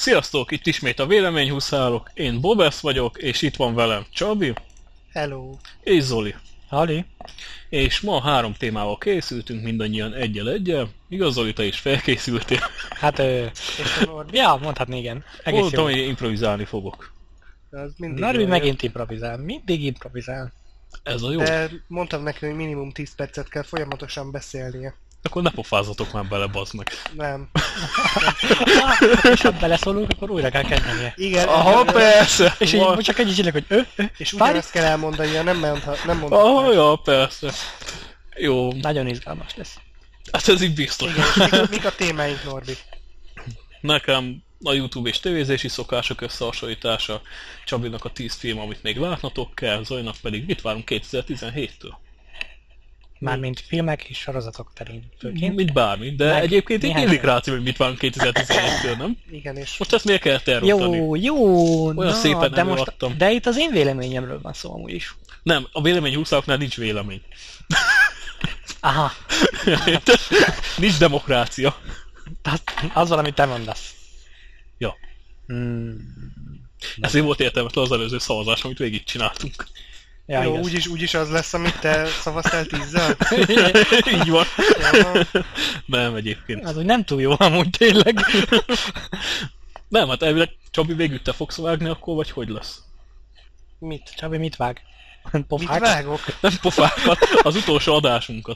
Sziasztok, itt ismét a Véleményhuszárok, én Bobesz vagyok, és itt van velem Csabi. Hello. És Zoli. Hali. És ma 3 témával készültünk, mindannyian egyel. Igaz, Zoli, te is felkészültél? Hát, ja, mondhatni igen. Egész Mondtam, jó. hogy improvizálni fogok. Narvi megint improvizál. Mindig improvizál. Ez a jó. De mondtam neki, hogy minimum 10 percet kell folyamatosan beszélnie. Akkor ne pofázzatok már bele, bazd meg. Nem. És ha beleszólunk, akkor újra kell kezdenie. Igen. Aha, persze! És így csak egy csinálok, hogy És várj. ugyanezt kell elmondania, nem mondhat. Aha, ja, persze. Jó, Nagyon izgalmas lesz. hát ez így biztos. Igen, mik a témáink, Norbi? Nekem a YouTube és tévézési szokások összehasonlítása, Csabinak a 10 film, amit még látnatok kell, Zolinak pedig mit várunk 2017-től? Mármint filmek és sorozatok terén főként. Mint bármi, de Meg egyébként így néhány illik film. rá, hogy mit várunk 2017-től, nem? Igen, és Most ezt miért kell elrontani? Jó, szépen de most, előadtam. de itt az én véleményemről van szó amúgy is. Nem, a véleményhúszároknál nincs vélemény. Aha, Nincs demokrácia. az valami te mondasz. Ja. Hmm. Ezért volt értelmetlen az előző szavazás, amit végig csináltunk. Ja, jó, igaz. úgyis az lesz, amit te szavaztál 10-zel? Így van. Ja, Nem, egyébként. Az úgy nem túl jó amúgy tényleg. Nem, hát elvileg Csabi végül te fogsz vágni akkor, vagy hogy lesz? mit? Csabi, mit vág? Mit Pofák? vágok? Nem pofákat, az utolsó adásunkat.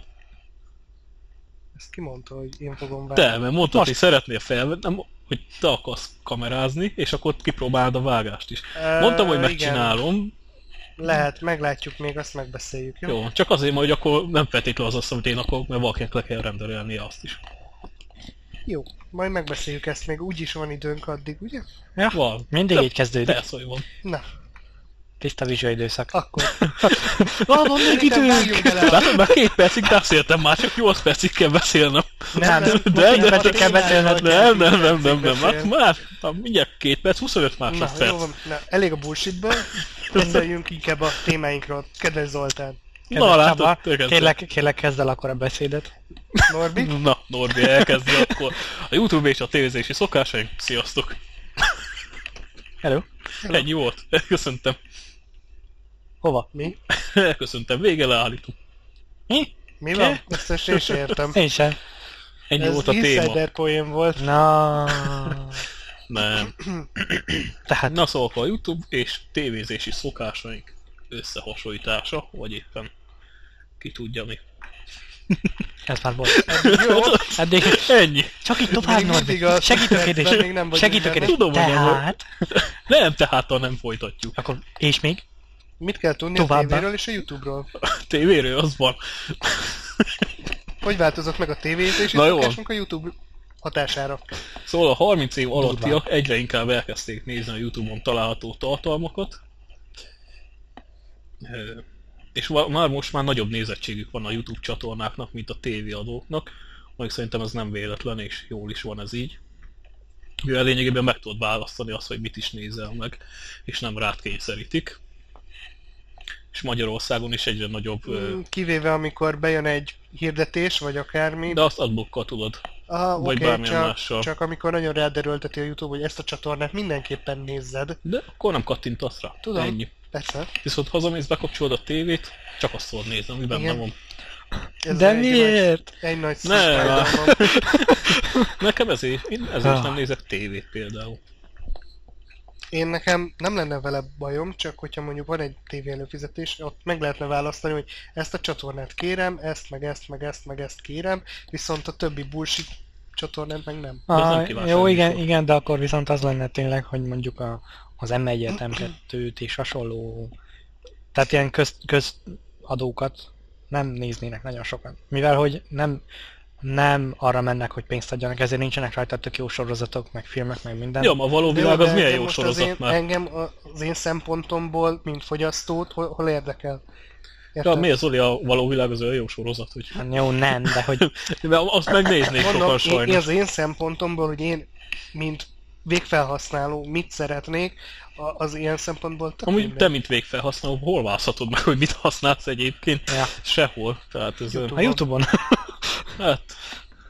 Ezt ki mondta, hogy én fogom vágni? Te, mert mondtad, hogy szeretnél felvenni, hogy te akarsz kamerázni, és akkor kipróbálod a vágást is. Mondtam, hogy Igen. megcsinálom. Lehet, meglátjuk még, azt megbeszéljük, jó? Jó, csak azért, hogy akkor nem feltétlenül az azt, amit én akarok, mert valakinek le kell rendelnie azt is. Jó, majd megbeszéljük ezt még, úgyis van időnk addig, ugye? Ja, Van. mindig így kezdődik. Persze, hogy van. Na, Tiszta vizsgai időszak. akkor. Van még Szerintem vágjunk bele a- Látod, már 2 percig beszéltem, már csak 8 percig kell beszélnem. Nem, de- most pedig kell beszélned. Nem. Hát már mindjárt 2 perc, 25 Na, jó másodperc. van, na, elég a bullshitből, beszéljünk inkább a témáinkról. Kedves Zoltán. Na, látod, Csaba, tökéletes. kérlek kezd el akkor a beszédet. Norbi? Na, Norbi elkezdi akkor. A YouTube és a tévézési szokásaink. Sziasztok! Hello. Ennyi volt. Elköszöntem. Hova? Mi? Elköszöntem. Vége, leállítunk. Mi? Mi van? Ezt én sem értem. Én sem. Ennyi Ez volt a téma. insider poén volt. Na. Nem. Tehát Na szóval a YouTube és tévézési szokásaink összehasonlítása, vagy éppen ki tudja mi. ez már volt. Jó, Eddig Ennyi. csak így tovább, Még Norbi. mindig a Segítő percben kérdés. még nem vagyunk Segítő benne. kérdés. Tudom, hogy nem volt. Tehát, Nem, tehát nem folytatjuk. akkor, és még? mit kell tudni Továbbá. a tévéről és a YouTube-ról? A tévéről az van. Hogy változott meg a tévézés és Na jó. szokásunk a YouTube hatására? Szóval a 30 év alattiak egyre inkább elkezdték nézni a YouTube-on található tartalmakat. És már most már nagyobb nézettségük van a YouTube csatornáknak, mint a tévéadóknak. Majd szerintem ez nem véletlen, és jól is van ez így. Mivel lényegében meg tudod választani azt, hogy mit is nézel meg, és nem rád kényszerítik. És Magyarországon is egyre nagyobb... Kivéve amikor bejön egy hirdetés, vagy akármi. De azt adblockkal tudod. Aha, vagy oké, bármilyen mással. csak amikor nagyon ráderőlteti a YouTube, hogy ezt a csatornát mindenképpen nézzed. De akkor nem kattintasz rá. Tudom. Ennyi. Persze. Viszont hazamész, bekapcsolod a tévét, csak azt tudod nézni, ami benne Igen. van. Ez De egy miért? Egy nagy Ne, szívfájdalmam. Nekem ezért is nem nézek tévét például. Nekem nem lenne vele bajom, csak hogyha mondjuk van egy tévé előfizetés, ott meg lehetne választani, hogy ezt a csatornát kérem, ezt, meg ezt, meg ezt, meg ezt kérem, viszont a többi bullshit csatornát meg nem. ez nem Ah, kívánság jó, műsor. igen, de akkor viszont az lenne tényleg, hogy mondjuk az M1-et, M2-t és hasonló, tehát ilyen közadókat nem néznének nagyon sokan. Mivel, hogy nem arra mennek, hogy pénzt adjanak, ezért nincsenek rajta tök jó sorozatok, meg filmek, meg minden. Ja, a való világ az de milyen engem jó most sorozat már. Engem az én szempontomból, mint fogyasztót, hol érdekel? Ja, Érted? miért Zoli, a való világ az olyan jó sorozat, hogy... Hát jó, nem, de hogy De azt megnéznék sokan Mondom, én sajnos. az én szempontomból, hogy én, mint végfelhasználó mit szeretnék, az ilyen szempontból tök Amúgy mindegy. te, mint végfelhasználó, hol választhatod meg, hogy mit használsz egyébként? Ja. Sehol. Tehát ez... a Youtube-on. Hát...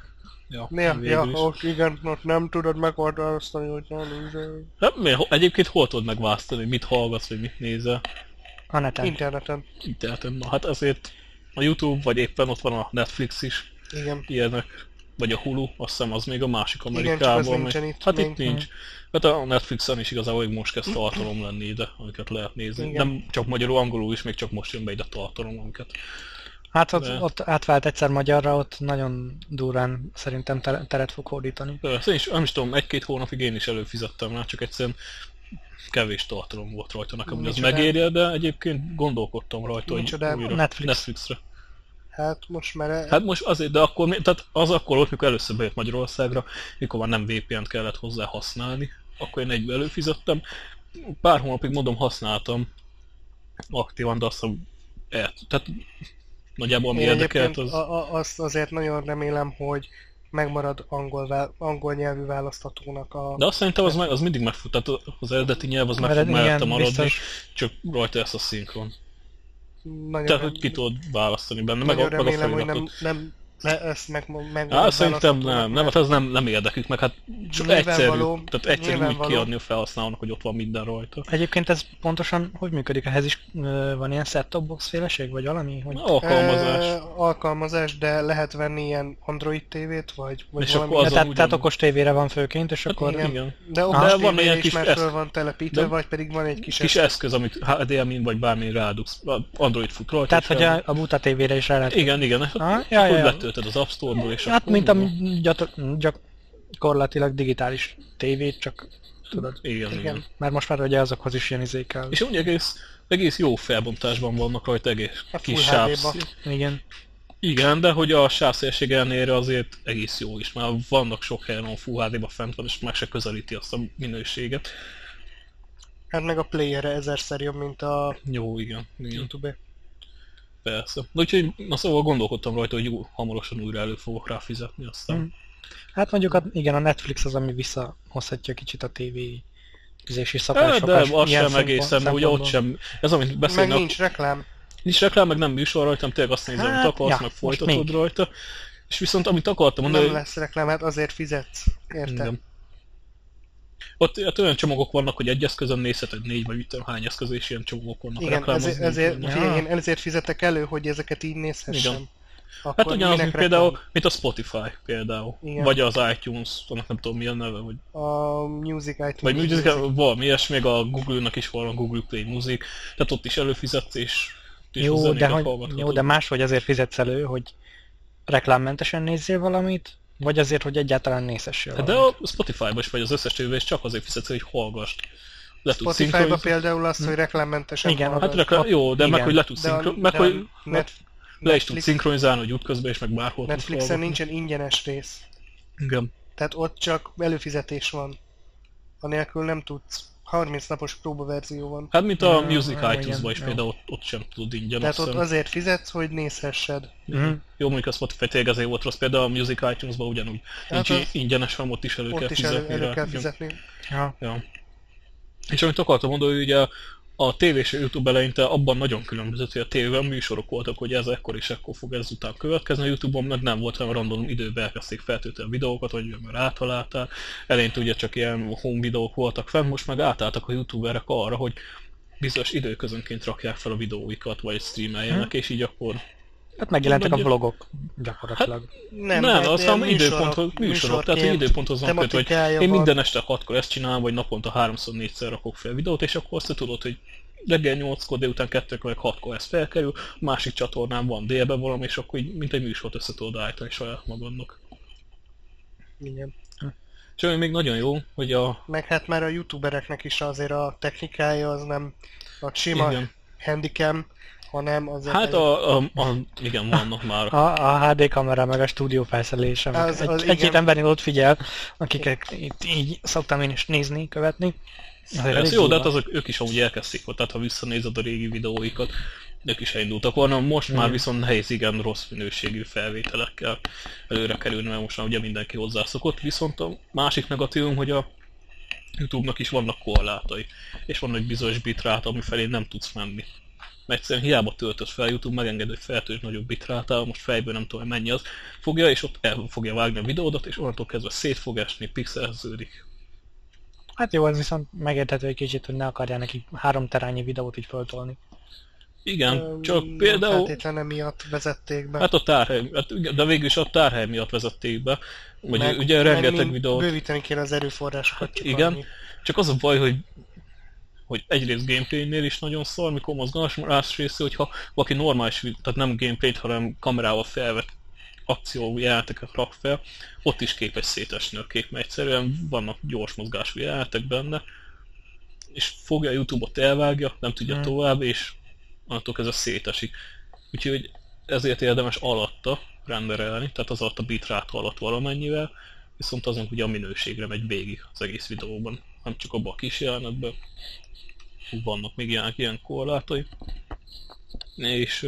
Ja, Ja, végül is. ott igen, ott nem tudod meghatároztani, hogy nem. Hát, egyébként hol tudod megválasztani, mit hallgatsz, vagy mit nézel? A neten. Interneten. Interneten. Na hát azért a YouTube, vagy éppen ott van a Netflix is, Igen. ilyenek. Vagy a Hulu, azt hiszem az még a másik Igen, csak Amerikában. az nincsen itt Hát még. itt nincs. Hát a Netflixen is igazából még most kezd tartalom lenni ide, amiket lehet nézni. Igen. Nem csak magyarul, angolul is, még csak most jön be ide tartalom, amiket. Hát De- ott átvált egyszer magyarra, ott nagyon durván szerintem teret fog hódítani. Persze, én is, nem is tudom, 1-2 hónapig én is előfizettem rá, csak egyszerűen kevés tartalom volt rajta nekem, hogy az Micsoda? megérje, de egyébként gondolkodtam rajta, hogy Micsoda? újra Netflix. Netflixre. Hát most már... Hát most azért, de akkor, tehát az akkor volt, mikor először bejött Magyarországra, mikor már nem VPN-t kellett hozzá használni, akkor én egybe előfizettem. Pár hónapig mondom használtam aktívan, de azt hiszem, tehát nagyjából ami Én érdekelt, egyébként azt azért nagyon remélem, hogy megmarad angol nyelvű választhatónak a... de azt szerintem az mindig megfut, tehát az eredeti nyelv az meg Mert fog mellette igen, maradni, biztos. csak rajta ezt a szinkron. Nagyon, Tehát, hogy ki tudod választani benne, meg nagyon a remélem, hogy feliratot. nem ezt meg Szerintem nem, hát ez nem érdekük, meg hát csak egyszerű, Nyilvánvaló- tehát egyszerű úgy nyilvánvaló. kiadni a felhasználónak, hogy ott van minden rajta. Egyébként ez pontosan hogy működik? Ehhez is van ilyen set-top box féleség, vagy valami? Hogy... Alkalmazás. Alkalmazás, de lehet venni ilyen Android TV-t, vagy És valami... akkor Ja, azon tehát ugyan- okos tévére van főként, és akkor... igen. Igen. De Aha. okos De van tévére ilyen is kis már föl van telepítve, de- vagy pedig van egy kis... Kis eszköz, amit HDMI-n vagy bármi rádugsz, Android fut rajta. Tehát, és hogy fel- a buta tévére is rá lehet... Igen, igen, Ah, és ja, akkor ja. letöltöd az App Store-ból, és Hát, akkor... mint a gyakorlatilag digitális tévét, csak tudod. Igen, Igen. igen. Mert most már ugye azokhoz is ilyen izék kell. És úgy egész jó felbontásban vannak rajta, egész A kis Full HD-ba. sávszél. Igen. Igen, de hogy a sávszélség ellenére azért egész jó is, mert vannak sok helyen, ahol Full HD-ba fent van, és meg se közelíti azt a minőséget. Hát meg a playere 1000-szer jobb, mint a Jó, igen, igen, YouTube-e. persze. De úgyhogy, na szóval gondolkodtam rajta, hogy hamarosan újra elő fogok rá fizetni, aztán... Mm. Hát mondjuk igen, a Netflix az, ami visszahozhatja kicsit a tévézési De szokásokat. az ilyen sem egészen, mert ugye ott szempontból. sem, ez amit Meg beszélnek, nincs reklám. nincs reklám, meg nem műsor rajta, hanem tényleg azt nézem, Hát, amit akarsz, ja, meg most folytatod még. rajta. És viszont amit akartam mondani, Nem lesz reklám, hát azért fizetsz. Érted? igen. Ott olyan csomagok vannak, hogy egy eszközön nézheted 4 vagy mit tudom, hány eszköz, és ilyen csomagok vannak. Igen, reklámozni, ezért, tudnak. figyelj, én ezért fizetek elő, hogy ezeket így nézhessem. Igen. Akkor Hát ugyanaz, minek mint például, reklám? mint a Spotify például. Igen. Vagy az iTunes, annak nem tudom mi a neve, vagy, A Music iTunes. vagy Music, valami ilyesmi, még a Google-nak is van, a Google Play Music, tehát ott is előfizetsz, és a Jó, zenéket de hallgathatod. jó, de máshogy azért fizetsz elő, hogy reklámmentesen nézzél valamit, vagy azért, hogy egyáltalán nézhessél Hát de valamit. a Spotify-ba is, vagy az összes tévében is csak azért fizetsz, hogy hallgass. Le tudsz Spotify-ba szinkronizálni. például azt, hogy reklámmentesen Igen, hallgass. Hát jó, de meg Igen. hogy le tudsz De a- szinkronizálni, meg de a hogy le is tudsz Netflix- szinkronizálni, hogy útközben és meg bárhol tudsz Netflixen hallgatni. nincsen ingyenes rész. Igen. Tehát ott csak előfizetés van. Anélkül nem tudsz. 30 napos próbaverzió van. Hát mint a Ja, Music ja, iTunes-ba is igen, például ott sem tudod ingyen. Tehát azt ott hiszem. azért fizetsz, hogy nézhessed. Mhm. Jó, mondjuk a Spotify tényleg ezért volt rossz, például a Music iTunes-ban ugyanúgy. Hát Nincs az- ingyenes, hanem ott is elő kell Ott is fizetni elő rá. kell Igen. fizetni. Ja. Ja. És amit akartam mondani, hogy ugye a tévé és a YouTube eleinte abban nagyon különbözött, hogy a tévében műsorok voltak, hogy ez ekkor és ekkor fog ezután következni, a YouTube-on meg nem volt, hanem random időben elkezdték feltölteni a videókat, vagy már rátaláltál. Eleinte ugye csak ilyen home videók voltak fenn, most meg átálltak a youtuberek arra, hogy bizonyos időközönként rakják fel a videóikat, vagy streameljenek, és így akkor... Hát megjelentek a Mondja- vlogok gyakorlatilag. Nem, hát azt ilyen hiszem műsorok, tehát hogy időponthoz van kötve, hogy tematikája én van. minden este 6-kor ezt csinálom, vagy naponta 3-4-szer rakok fel videót, és akkor azt te tudod, hogy reggel 8-kor, délután 2-kor, vagy 6-kor ez felkerül, a másik csatornán van délben valami, és akkor így, mint egy műsort össze tudod állítani saját magadnak. Igen. És ami még nagyon jó, hogy a... Meg hát már a youtubereknek is azért a technikája az nem a sima Igen. handicam, hanem azért... Hát igen, vannak már. A HD kamera meg a stúdió felszerelése, meg Az egy-két igen. embernél ott figyel, akiket itt így szoktam én is nézni, követni. Azért elég Ez jó, de hát durva. ők is amúgy elkezdték, tehát ha visszanézed a régi videóikat, ők is elindultak volna, most már viszont nehéz igen rossz minőségű felvételekkel előre kerülni, mert most már ugye mindenki hozzászokott, viszont a másik negatívum, hogy a YouTube-nak is vannak korlátai, és van egy bizonyos bitrát, ami felé nem tudsz menni. mert egyszerűen hiába töltöd fel, YouTube megenged, hogy feltöltsd nagyobb bitrátával, most fejből nem tudom, hogy mennyi az, fogja, és ott el fogja vágni a videódat, és onnantól kezdve szét fog esni, pixelződik. Hát jó, ez viszont megérthető egy kicsit, hogy ne akarják neki 3 terányi videót így föltolni. Igen, csak Nem például... feltétlenül emiatt vezették be. Hát a tárhely, hát igen, de végül is a tárhely miatt vezették be, vagy Meg- ugye rengeteg mind videót... Bővíteni kéne az erőforrásokat. Csak Igen. annyi. Csak az a baj, hogy egyrészt gameplaynél is nagyon szar, mikor mozgalmas, másrészt, hogyha valaki normális, tehát nem gameplayt, hanem kamerával felvett akció jeleneteket rak fel, ott is képes szétesni a kép, mert egyszerűen vannak gyors mozgású jelenetek benne, és fogja a YouTube-ot, elvágja, nem tudja tovább, és attól kezdve szétesik. Úgyhogy ezért érdemes alatta renderelni, tehát az alatt a bitráta alatt valamennyivel, viszont azon ugye a minőségre megy végig az egész videóban, nem csak abban a kis jelenetben. Vannak még ilyen korlátai. És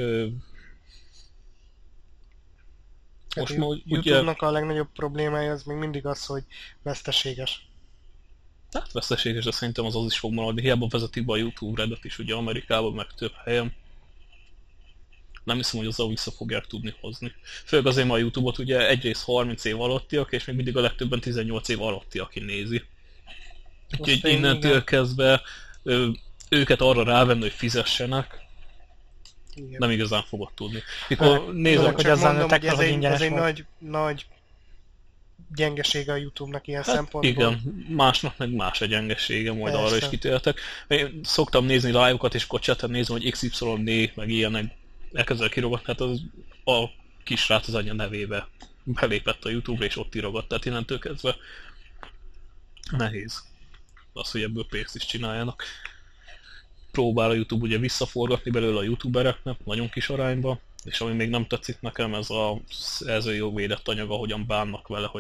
most Hát már ugye... YouTube-nak a legnagyobb problémája az még mindig az, hogy veszteséges. Hát veszteséges, de szerintem az is fog maradni. Hiába vezetik be a YouTube Redet is ugye Amerikában, meg több helyen. Nem hiszem, hogy azzal vissza fogják tudni hozni. Főleg azért ma a YouTube-ot ugye egyrészt 30 év alattiak, és még mindig a legtöbben 18 év alatti, aki nézi. Úgyhogy innentől kezdve őket arra rávenni, hogy fizessenek, Igen. nem igazán fogod tudni. Mikor nézek, hogy azzal mondom, nektek, hogy hogy ez ingyenes egy volt. nagy gyengesége a YouTube-nak ilyen Hát szempontból. igen, másnak meg más a gyengesége, majd Persze. arra is kitértek. Én szoktam nézni live-okat, és akkor chaten nézem, hogy XYD, meg ilyenek elkezdel kirogatni, hát az a kisrác az anyja nevébe belépett a YouTube-ra, és ott írogat, tehát innentől kezdve nehéz az, hogy ebből pénzt is csináljanak. Próbál a YouTube ugye visszaforgatni belőle a youtubereknek, nagyon kis arányba, és ami még nem tetszik nekem, ez a szerzőjogvédett anyag, ahogyan bánnak vele,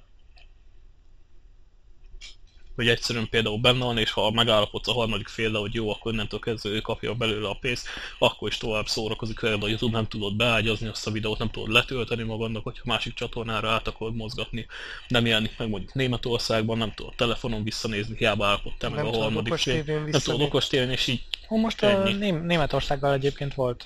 hogy egyszerűen például benne van, és ha megállapodsz a harmadik féllel, hogy jó, akkor innentől kezdve ő kapja belőle a pénzt, akkor is tovább szórakozik veled a YouTube, nem tudod beágyazni azt a videót, nem tudod letölteni magadnak, hogyha másik csatornára át akarod mozgatni. Nem jelenik meg mondjuk Németországban, nem tudod telefonon visszanézni, hiába állapodtál meg a harmadik fél. Nem tudod okostévén, és így Most Németországgal egyébként volt,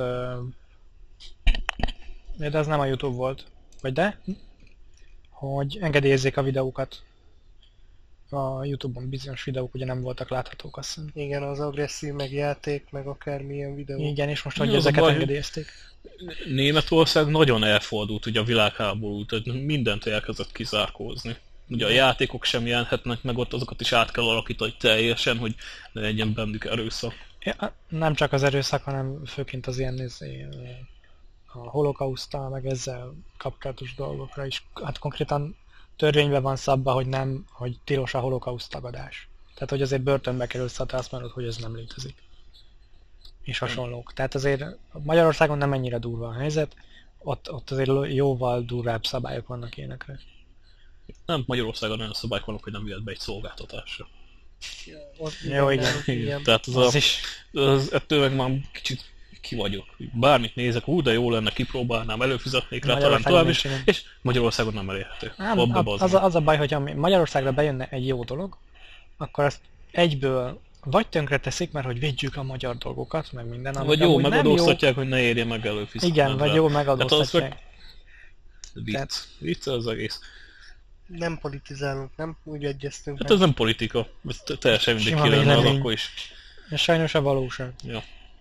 de ez nem a YouTube volt, vagy de? Hogy engedélyezzék a videókat. A YouTube-on bizonyos videók ugye nem voltak láthatók, azt hiszem. Igen, az agresszív, meg játék, meg akármilyen videó. Igen, és most hogy az a ezeket baj, engedélyezték. Németország nagyon elfordult ugye a világháború, tehát mindent elkezdett kizárkózni. Ugye a játékok sem jelenhetnek meg ott, azokat is át kell alakítani teljesen, hogy ne legyen bennük erőszak. Ja, nem csak az erőszak, hanem főként az ilyen a holokauszttal, meg ezzel kapcsolatos dolgokra is. Hát konkrétan törvényben van szabva, hogy nem, hogy tilos a holokauszt tagadás. Tehát, hogy azért börtönbe kerülsz, ha te azt mondod, hogy ez nem létezik. És hasonlók. Tehát azért Magyarországon nem ennyire durva a helyzet, ott azért jóval durvább szabályok vannak ilyenekre. Nem, Magyarországon olyan szabályok vannak, hogy nem jöhet be egy szolgáltatásra. Jó, igen. Igen. Tehát Az is. ettől meg már kicsit ki vagyok. Bármit nézek, de jó lenne, kipróbálnám, előfizetnék rá, talán tovább is, és Magyarországon nem elérhető. Az a baj, hogy ha Magyarországra bejönne egy jó dolog, akkor azt egyből vagy tönkre teszik, mert hogy védjük a magyar dolgokat, meg minden, vagy jó, megadóztatják, hogy ne érje meg előfizetni. Igen, vagy jó, megadóztatják. Vicc az egész. Nem politizálunk, nem? Úgy egyeztünk Hát meg. ez nem politika, ez teljesen mindegy Sima ki lenne az vélemény. akkor is. És sajnos a valóság. Ja.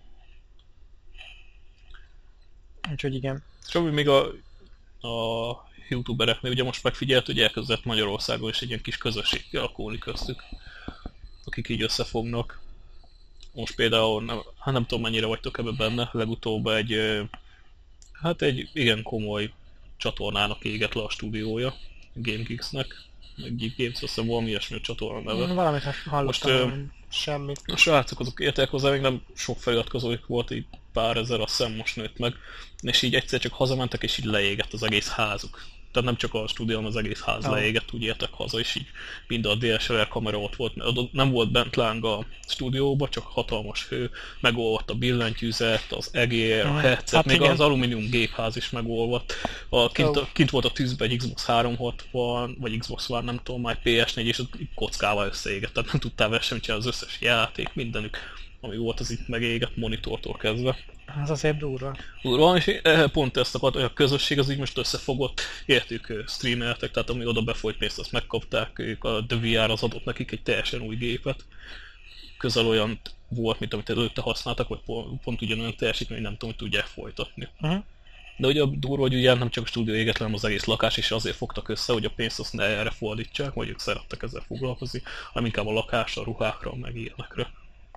Úgyhogy igen. És ami még a youtubereknél ugye most megfigyelt, hogy elkezdett Magyarországon is egy ilyen kis közösség kialakulni köztük, akik így összefognak. Most például, nem tudom mennyire vagytok ebben benne, legutóbb egy igen komoly csatornának égett le a stúdiója, GameGeeks-nek, meg Geek Games, azt hiszem valami ilyesmi a csatorna neve. Valamit hallottam. Most, Semmit. A srácok azok értek hozzá, még nem sok feliratkozójuk volt, így pár ezer, azt hiszem most nőtt meg, és így egyszer csak hazamentek, és így leégett az egész házuk. Tehát nem csak a stúdió, hanem az egész ház leégett, úgy értek haza, és így mind a DSLR kamera ott volt, mert nem volt bent láng a stúdióba, csak hatalmas hő, megolvadt a billentyűzet, az egér, a headset, hát még igen. az alumínium gépház is megolvadt. Kint volt a tűzbe egy Xbox 360, vagy Xbox One, nem tudom, már PS4, és ott kockával összeégett, tehát nem tudtál vele semmit csinálni, az összes játék, mindenük. ami volt az itt megégett monitortól kezdve. Az azért durva. Durva, és pont ezt akart, hogy a közösség az így most összefogott, értük streameltek, tehát ami oda befolyt pénzt, azt megkapták, ők a The VR az adott nekik egy teljesen új gépet. Közel olyan volt, mint amit előtte használtak, vagy pont ugyanolyan teljesítmény, nem tudom, hogy tudják folytatni. De ugye a durva, hogy ugye nem csak a stúdió éget, hanem az egész lakás, és azért fogtak össze, hogy a pénzt azt ne erre fordítsák, vagy ők szerettek ezzel foglalkozni, hanem inkább a lakásra, a ruhákra, meg ilyenekre.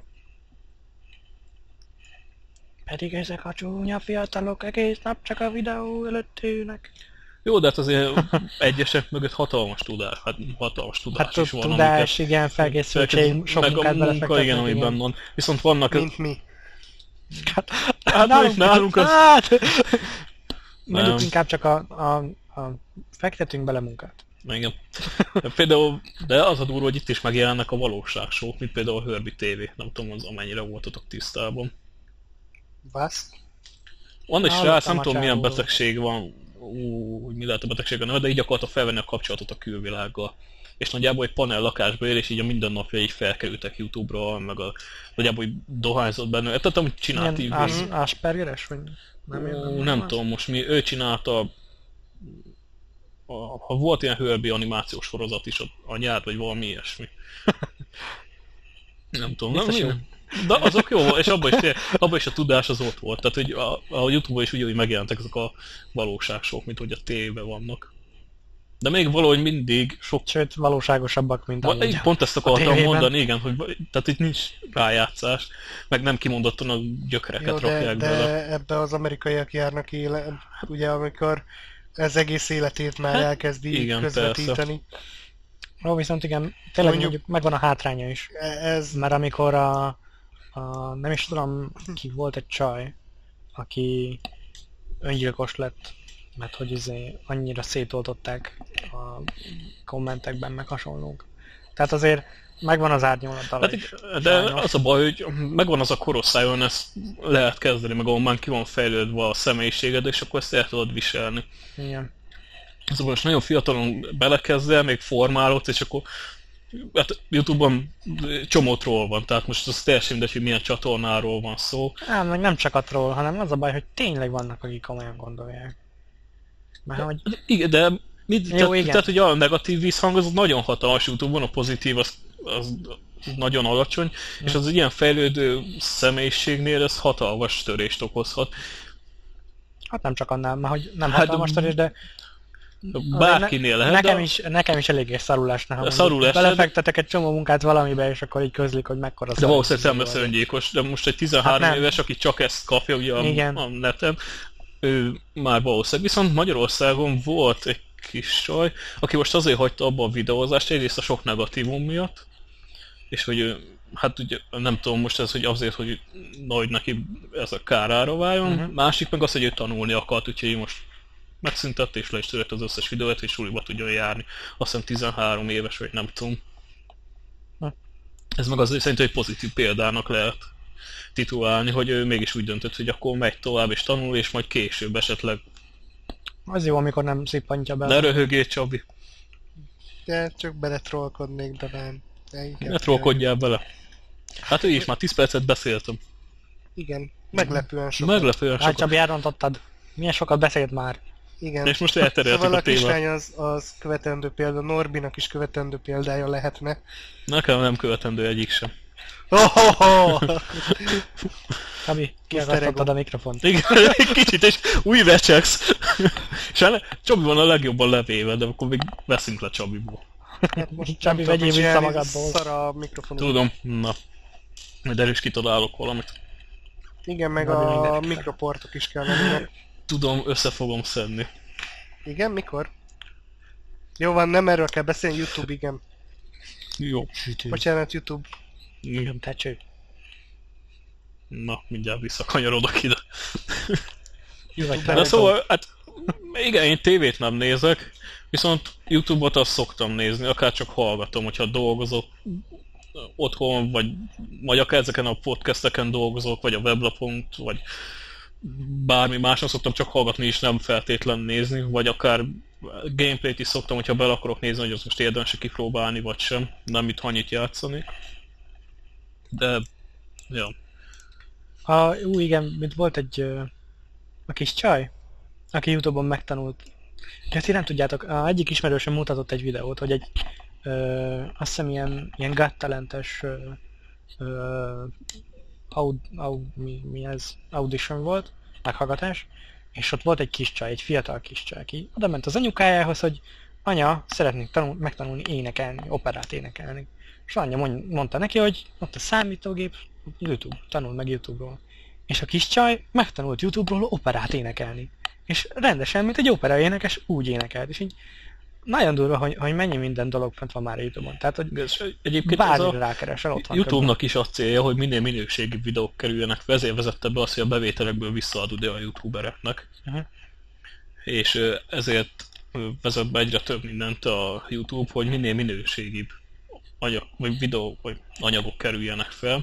Pedig ezek a csúnya fiatalok egész nap csak a videó előtt ülnek. Jó, de hát azért egyesek mögött hatalmas tudás, Hát is van. tudás, igen, felkészültség, sok meg a munkát munka, belefektetnek, igen, amiben van. Viszont vannak... Mint mi. Hát nálunk az... Mondjuk inkább csak a fektetünk bele munkát. Igen. Például, de az a durva, hogy itt is megjelennek a valóságsók, mint például a Herbie TV. Nem tudom, az amennyire voltatok tisztában. Baszt? Van egy srác, nem tudom milyen csávóról. betegség van, hogy mi lehet a betegség a neve, de így akarta felvenni a kapcsolatot a külvilággal. És nagyjából egy panel lakásba él, és így a mindennapjai így felkerültek YouTube-ra, meg nagyjából így dohányzott benne. Tehát amit csinált így. Aspergeres? Vagy Nem tudom most mi, ő csinálta, ha volt ilyen Herbie animációs sorozat is a nyár, vagy valami ilyesmi. Nem tudom, nem jó. De azok jó, és abban is a tudás az ott volt. Tehát hogy a YouTube-ban is ugyanúgy megjelentek ezek a valóságsok, mint hogy a tévében vannak. De még valahogy mindig sok... Sőt, valóságosabbak, mint Így pont ezt akartam tévében. mondani, igen, hogy tehát itt nincs rájátszás, meg nem kimondottan a gyökereket Jó, rakják de bele. ebbe az amerikaiak járnak ugye amikor ez egész életét már Hát, elkezdi igen, közvetíteni. Ó, viszont igen, tényleg Mondjuk- mondjuk megvan a hátránya is. Ez Mert amikor nem is tudom, ki volt egy csaj, aki öngyilkos lett, mert hogy annyira szétoltották a kommentekben, meg hasonlók. Tehát azért megvan az árnyalata Hát, is. de sajnos. az a baj, hogy megvan az a korosztályon, ezt lehet kezdeni, meg ahol már ki van fejlődve a személyiséged, és akkor ezt el tudod viselni. Igen. Szóval most nagyon fiatalon belekezzel, még formálódsz, és akkor hát YouTube-on csomó troll van, tehát most az teljesen mindegy, hogy milyen csatornáról van szó. Meg nem csak a troll, hanem az a baj, hogy tényleg vannak, akik komolyan gondolják. Mert hogy Igen, de Jó, igen. tehát, hogy a negatív visszhang az nagyon hatalmas YouTube-on, a pozitív az nagyon alacsony, és az ilyen fejlődő személyiségnél ez hatalmas törést okozhat. hát nem csak annál, mert hogy nem Hát, hatalmas törés, de Bárkinél lehet, nekem is eléggé szarul esne, ha Szarul mondjuk esne, belefektetek egy csomó munkát valamibe, és akkor így közlik, hogy mekkora de szar. valószínűleg nem lesz öngyilkos, de most egy 13 Hát nem. éves, aki csak ezt kapja ugye Igen. a neten, ő már valószínűleg. Viszont Magyarországon volt egy kis saj, aki most azért hagyta abba a videózást, egyrészt a sok negatívum miatt, és hogy hát ugye nem tudom most ez, hogy azért, hogy nagy neki ez a kárára váljon, másik meg az, hogy ő tanulni akart, úgyhogy most megszüntette és le is törött az összes videót, és suliba tudjon járni. Azt hiszem 13 éves, vagy nem tudom. Ez meg azért szerintem egy pozitív példának lehet titulálni, hogy ő mégis úgy döntött, hogy akkor megy tovább és tanul, és majd később esetleg Az jó, amikor nem szippantja be. ne röhögél, Csabi, de csak beletrollkodnék, de nem. De inkább ne trollkodjál bele. Hát ő is már 10 percet beszéltem. Igen, meglepően sokat. Meglepően Hát sokat. Csabi, elrontottad. Milyen sokat beszélt már. Igen. És most eltereltük Szóval a a témát. kislány az követendő példa, Norbinak is követendő példája lehetne. Nekem nem követendő egyik sem. Csabi, kiakasztottad a mikrofont. Igen, egy kicsit, és új recseksz. És Csabi van a legjobban levéve, de akkor még veszünk le Csabiból. Hát most Csabi, nem tudom, vegyél mit vissza csinálni, magadból. Szar a mikrofonon. Tudom, na. Majd erős kitalálok valamit. Igen, meg Gabi a mindenki mikroportok is kell lenni. Tudom, össze fogom szedni. Igen, mikor? Jó van, nem erről kell beszélni, YouTube, igen. Jó. Bocsánat, YouTube. Igen. Tecső. Na, mindjárt visszakanyarodok ide. Jó vagy De szóval, hát igen, én tévét nem nézek, viszont YouTube-ot azt szoktam nézni, akár csak hallgatom, hogyha dolgozok otthon, vagy akár ezeken a podcasteken dolgozok, vagy a weblapon, vagy bármi máson szoktam csak hallgatni és nem feltétlen nézni, vagy akár gameplayt is szoktam, hogyha bele akarok nézni, hogy az most érdemes kipróbálni, vagy sem, nem itt annyit játszani. De Ja. Igen, mint volt egy a kis csaj, aki Youtube-on megtanult. Ezt így nem tudjátok, egyik ismerősöm mutatott egy videót, hogy egy azt hiszem ilyen Got Talent-es mi ez? Audition volt, meghallgatás, és ott volt egy kis csaj, egy fiatal kis csaj, aki oda ment az anyukájához, hogy anya, szeretnék megtanulni énekelni, operát énekelni. És anyja mondta neki, hogy ott a számítógép, YouTube, tanul meg YouTube-ról. És a kis csaj megtanult YouTube-ról operát énekelni. És rendesen, mint egy opera énekes, úgy énekelt. És így nagyon durva, hogy mennyi minden dolog fent van már a YouTube-on. Tehát, hogy egyébként bármire rákeresel, ott van. YouTube-nak is a célja, hogy minél minőségi videók kerüljenek fel, ezért vezette be azt, hogy a bevételekből visszaad ide a youtubereknek. És ezért vezet be egyre több mindent a YouTube, hogy minél minőségibb vagy videó, vagy anyagok kerüljenek fel.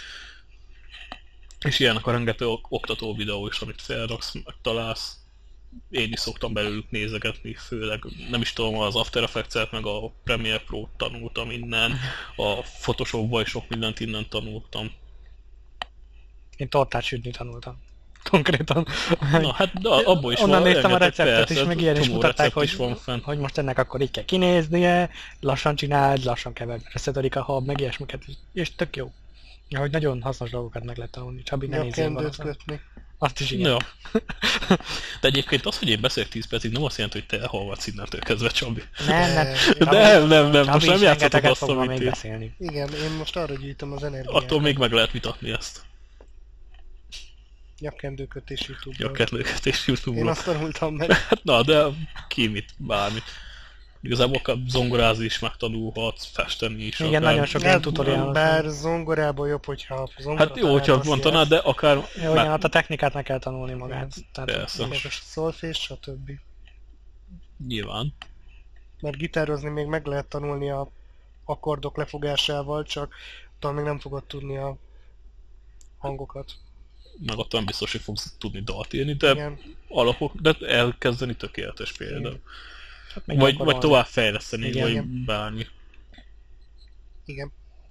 És ilyenek a rengeteg oktató videó is, amit felraksz, megtalálsz. Én is szoktam belőlük nézegetni, főleg nem is tudom, az After Effects-et, meg a Premiere Pro-t tanultam innen, a Photoshopban is sok mindent innen tanultam. Én tortát sütni tanultam. Konkrétan. Na hát de abból is onnan van, néztem a receptet persze, is, meg ilyen is mutatták, hogy most ennek akkor így kell kinéznie, lassan csináld, lassan kell összetörik a hab, meg ilyesmiket, és tök jó. Ja, hogy nagyon hasznos dolgokat meg lehet tanulni. Csabi, ne nézzél valamit. Azt is igen. Ja. De egyébként az, hogy én beszélek 10 percig, nem azt jelenti, hogy te elhallgatsz innentől kezdve, Csabi. Nem, most nem játszatok azt, amit én. Beszélni. Igen, én most arra gyűjtöm az energiát. Attól még meg lehet vitatni ezt. Nyakkendőkötés YouTube-ról. Nyakkendőkötés YouTube-ról. Én azt tanultam meg. Na, de ki mit, bármit. Igazából akár zongorázni is megtanulhatsz, festeni is. Igen, akár... nagyon sok ilyen tutoriál. Bár zongorából jobb, hogyha zongora. Hát jó, hogyha mondanád, de akár... Jó, igen, hát a technikát meg kell tanulni magát. Tehát persze. Szolfés, stb. Nyilván. Mert gitározni még meg lehet tanulni a akkordok lefogásával, csak attól még nem fogod tudni a hangokat. Meg attól nem biztos, hogy fogsz tudni dalt írni, de alapok, de elkezdeni tökéletes például. Hát vagy tovább fejleszteni, igen, vagy igen. Bármi. Igen.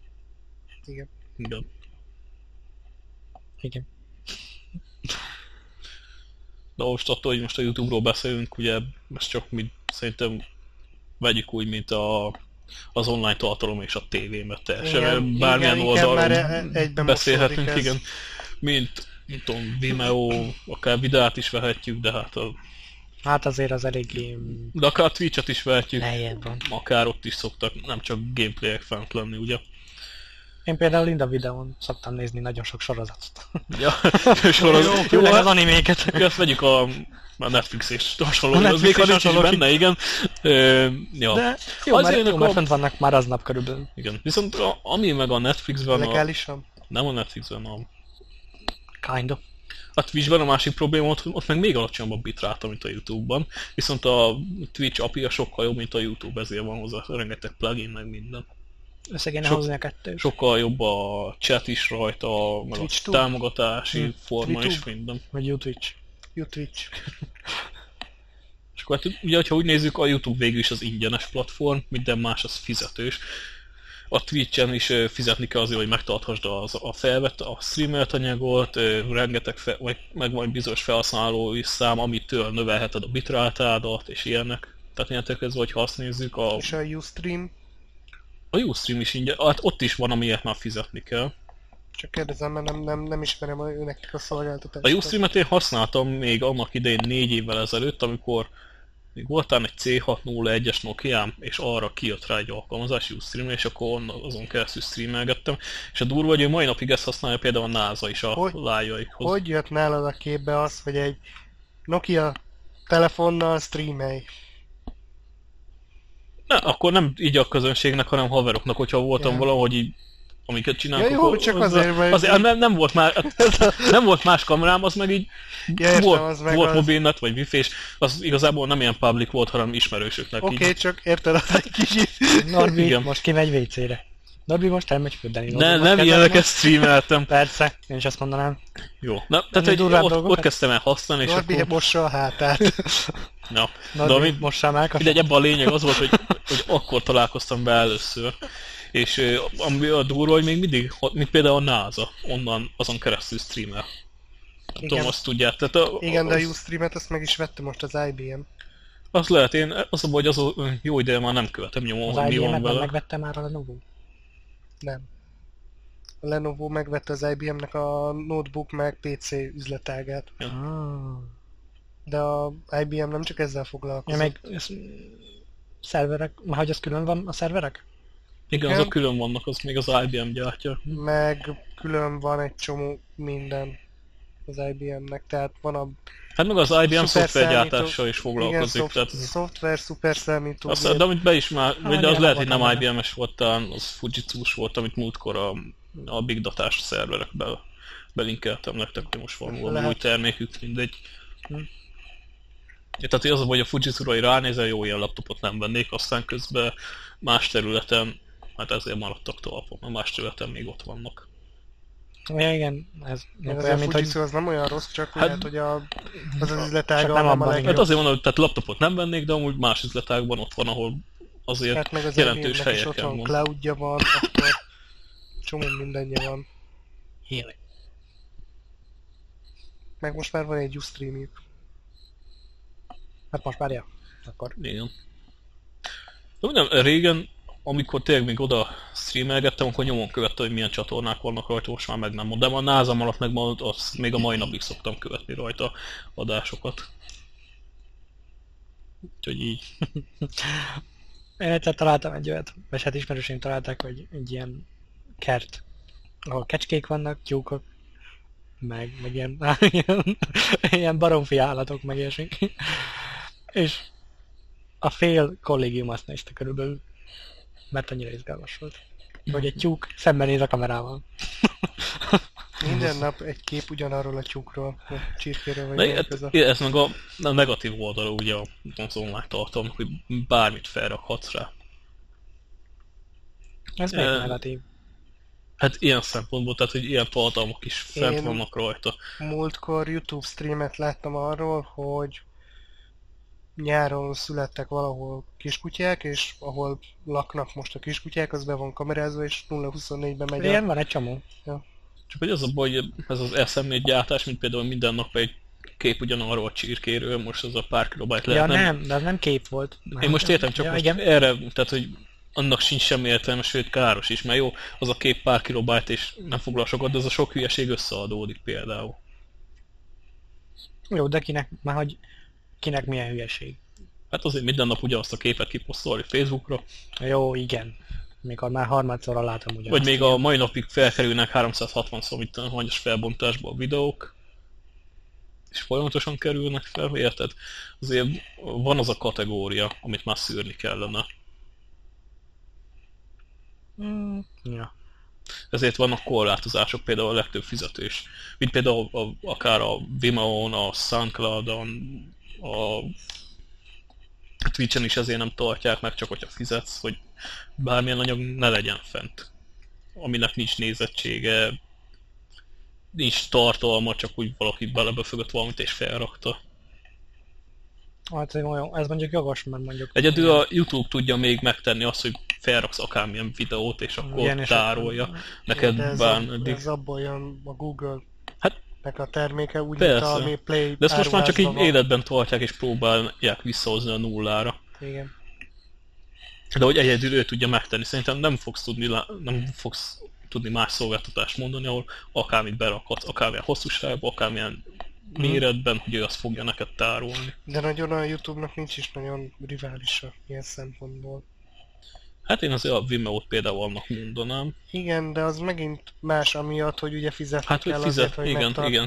De most attól, hogy most a YouTube-ról beszélünk, ugye most csak mi szerintem vegyük úgy, mint az online tartalom és a tévémet teljesen. Bármilyen oldalon beszélhetünk, igen. Mint tudom, Vimeo, akár videát is vehetjük, de hát azért az eléggé... De akár Twitch-et is vehetjük, van. Akár ott is szoktak, nem csak gameplayek fent lenni, ugye? Én például Linda videón szoktam nézni nagyon sok sorozatot. Ja, sorozat. Jó, az animéket. Ezt vegyük a Netflix és hasonló, az még nincs is benne, igen. Ja. De jó, mert fent vannak már aznap körülbelül. Igen, viszont ami meg a Netflixben... Legálisan? Nem a Netflixben, Kind of. A Twitchben a másik probléma, ott meg még alacsonyabb a bitrate, mint a YouTube-ban, viszont a Twitch API sokkal jobb, mint a YouTube, ezért van hozzá rengeteg plugin, meg minden. Össze kéne hozni a kettőt. Sokkal jobb a chat is rajta, meg a támogatási forma is minden. Vagy YouTwitch. YouTwitch. És akkor hát, ugye, ha úgy nézzük, a YouTube végül is az ingyenes platform, minden más az fizetős. A Twitch-en is fizetni kell azért, hogy megtarthasd a felvett, a streamelt anyagot, rengeteg meg van bizonyos felhasználói szám, amitől növelheted a bitrátádat, és ilyenek. Tehát ilyenek ez, hogy ha azt nézzük És a Ustream? A Ustream is ingyen, hát ott is van, amiért már fizetni kell. Csak kérdezem, mert nem ismerem nekik a szolgáltatást. A Ustream-et én használtam még annak idején 4 évvel ezelőtt, amikor még voltál egy C601-es Nokiám, és arra kijött rá egy alkalmazás Ustream, és akkor azon keresztül streamelgettem. És a durva, hogy mai napig ezt használja például a NASA is a live-jaikhoz. Hogy jött nálad a képbe az, hogy egy Nokia telefonnal streamelj? Ne, akkor nem így a közönségnek, hanem haveroknak, hogyha voltam valahogy így, amiket csinálok, ja, jó, csak azért nem volt más kamerám, az meg így volt mobilnet, vagy wifi, és az igazából nem ilyen public volt, hanem ismerősöknek. Oké, csak érted az egy kicsit. Norbi, most kimegy WC-re. Norbi most elmegy fürdeni. Nem ilyeneket streameltem. Persze, én is azt mondanám. Jó, tehát ott kezdtem el használni, és Norbi mossa a hátát. Ja. Norbi mossa meg. Mindegy, ebben a lényeg az volt, hogy akkor találkoztam be először. És ami a durva, hogy még mindig, mint például a NASA, onnan azon keresztül streamel. Nem tudom, azt tudják. Tehát Igen, de a Ustream-et azt meg is vette most az IBM. az lehet, én az a baj, hogy az jó ideje már nem követem nyomon, hogy Az mi van IBM-et vele. megvette már a Lenovo? Nem. A Lenovo megvette az IBM-nek a notebook meg PC üzletágát. De a IBM nem csak ezzel Ja, foglalkozik. meg szerverek, már hogy az külön van a szerverek? Igen, azok külön vannak, az még az IBM gyártja. Meg külön van egy csomó minden az IBM-nek, tehát van a Hát meg az IBM Szuper szoftvergyártással is foglalkozik. igen, Tehát szoftver, szuper számító. azt, de amit be is már, vagy de az nem lehet, hogy voltam nem benne. IBM-es volt, talán az Fujitsu-s volt, amit múltkor a Big Data-s szerverekbe belinkeltem nektek, hogy most van valami Lehet. új termékük, mindegy. Tehát hogy az a baj, hogy a Fujitsu-ra ránézel, jó, ilyen laptopot nem vennék, aztán közben más területen, hát ezért maradtak talpon, a más területen még ott vannak. Ja, igen, ez Meg az olyan, a mint hogy Fujitsu az nem olyan rossz, csak Hát- lehet, hogy az csak üzletága nem nem a abban legjobb. Hát azért mondom, hogy tehát laptopot nem vennék, de amúgy más üzletágban ott van, ahol azért Hát meg az jelentős IBM-nek is ott helyeken van, van. cloudja van, akkor csomó mindenje van. hír. Meg most már van egy Ustreamjük. Hát most már ja. Akkor Igen. De nem, régen, amikor tényleg még oda streamelgettem, akkor nyomon követtem, hogy milyen csatornák vannak rajta, most már meg nem mondom. De a NASA alatt meg azt még a mai napig szoktam követni rajta adásokat. Úgyhogy így. én egyszer találtam egy olyat, vagy hát ismerőseim találták, hogy egy ilyen kert, ahol kecskék vannak, tyúkok, meg ilyen, ilyen baromfi állatok, meg ilyesmik. És a fél kollégium azt nézte körülbelül, mert annyira izgalmas volt. Hogy egy tyúk szembenéz a kamerával. Minden nap egy kép ugyanarról a tyúkról, a csirkéről vagy De milyen hát, köze. ez meg a negatív oldala ugye az online tartalomnak, hogy bármit felrakhatsz rá. Ez még negatív. Hát ilyen szempontból, tehát hogy ilyen tartalmak is fent Én- vannak rajta. Múltkor YouTube streamet láttam arról, hogy nyáron születtek valahol kiskutyák, és ahol laknak most a kiskutyák, az be van kamerázva, és 0-24-ben megy Ilyen van egy csomó. Csak hogy az a baj, hogy ez az S4 gyártás, mint például minden nap egy kép ugyanarról a csirkéről, most az a pár kilobájt lehet, Ja nem, de az nem kép volt. Én most értem, csak ja, most igen. erre, tehát hogy annak sincs semmi értelme, sőt káros is, mert jó, az a kép pár kilobájt és nem foglal sokat, de az a sok hülyeség összeadódik például. Jó, de kinek milyen hülyeség. Hát azért minden nap ugyanazt a képet kiposztolni Facebookra, Jó, igen. Mikor már harmadszorra látom ugyanazt. vagy még a mai napig felkerülnek 360-szor mit tudom, hanyas felbontásba a videók, és folyamatosan kerülnek fel, érted? Azért van az a kategória, amit már szűrni kellene. Ja. Ezért vannak korlátozások, például a legtöbb fizetős. Mint például akár a Vimeo-on, a Soundcloud-on, a Twitch-en is ezért nem tartják meg, csak hogyha fizetsz, hogy bármilyen anyag ne legyen fent. Aminek nincs nézettsége, nincs tartalma, csak úgy valaki belebefögött valamit és felrakta. Hát ez mondjuk jogos, mert mondjuk... Egyedül a YouTube tudja még megtenni azt, hogy felraksz akármilyen videót, és akkor Igen, és tárolja akkor- neked De ez, bármeddig. ez abból jön a Google Hát nek a terméke, úgy, persze. mint a Play de ezt most már csak így áruházban van. életben tartják és próbálják visszahozni a nullára. Igen. De hogy egyedül ő tudja megtenni, szerintem nem fogsz tudni más szolgáltatást mondani, ahol akármit berakhatsz, akármilyen hosszúságban, akármilyen méretben, hogy ő azt fogja neked tárolni. De nagyon a YouTube-nak nincs is nagyon riválisa ilyen szempontból. Hát én azért a Vimeo-t például annak mondanám. Igen, de az megint más amiatt, hogy ugye fizetni Hát, hogy kell fizet, azért, hogy igen, megtart. igen.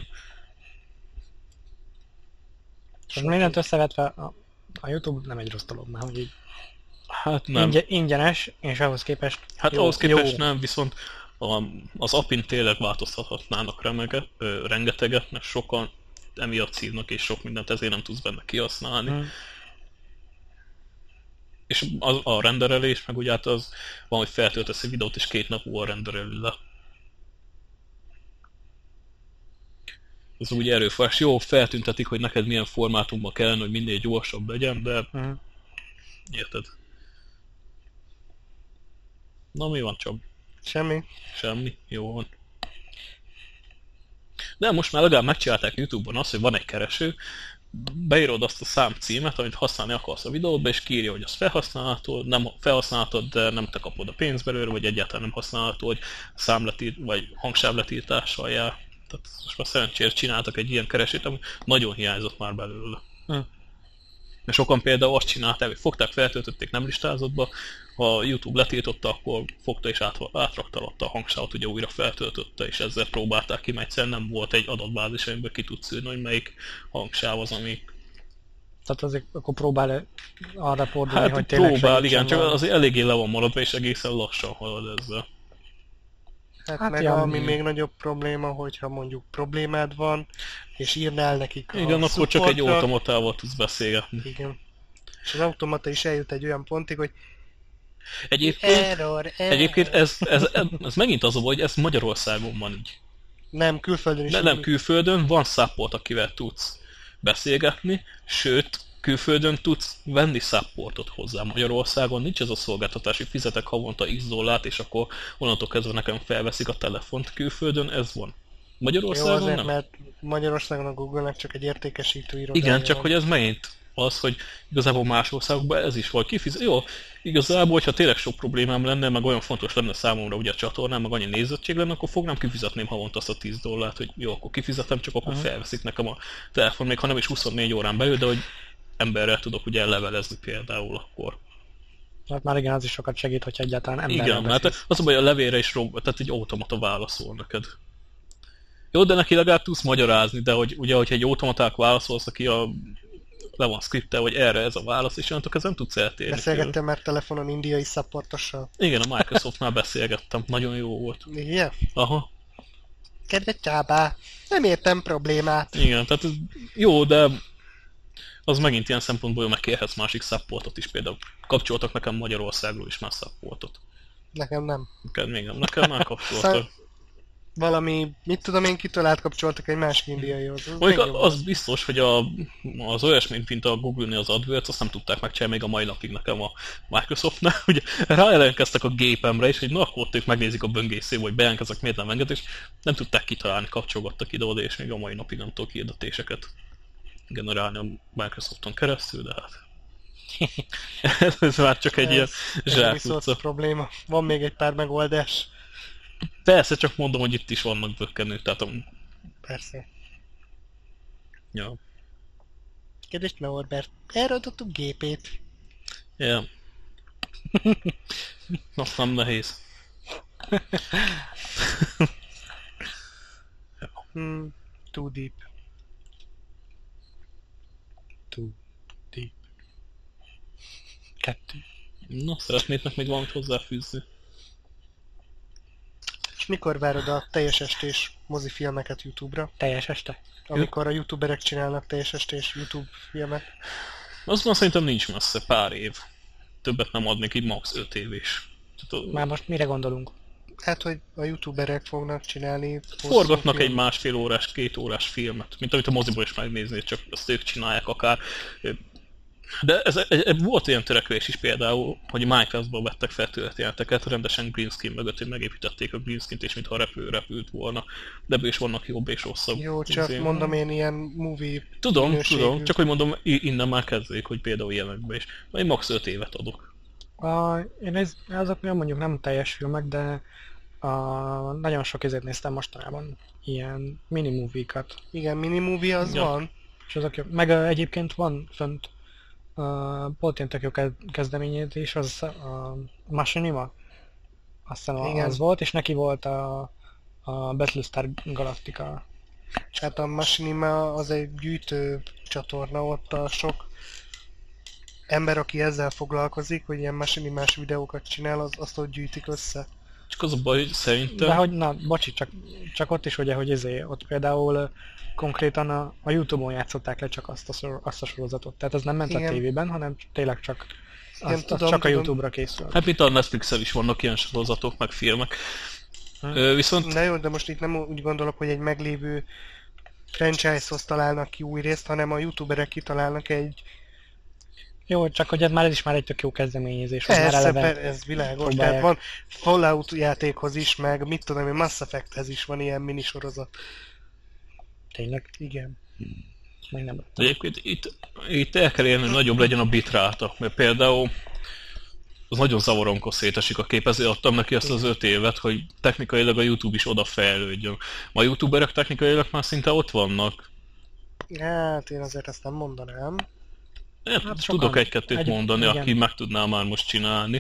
És mindent összevetve, a YouTube nem egy rossz dolog, mert hogy így Hát nem. ingyenes, és ahhoz képest Hát jó, ahhoz képest jó. nem, viszont az API-n tényleg változtathatnának rengeteget, mert sokan emiatt szívnak és sok mindent ezért nem tudsz benne kihasználni. És a renderelés, meg ugye hát az van, hogy feltöltesz egy videót és 2 nap múlva rendereli le. Ez úgy erőforrás. Jó, feltüntetik, hogy neked milyen formátumban kellene, hogy minél gyorsabb legyen, de érted? Na mi van, Csab? Semmi. Semmi. Jó van. De most már legalább megcsinálták YouTube-on azt, hogy van egy kereső, beírod azt a számcímet, amit használni akarsz a videódba, és kiírja, hogy az felhasználhatod, de nem te kapod a pénzt belőle, vagy egyáltalán nem használható, hogy vagy hangsávletírtással jár. Tehát most már szerencsére csináltak egy ilyen keresőt, ami nagyon hiányzott már belőle. De sokan például azt csinálták, hogy fogták, feltöltötték nem listázottba, ha YouTube letiltotta, akkor fogta és átrakta a hangsávot, ugye újra feltöltötte, és ezzel próbálták ki, mert egyszerűen nem volt egy adatbázis, amiből ki tudsz szűrni, hogy melyik hangsáv az, ami... Tehát azért akkor próbál arra fordulni, Hát hogy tényleg próbál, igen, segítsen csak azért eléggé le van maradva, és egészen lassan halad ezzel. Hát meg ami még nagyobb probléma, hogyha mondjuk problémád van, és írnál nekik a igen, akkor csak egy supportra. automatával tudsz beszélgetni. Igen. És az automata is eljut egy olyan pontig, hogy Egyébként ez megint az a baj, hogy ez Magyarországon van így. Nem, külföldön is. De nem külföldön, van support, akivel tudsz beszélgetni, sőt, külföldön tudsz venni supportot hozzá. Magyarországon nincs ez a szolgáltatás, hogy fizetek havonta $X, és akkor onnantól kezdve nekem felveszik a telefont. Külföldön ez van. Jó, Magyarországon azért, nem. mert Magyarországon a Google-nek csak egy értékesítő irodája Igen, csak van. hogy ez megint az, hogy igazából más országokban ez is vagy kifizet. Jó, igazából, hogyha tényleg sok problémám lenne, meg olyan fontos lenne számomra ugye a csatornám, meg annyi nézettség lenne, akkor fognám, kifizetném havonta azt a $10, hogy jó, akkor kifizetem, csak akkor felveszik nekem a telefon, még ha nem is 24 órán belül, de hogy emberrel tudok ugye levelezni például akkor. Hát már igen, az is sokat segít, hogyha egyáltalán emberrel Igen, mert beszélsz. az a baj, a levélre is tehát egy automata válaszol neked. Jó, de neki legalább tudsz magyarázni, de hogy ugye, hogyha egy automaták válaszolsz, aki le van skriptel, hogy erre ez a válasz, és onnantól kezdve nem tudsz eltérni. Beszélgettem már telefonon indiai supportossal. Igen, a Microsoftnál beszélgettem, nagyon jó volt. Igen? Aha, Kedves Csábá, nem értem problémát. igen, tehát ez jó, de az megint ilyen szempontból jó, megkérhetsz másik supportot is, például kapcsoltak nekem Magyarországról is már supportot. Nekem nem. Neked még nem, nekem már kapcsoltak. Valami, mit tudom én, kitől átkapcsoltak egy másik indiaihoz. Mondjuk az biztos, hogy az olyasmint, mint a Google-nél az AdWords, azt nem tudták megcsinálni még a mai napig nekem a Microsoftnál. Ugye rájelentkeztek a gépemre is, hogy na akkor ott ők megnézik a böngésző, hogy bejelentkezek, miért nem enged, és nem tudták kitalálni, kapcsolgattak ide-oda, és még a mai napig nem tudok hirdetéseket generálni a Microsofton keresztül, de hát... ez már csak egy ilyen zsákutca. Probléma. Van még egy pár megoldás. Persze, csak mondom, hogy itt is vannak bökkenők, tehát Persze. ja. Kedves Norbert, elrontottuk gépét. Ja. Na, nem nehéz. Too deep. Too deep. 2. Na, szeretnétek még valamit hozzáfűzni? És mikor várod a teljes estés mozifilmeket YouTube-ra? Teljes este? Amikor a youtuberek csinálnak teljes estés YouTube filmet? Azban szerintem nincs messze, pár év. Többet nem adnék, így max 5 év is. Már most mire gondolunk? Hát, hogy a youtuberek fognak csinálni... Forgatnak egy másfél órás, 2 órás filmet, mint amit a moziból is megnézni, csak azt ők csinálják akár. De volt olyan törekvés is például, hogy Minecraftból vettek fel történeteket, rendesen green screen mögött, hogy megépítették a green screen-t, és mintha a repülő repült volna. De ebből is vannak jobb és rosszabb. Jó, csak mondom én ilyen movie Tudom, csak hogy mondom, innen már kezdődik, hogy például ilyenekbe is. Én max 5 évet adok. Én azok mondjuk nem teljes filmek, de nagyon sok ezért néztem mostanában. Ilyen mini-movie-kat. Igen, mini-movie az van. És azok jó. Meg egyébként van fönt volt ilyen tök jó kezdeményezés, az a Machinima. Aztán az volt, és neki volt a Battlestar Galactica. Hát a Machinima az egy gyűjtő csatorna, ott a sok ember, aki ezzel foglalkozik, hogy ilyen machinimás videókat csinál, azt ott gyűjtik össze. Csak az a baj, hogy szerintem... De hogy, na, bocsi, csak ott is ugye, hogy ott például konkrétan a Youtube-on játszották le csak azt a sorozatot. Tehát ez nem ment a tévében, hanem tényleg csak, csak a Youtube-ra készült. Hát mint a Netflix-el is vannak ilyen sorozatok, meg filmek. Viszont... Na jó, de most itt nem úgy gondolok, hogy egy meglévő franchise-hoz találnak ki új részt, hanem a youtuberek kitalálnak egy Jó, csak hogy ez is már egy tök jó kezdeményezés, hogy már Persze, eleve ez világos, próbálják. tehát van Fallout játékhoz is, meg mit tudom én, Mass Effecthez is van ilyen minisorozat. Tényleg, Igen. meg nem. De egyébként itt el kell érni, hogy nagyobb legyen a bitráta, mert például az nagyon zavarom, amikor szétesik a kép, ezért adtam neki azt az 5 évet, hogy technikailag a YouTube is odafejlődjön. Ma a youtuberek technikailag már szinte ott vannak. Hát én azért ezt nem mondanám. Hát sokan. tudok egy-kettőt mondani, Igen. aki meg tudná már most csinálni.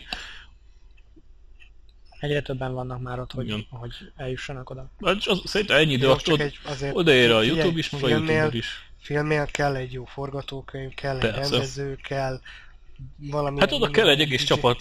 Egyre többen vannak már ott, Igen. hogy eljussanak oda. Szerintem ennyi idő Jó, alatt csak azért odaér a figyelj, YouTube is, meg a YouTuber is. Filmnél kell egy jó forgatókönyv, kell egy Persze. rendező, kell valami... Hát oda kell egy egész csapat.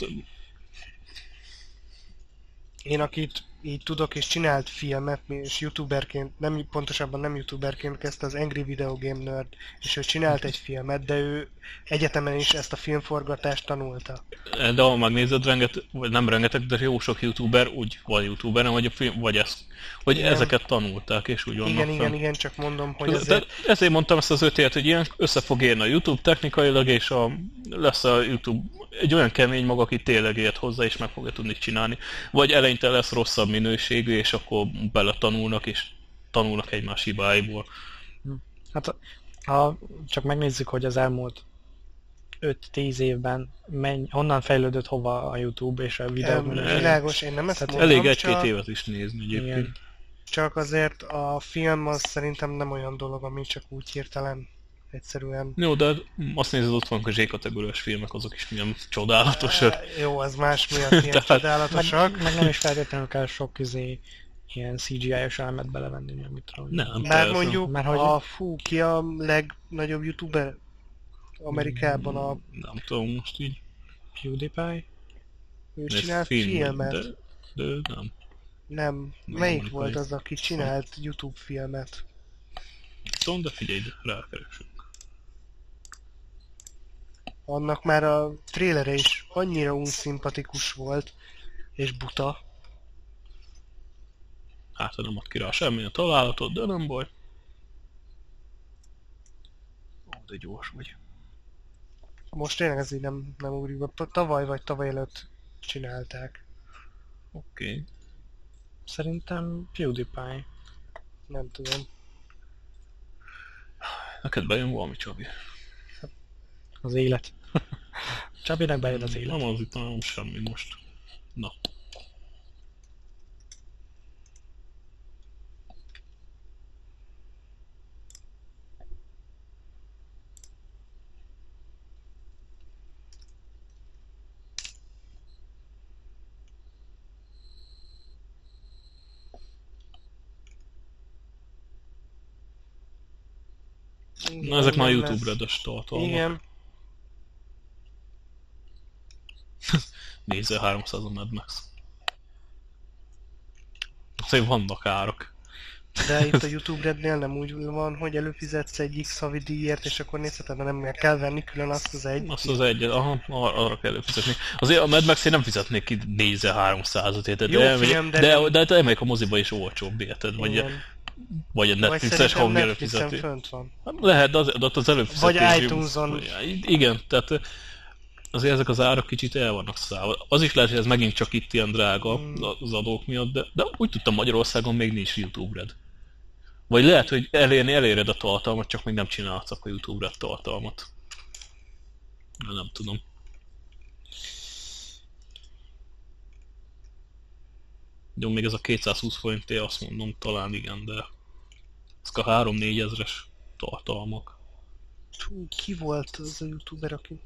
Én akit így tudok és csinált filmet, és youtuberként, pontosabban nem youtuberként kezdte az Angry Video Game Nerd, és ő csinált egy filmet, de ő egyetemen is ezt a filmforgatást tanulta. De ha megnézed, vagy nem rengeteg, de jó sok youtuber úgy van youtuber, nem, vagy a film, vagy hogy Igen. ezeket tanulták, és úgy vannak fenn. Igen, csak mondom, hogy De azért... ezért mondtam ezt az 5 évet, hogy ilyen össze fog érni a YouTube technikailag, és lesz a YouTube egy olyan kemény maga, aki tényleg ért hozzá, és meg fogja tudni csinálni. Vagy eleinte lesz rosszabb minőségű, és akkor beletanulnak, és tanulnak egymás hibáiból. Hát ha csak megnézzük, hogy az elmúlt 5-10 évben honnan fejlődött hova a YouTube és a videó minőség. Világos, én nem ezt Tehát mondom, Elég egy-két csak, évet is nézni egyébként. Igen. csak azért a film az szerintem nem olyan dolog, ami csak úgy hirtelen egyszerűen... Jó, de azt nézed, ott vannak a Z-kategóriás filmek, azok is milyen csodálatosak. Jó, az más miatt ilyen Tehát- csodálatosak. Meg nem is feltétlenül kell sok ilyen CGI-os elemet belevenni, meg mit tudom. Nem, Bár persze. mondjuk Mert hogy- ki a legnagyobb youtuber Amerikában Nem tudom most így. PewDiePie? ő Ez csinált film, filmet. de nem. Nem, Nem melyik emlékszem. volt az, aki csinált YouTube filmet? Tudom, de figyelj, rákeresünk. Annak már a trélere is annyira unszimpatikus volt, és buta. Hát, ha nem ad ki rá semmilyen találatot, de nem baj. Ó, de gyors vagy. Most tényleg ez így nem ugrik be. Tavaly vagy tavaly előtt csinálták. Oké. Szerintem PewDiePie. Nem tudom. Neked bejön valami, Csabi? Az élet. Csabinak bejön az élet. Nem az itt, nem semmi most. Na. Na, ezek már nem YouTube-redes tartalmak. Igen. Nézze 300 a Mad Max. Azért vannak árak. De itt a YouTube Rednél nem úgy van, hogy előfizetsz egy X havi díjért, és akkor nézheted, mert nem kell venni külön azt az egy. Azt az egyet, aha, arra kell előfizetni. Azért a Mad Max-ért nem fizetnék ki nézze 300-at, érted? Jó De, film, de de, nem- de elmegyek a moziba is olcsóbb, érted? Vagy a Vagy Netflixes szerintem havi Netflixen előfizetni. fönt van. Lehet, de ott az előfizetés. Vagy iTunes-on. Igen, tehát azért ezek az árak kicsit el vannak szállva. Az is lehet, hogy ez megint csak itt ilyen drága az adók miatt, de úgy tudtam, Magyarországon még nincs YouTube-red. Vagy lehet, hogy eléred a tartalmat, csak még nem csinálsz a YouTube-red tartalmat. Nem tudom. Jó, még ez a 220 forintért azt mondom, talán igen, de ezek a 3-4 ezres tartalmak. Ki volt az a youtuber, aki...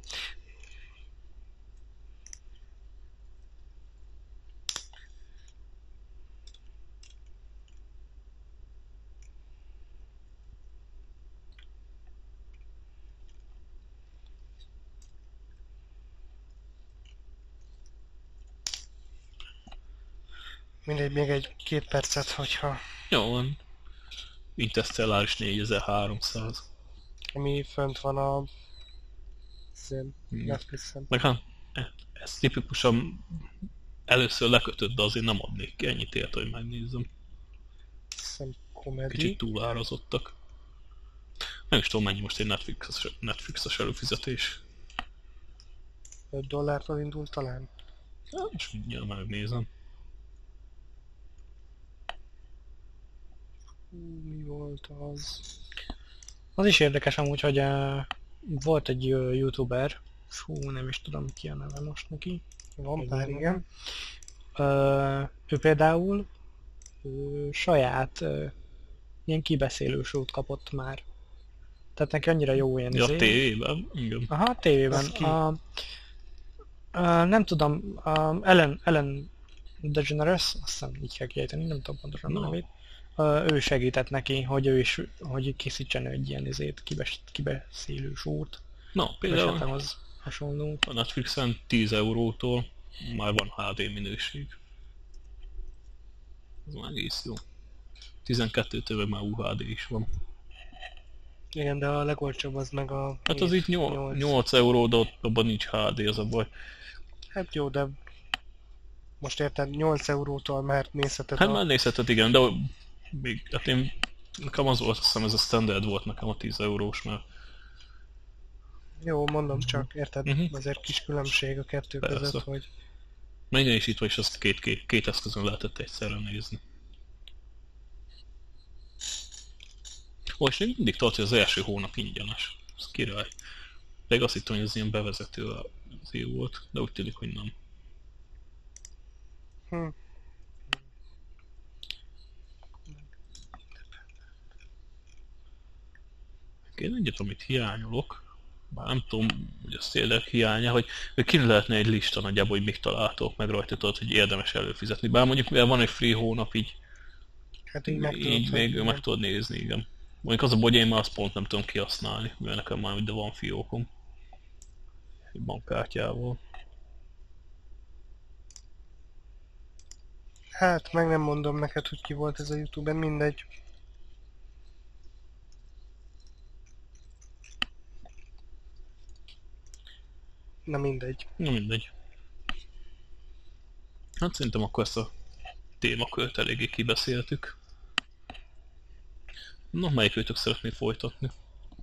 Mindegy, még egy 2 percet, hogyha... Jó van. Interstellar is 4300. Ami fönt van a... Hmm. Netflixen. Meg hát, ez tipikusan először lekötött, de azért nem adnék ki ennyit ért, hogy megnézzem. Hiszem komedi. Kicsit túlárazottak. Nem is tudom, mennyi most egy Netflixes előfizetés. $5 indult talán. Ja, és mindjárt megnézem. Mi volt az? Az is érdekes amúgy, hogy volt egy youtuber, fú, nem is tudom ki a neve most neki. Van pár, igen. Ő például saját ilyen kibeszélő show-t kapott már. Tehát neki annyira jó ilyen Ja, tévében? Igen. Aha, tévében. Az ki? Nem tudom, Ellen DeGeneres, azt hiszem így kell kiejteni, nem tudom pontosan a nevét. Ő segített neki, hogy ő is, hogy készítsen egy ilyen kibeszélő show-t. Na, például az hasonló. a Netflixen 10 eurótól már van HD minőség. Ez már egész jó. 12-től meg már UHD is van. Igen, de a legolcsóbb az meg a... Hát az itt 8 euró, de abban nincs HD, az a baj. Hát jó, de... Most érted, 8 eurótól már nézheted Hát már nézheted, igen, de még, hát nekem az volt, azt hiszem ez a standard volt nekem a 10 eurós, mert... Jó, mondom csak, érted, Mhm. azért kis különbség a kettő Persze. között, hogy... Menjen is itt vagy, és azt két eszközön lehetett egyszerre nézni. Ó, és még mindig tart, hogy az első hónap ingyenes. Ez király. Pedig azt hittem, hogy ez ilyen bevezető az év volt, de úgy tűnik, hogy nem. Én egyet, amit hiányolok, bár nem tudom, hogy az tényleg hiánya, hogy ki lehetne egy lista nagyjából, hogy még találtok meg rajta, tudod, hogy érdemes előfizetni. Bár mondjuk, mivel van egy free hónap, így Hát így meg tudod, így még hogy- meg tudod nézni, igen. Mondjuk az a baj, én már azt pont nem tudom kihasználni, mivel nekem már ide van fiókom. Egy bankkártyával. Hát, meg nem mondom neked, hogy ki volt ez a YouTube-en, mindegy. Na mindegy. Na mindegy. Hát szerintem akkor ezt a témakört eléggé kibeszéltük. Na, melyik őtök szeretné folytatni?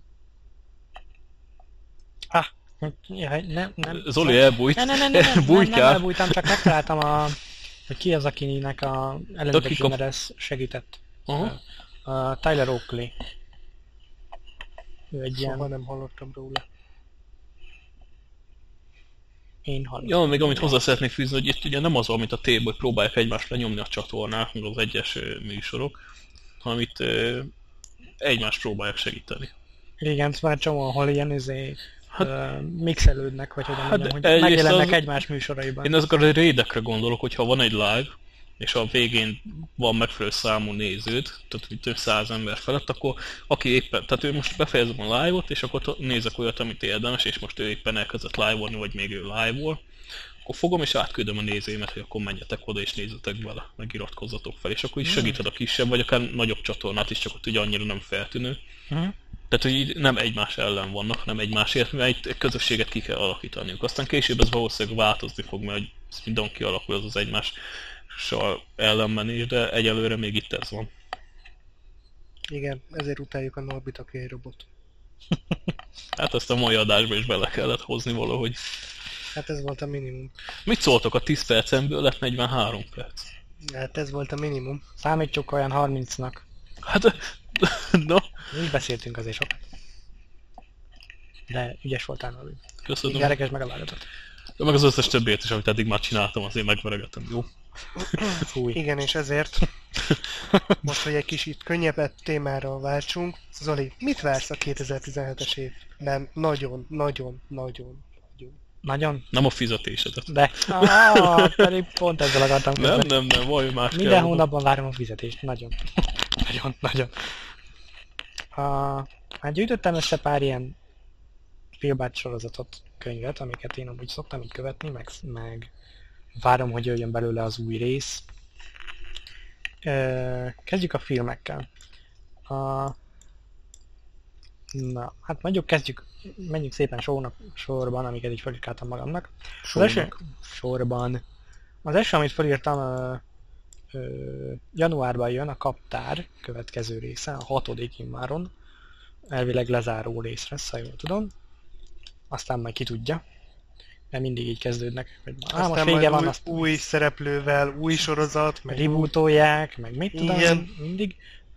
Jaj, nem. Zoli elbújt. Nem Bújkál. elbújtam, csak megtaláltam hogy ki az, akinek a Ellen De ki kap- DeGeneres segített. Aha. Tyler Oakley. Ő egy Soha ilyen... nem hallottam róla. Én hallom. Ja, még amit hozzá szeretnék fűzni, hogy itt ugye nem az, amit a tévből hogy próbálják egymást lenyomni a csatornák, meg az egyes műsorok, hanem itt egymást próbálják segíteni. Igen, szóval egy csomó, ahol ilyen mixelődnek, vagy hogyan mondjam, hogy egyrészt megjelennek az- egymás műsoraiban. Én ezekre a raidekre gondolok, hogyha van egy live, és a végén van megfelelő számú néződ, tehát hogy több 100 ember felett, akkor aki éppen, tehát ő most befejezem a live-ot, és akkor nézek olyat, amit érdemes, és most ő éppen elkezdett live-olni, vagy még ő live-ol, akkor fogom és átküldöm a nézőimet, hogy akkor menjetek oda és nézzetek bele, meg iratkozzatok fel, és akkor is segíted a kisebb, vagy akár nagyobb csatornát is, csak ott ugye annyira nem feltűnő. Mhm. Tehát, hogy így nem egymás ellen vannak, hanem egymásért, mert egy közösséget ki kell alakítaniuk. Aztán később ez valószínűleg változni fog, mert hogy ez mindenki kialakul az egymással ellenmenés, de egyelőre még itt ez van. Igen, ezért utáljuk a Norbit, aki egy robot. Hát ezt a mai adásba is bele kellett hozni valahogy. Hát ez volt a minimum. Mit szóltok, a 10 percemből lett 43 perc? Hát ez volt a minimum. Számítsuk olyan 30-nak. Hát, no, Mi beszéltünk azért sokat. De ügyes voltál, Norbi. köszönöm. Gyerekes meg a válogatott. De meg az összes többiért is, amit eddig már csináltam, azért megveregetem, jó? Fúj. Igen, és ezért most, hogy egy kicsit könnyebb témára váltsunk. Zoli, mit vársz a 2017-es évben? Nagyon. Nagyon? Nem a fizetésedet. De. Pedig pont ezzel akartam kezdeni. Nem, valami más Minden kell. hónapban várom a fizetést. Nagyon. Nagyon. Hát gyűjtöttem össze pár ilyen filmbát sorozatot, könyvet, amiket én amúgy szoktam így követni, meg várom, hogy jöjjön belőle az új rész. Kezdjük a filmekkel. Na, hát mondjuk menjünk szépen sorban, amiket így felírkáltam magamnak. Sorban. Az első, amit felírtam, januárban jön a Kaptár következő része, a 6. immáron. Elvileg lezáró rész lesz, ha jól tudom. Aztán majd ki tudja. mert mindig így kezdődnek. Hogy, most Aztán vége majd van, új, azt új szereplővel, új sorozat, meg rebootolják, meg mit tudom, Igen. mindig.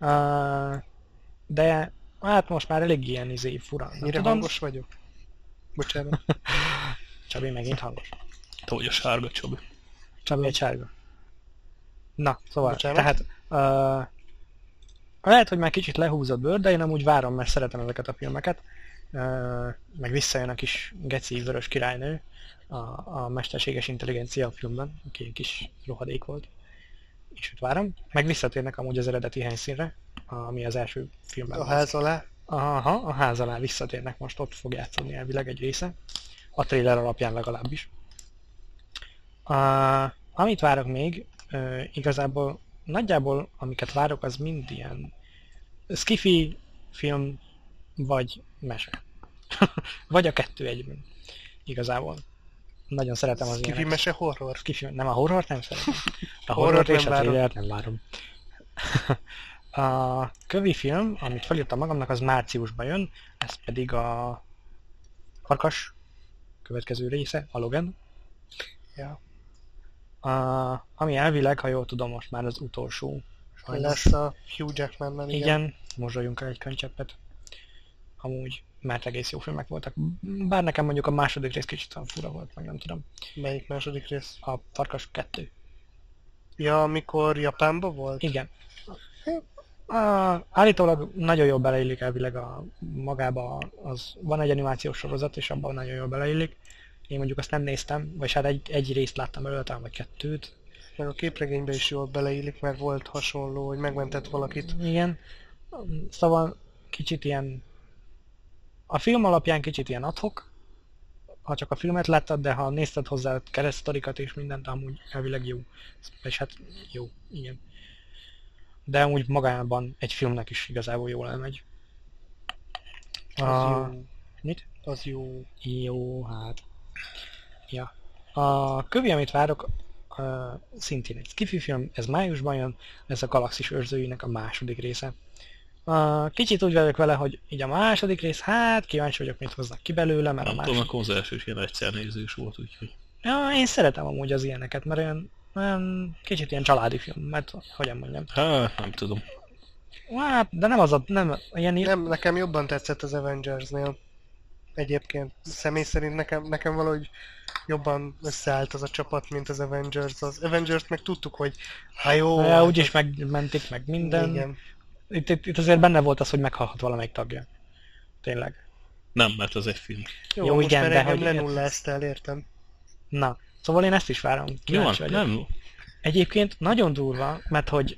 De hát most már elég ilyen fura. Nem ennyire tudom, hangos vagyok. Bocsánat. Csabi megint hangos. Te vagy a sárga Csabi. Csabi egy sárga. Na, szóval, Bocsánat. tehát lehet, hogy már kicsit lehúzott bőr, de én amúgy várom, mert szeretem ezeket a filmeket. Meg visszajön a kis geci vörös királynő a mesterséges intelligencia a filmben, aki egy kis rohadék volt. És őt várom. Meg visszatérnek amúgy az eredeti helyszínre, ami az első filmben A volt. ház alá. Aha, a ház alá visszatérnek, most ott fog játszani elvileg egy része. A trailer alapján legalábbis. Amit várok még, igazából nagyjából amiket várok, az mind ilyen skifi film, vagy mese. Vagy a kettő egyben. Igazából. Nagyon szeretem az Skifi ilyenek. mese horror. Skifi, nem a horrort nem szeretem. A Horrort horrort és nem a várom. trailert nem várom. A kövi film, amit felírtam magamnak, az márciusban jön, ez pedig a Farkas következő része, a Logan. Ja. Ami elvileg, ha jól tudom, most már az utolsó. Sajnos. Lesz a Hugh Jackman-nel, Igen, mosolyunk el egy könycseppet. Amúgy, mert egész jó filmek voltak. Bár nekem mondjuk a második rész kicsit olyan fura volt, meg nem tudom. Melyik második rész? A Farkas 2. Ja, amikor Japánban volt? Igen. Állítólag nagyon jól beleillik elvileg a magába, van egy animációs sorozat, és abban nagyon jól beleillik. Én mondjuk azt nem néztem, vagy hát egy részt láttam belőle, talán vagy kettőt. Meg a képregénybe is jól beleillik, mert volt hasonló, hogy megmentett valakit. Igen. Szóval kicsit ilyen... A film alapján kicsit ilyen ad-hoc, ha csak a filmet láttad, de ha nézted hozzá a keresztorikat és mindent, amúgy elvileg jó. És hát jó, igen. De amúgy magában egy filmnek is igazából jól elmegy. Az jó. Mit? Az jó. Jó, hát... Ja. A kövi, amit várok, szintén egy skifi film, ez májusban jön, ez a Galaxis őrzőinek a második része. Kicsit úgy vagyok vele, hogy így a második rész, hát kíváncsi vagyok, mit hoznak ki belőle, mert Nem a tudom, második... akkor az első is ilyen egyszer nézős volt, úgyhogy... Ja, én szeretem amúgy az ilyeneket, mert olyan kicsit ilyen családi film, mert hogyan mondjam. Hát, nem tudom. Hát, de nem az a... Nem, ilyen Nem, nekem jobban tetszett az Avengersnél. Egyébként személy szerint nekem valahogy jobban összeállt az a csapat, mint az Avengers. Az Avengers meg tudtuk, hogy hát jó... Ja, úgyis megmentik, meg minden. Igen. Itt azért benne volt az, hogy meghalhat valamelyik tagja. Tényleg. Nem, mert ez egy film. Jó, most igen, már de engem hogy- lenulláztál, értem. Na, szóval én ezt is várom. Jó, Kíváncsi vagyok. nem. Egyébként nagyon durva, mert hogy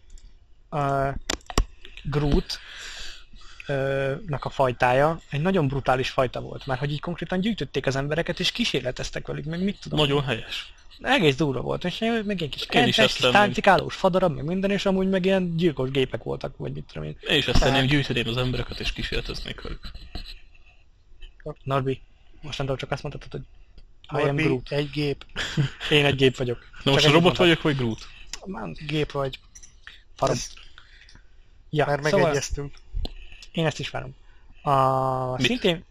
Groot nak a fajtája egy nagyon brutális fajta volt, mert hogy így konkrétan gyűjtötték az embereket és kísérleteztek velük, meg mit tudom. Nagyon helyes. Egész durva volt, és meg egy kis Én is kentes, ezt kis tenném. táncikálós fadarab, meg minden, és amúgy meg ilyen gyilkos gépek voltak, vagy mit tudom én. Én is ezt tenném, gyűjteném az embereket és kísérleteznék velük. Norbi, mostantól csak azt mondhatod, hogy I am Norbi, Groot. egy gép. Én egy gép vagyok. Na most Csak a robot ennyit vagyok, vagy Groot? mondtam. Gép vagy. Farom. Ezt Ja, már szóval megegyeztünk. én ezt is várom. Mit? Szintén...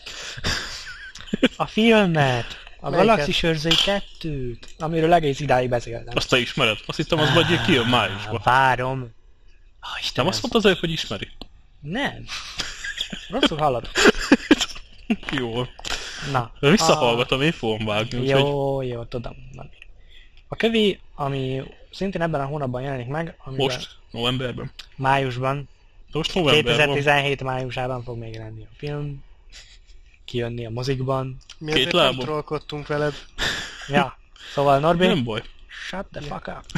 A filmet, a Melyiket? Galaxis őrzői 2-t, amiről egész idáig beszéltem. Azt te ismered? Azt hittem, az vagy kijön májusban. Várom. Nem azt mondta az előbb, hogy ismeri? Nem. Rosszul hallod. Jó. Na. Visszahallgatom, én fogom vágni, úgyhogy... Jó, tudom. A kövi, ami szintén ebben a hónapban jelenik meg, amiben Most, novemberben. májusban, Most november van. 2017 májusában fog még lenni a film, kijönni a mozikban. Mi Két azért nem lábon. trollkodtunk veled. Ja, szóval Norbi, Nem baj. shut the fuck up.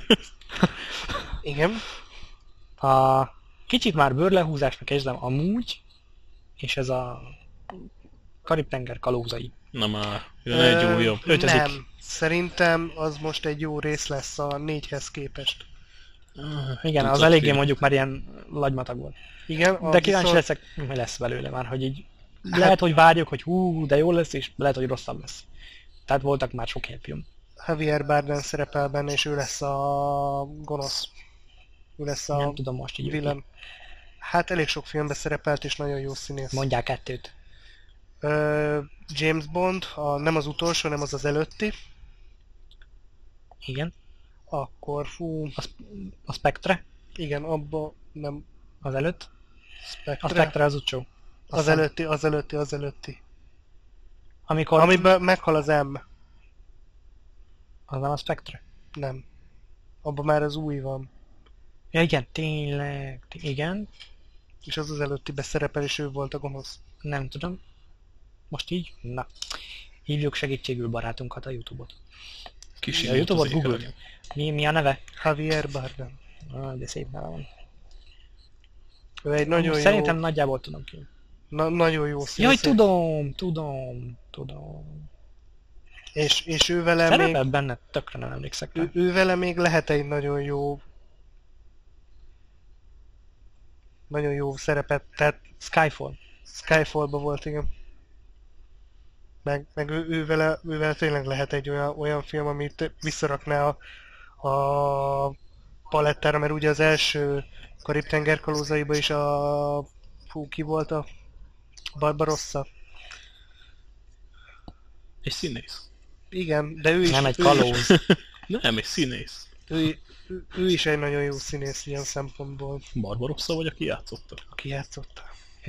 Igen. A kicsit már bőrlehúzásnak érzem amúgy, és ez a Karib-tenger kalózai. Na már, jön egy újabb. Ötödik. Nem. Szerintem az most egy jó rész lesz a 4-hez képest. Igen, az Tucat eléggé film. mondjuk már ilyen lagymatag volt. Igen, a De kíváncsi viszont- leszek, mi lesz belőle már, hogy így lehet, hogy várjuk, hogy hú, de jó lesz, és lehet, hogy rosszabb lesz. Tehát voltak már sok ilyen film. Javier Bardem szerepel benne, és ő lesz a gonosz. Ő lesz a Nem tudom most így. villain. Hát elég sok filmben szerepelt, és nagyon jó színész. Mondják kettőt. James Bond, nem az utolsó, nem az előtti. Igen. Akkor A Spectre? igen, abba nem Az előtt? Spectre. A Spectre az utcsó. Az előtti. Amikor... Amiben meghal az M. Az nem a Spectre? Nem. Abban már az új van. Ja igen, tényleg. Igen. És az előttibe szerepel, és ő volt a gonosz. Nem tudom. Most így? Na. Hívjuk segítségül barátunkat, a YouTube-ot. Kis A YouTube-ot Google. Mi a neve? Javier Bardem. De szép neve van. Ő egy nagyon jó... Szerintem nagyjából tudom ki. Nagyon jó színész. Jaj, tudom. És ő vele Szerepel még... benne, tökre nem emlékszek rá. Ő vele még lehet egy nagyon jó szerepet, tehát Skyfall. Skyfallba volt, igen. Meg ő vele tényleg lehet egy olyan film, amit visszarakná a palettára, mert ugye az első Karib-tenger kalózaiba is ki volt a Barbarossa. Egy színész. Igen, de ő is... Nem egy kalóz. Nem, egy színész. Ő is egy nagyon jó színész ilyen szempontból. Barbarossa vagy, aki játszotta? Aki játszotta.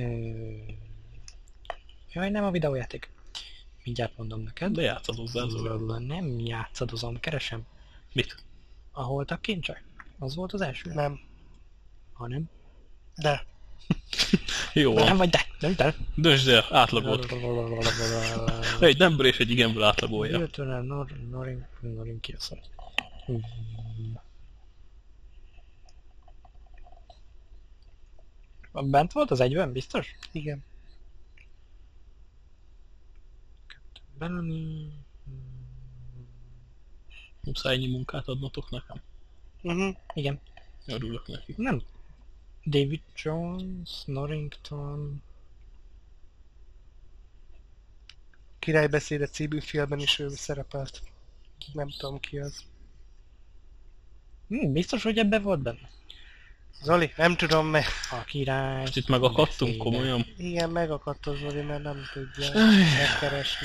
Jaj, nem a videójáték. Mindjárt mondom neked. De játszadozzál, Zoli. Nem játszadozom, keresem. Mit? Ahol voltak kincsek? Az volt az első? Nem. Ha nem? De. Jó Nem van. vagy de, nem te. Döntsd el, átlagolt. Egy nemből és egy igenből átlagolja. Jöttően Norin ki a szar. Bent volt az egyben, biztos? Igen. Bellamy... Muszáj ennyi munkát adnotok nekem. Igen. Örülök neki. Nem. David Jones, Norrington... Királybeszéde című filmben is ő szerepelt. Nem tudom ki az. Biztos, hogy ebben volt benne? Zoli, nem tudom meg. A király... Most itt megakadtunk komolyan. Igen, megakadt az Zoli, mert nem tudja megkeresni.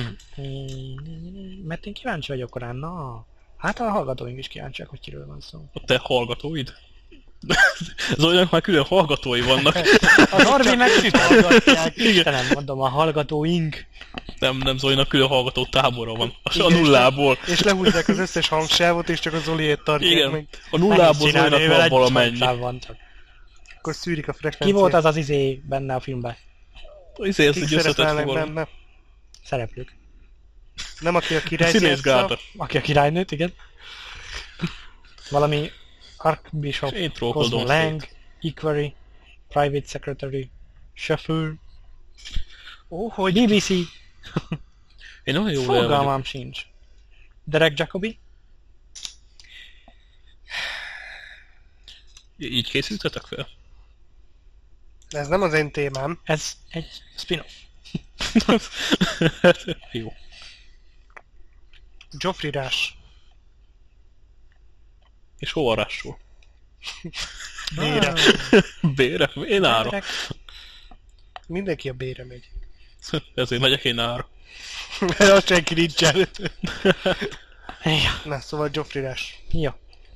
Mert én kíváncsi vagyok rá, na. Hát a hallgatóink is kíváncsiak, hogy kiről van szó. A te hallgatóid? Zolinak már külön hallgatói vannak. Az Arvi meg süt hallgatják. Istenem, mondom, a hallgatóink. Nem, Zolinak külön hallgató tábora van. A nullából. És lehúzzák az összes hangsávot, és csak a Zoliét tartják Igen, meg. a nullából Zolinak van valamennyi. Van csak. Akkor szűrik a frekvenciát. Ki volt az benne a filmben? Ezért Kik egy összetett szerepelnek fogalom. benne? Szereplők. Nem aki a király Színész Gáta. Aki a királynőt, igen. Valami Archbishop, Én trollkodom Cosmo Lang, Equerry, Private Secretary, Shuffle, hogy BBC, Én nagyon jól el vagyok. fogalmam sincs. Derek Jacobi, Így készültetek fel? Ez nem az én témám. ez egy spin-off. Jó. Geoffrey Rush. És hova rásol? Bére. Bére? Én ára. Derek, Mindenki a bére megy. Ezért megyek én ára. Mert senki nincsen. ja, Na, szóval Geoffrey Rush. jó.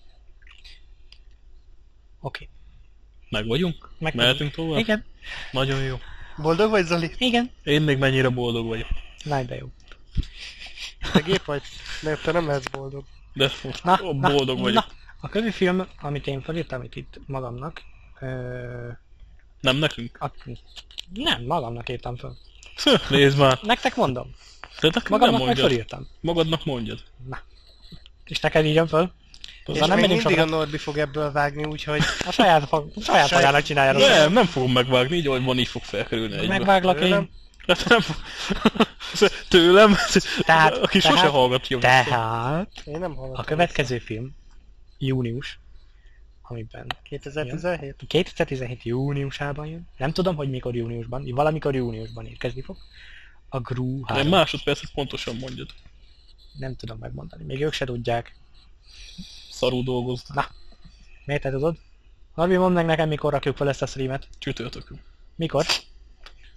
Oké. Meg vagyunk? Meg Mehetünk tovább? Igen, Nagyon jó. Boldog vagy, Zoli? igen. Én még mennyire boldog vagyok. Na, de jó. Te gép vagy? Mert te nem lehetsz boldog. De most boldog vagyok. A kövi film, amit én felírtam itt magamnak, Nem nekünk? nem, magamnak írtam fel. Nézd már. Nektek mondom. Te nekem nem Magamnak meg mondjad. felírtam. Magadnak mondjad. Na. És neked írjam föl? És nem még megyünk mindig a sokra. Norbi fog ebből vágni, úgyhogy... A saját magának csinálja rosszat. Nem fogom megvágni, így ahogy van, így fog felkerülni egybe. Megváglak én. Tőlem? Hát nem Tőlem? Tehát- Aki sose tehát- hallgatja. Tehát Én nem hallottam. a következő film, június, amiben 2017? 2017 júniusában jön. Nem tudom, hogy mikor júniusban, valamikor júniusban érkezni fog. A Gru 3. Nem másodpercet pontosan mondjad. Nem tudom megmondani, még ők se tudják. Szarú dolgozd. Miért te tudod? Norbi, mondd meg nekem, mikor rakjuk fel ezt a streamet. Csütörtökön. Mikor?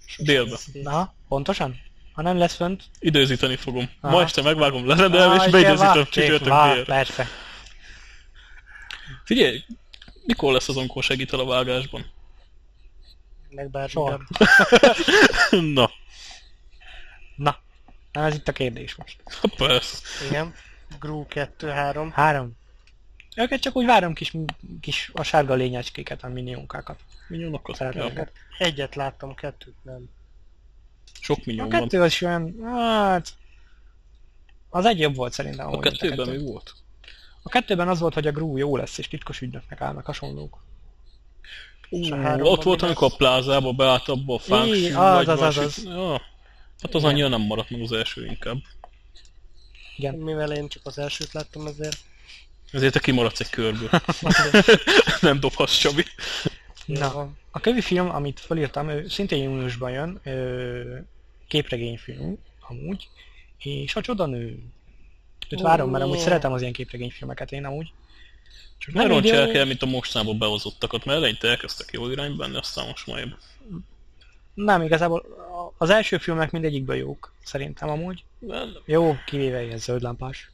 Délbe. Na, pontosan? Ha nem lesz fönt... Időzíteni fogom. Aha. Ma este megvágom, lerendelem, és beidőzítem csütörtök délre. Persze. Figyelj, mikor lesz az onkor segítel a vágásban? Meg bár Soha. Na, Na, ez itt a kérdés most. persze. Igen. Gru 2-3. 3. Őket csak úgy várom kis a sárga lényecskéket, a minionkákat. Minyonokat. Szeretem Ja. őket. Egyet láttam, kettőt nem. Sok A minyon van. 2 az is olyan, hát... Az egy jobb volt szerintem. A amúgy, mint kettőben kettő. mi volt? A 2-ben az volt, hogy a Gru jó lesz, és titkos ügynöknek állnak hasonlók. És a háromban Ott volt, mi amikor a plázába beállt abba a fánk Í, sű, az, vagy az, valami az. Ja. Hát az Igen. annyira nem maradt meg az első inkább. Igen. Mivel én csak az elsőt láttam, ezért... Ezért te kimaradsz egy körből. Nem dobhatsz, Csabi. Na, a kövi film, amit felírtam, ő szintén júniusban jön, képregényfilm, amúgy, és a csodanő. Őt várom, mert amúgy szeretem az ilyen képregényfilmeket én amúgy. Csak Ne nem roncsálják el, mint a mostanában behozottakat, mert eleinte elkezdtek jó irányba menni, aztán most majd... Nem, igazából az első filmek mindegyikből jók, szerintem amúgy. Jó, kivéve ilyen zöldlámpás.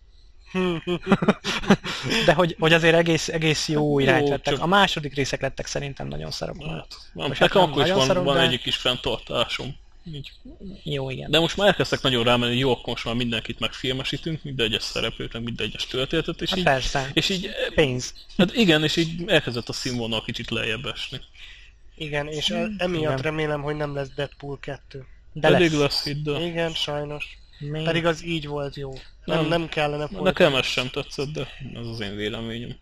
De hogy azért egész jó irányt Jó, vettek. csak- A második részek lettek szerintem nagyon szarok. Hát, nem, Most hát nekem nem akkor is nagyon szarok, van de- egyik kis fenntartásom. Így. Jó, igen. De most már elkezdtek nagyon rámenni, hogy jó, akkor most már mindenkit megfilmesítünk, minden egyes szereplőt, meg minden egyes történetet, és Hát így... persze. És így, Pénz. hát igen, és így elkezdett a színvonal kicsit lejjebb esni. Igen, és emiatt igen. remélem, hogy nem lesz Deadpool 2. De Pedig lesz. lesz itt, de... Igen, sajnos. Még... Pedig az így volt jó. Nem kellene folytatni. Nekem ez sem tetszett, de ez az én véleményem.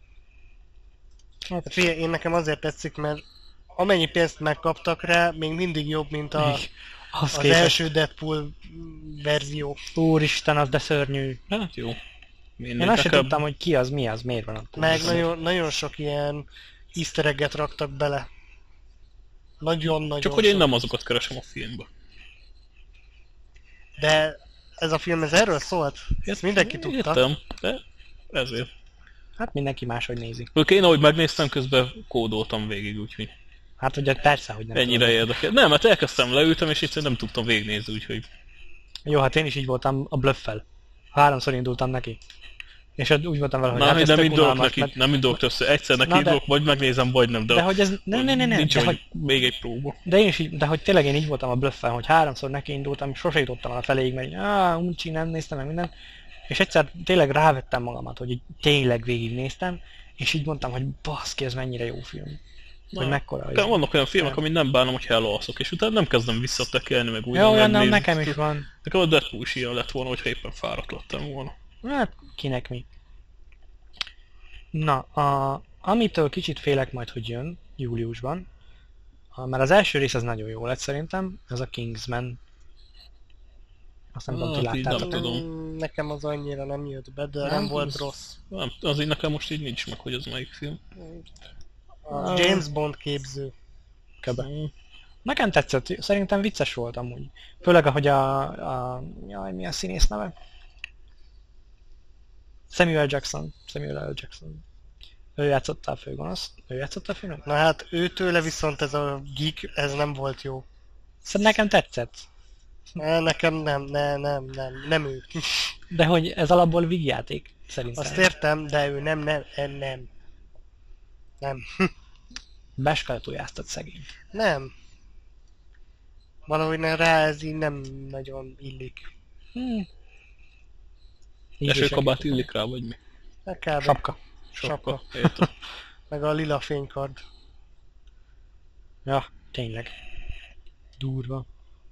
Hát figyelj, én nekem azért tetszik, mert amennyi pénzt megkaptak rá, még mindig jobb, mint Az az képest. első Deadpool verzió. Úristen, az de szörnyű. Hát jó. Én azt sem tudtam, hogy ki az, mi az, miért van ott. Meg nagyon sok ilyen easter egget raktak bele. Nagyon-nagyon Csak hogy én sok. nem azokat keresem a filmbe. De ez a film, ez erről szólt? Ezt mindenki tudta. Értem, de ezért. Hát mindenki máshogy nézi. Én ahogy megnéztem, közben kódoltam végig, úgyhogy Hát ugye persze, hogy nem ennyire tudom. érdekel. Nem, hát elkezdtem, leültem, és egyszerűen nem tudtam végignézni, úgyhogy... Jó, hát én is így voltam a Bluffel. 3-szor indultam neki. És úgy voltam vele, hogy hát Na, ez nem tök indulok unalmas, neki, mert- nem indulok össze. Egyszer neki Na, de- indulok, vagy megnézem, vagy nem, De hogy ez... Nem, nincs, de, hogy hogy, még egy próba. de én is így, de hogy tényleg én így voltam a Bluffel, hogy 3-szor neki indultam, és sose jutottam el a feléig, mert így, uncsi, nem néztem meg mindent. És egyszer tényleg rávettem magamat, hogy így tényleg végignéztem, és így mondtam, hogy baszki, ez mennyire jó film. Hogy mekkora Nekem vannak olyan filmek, amit nem bánom, hogy elalszok, és utána nem kezdem visszatekelni, meg újra Jó, olyan nem, megnézni. nekem is van. Nekem a Deadpool is ilyen lett volna, hogyha éppen fáradt lettem volna. Hát, kinek mi. Na, amitől kicsit félek majd, hogy jön júliusban, mert az első rész az nagyon jó lett szerintem, ez a Kingsman. Azt nem tudom, ti Hát, így láttátok. nem tudom. Nekem az annyira nem jött be, de Nem? nem volt Az- rossz. Nem, az így nekem most így nincs meg, hogy ez melyik film. A James Bond képző. Köbe. Mm. Nekem tetszett, szerintem vicces volt amúgy. Főleg, ahogy jaj, mi a színész neve? Samuel L. Jackson. Ő játszotta a főgonoszt. Ő játszotta a filmet? Na hát őtőle viszont ez a geek, ez nem volt jó. Szerintem nekem tetszett. Nekem nem ő. De hogy ez alapból vígjáték, szerintem. Azt értem, de ő nem. Beskalatujáztat szegény. Nem. Valahogy rá ez így nem nagyon illik. Esőkabát illik rá, vagy mi? Kb. Sapka. Sapka. Értem. Meg a lila fénykard. Ja, tényleg. Durva.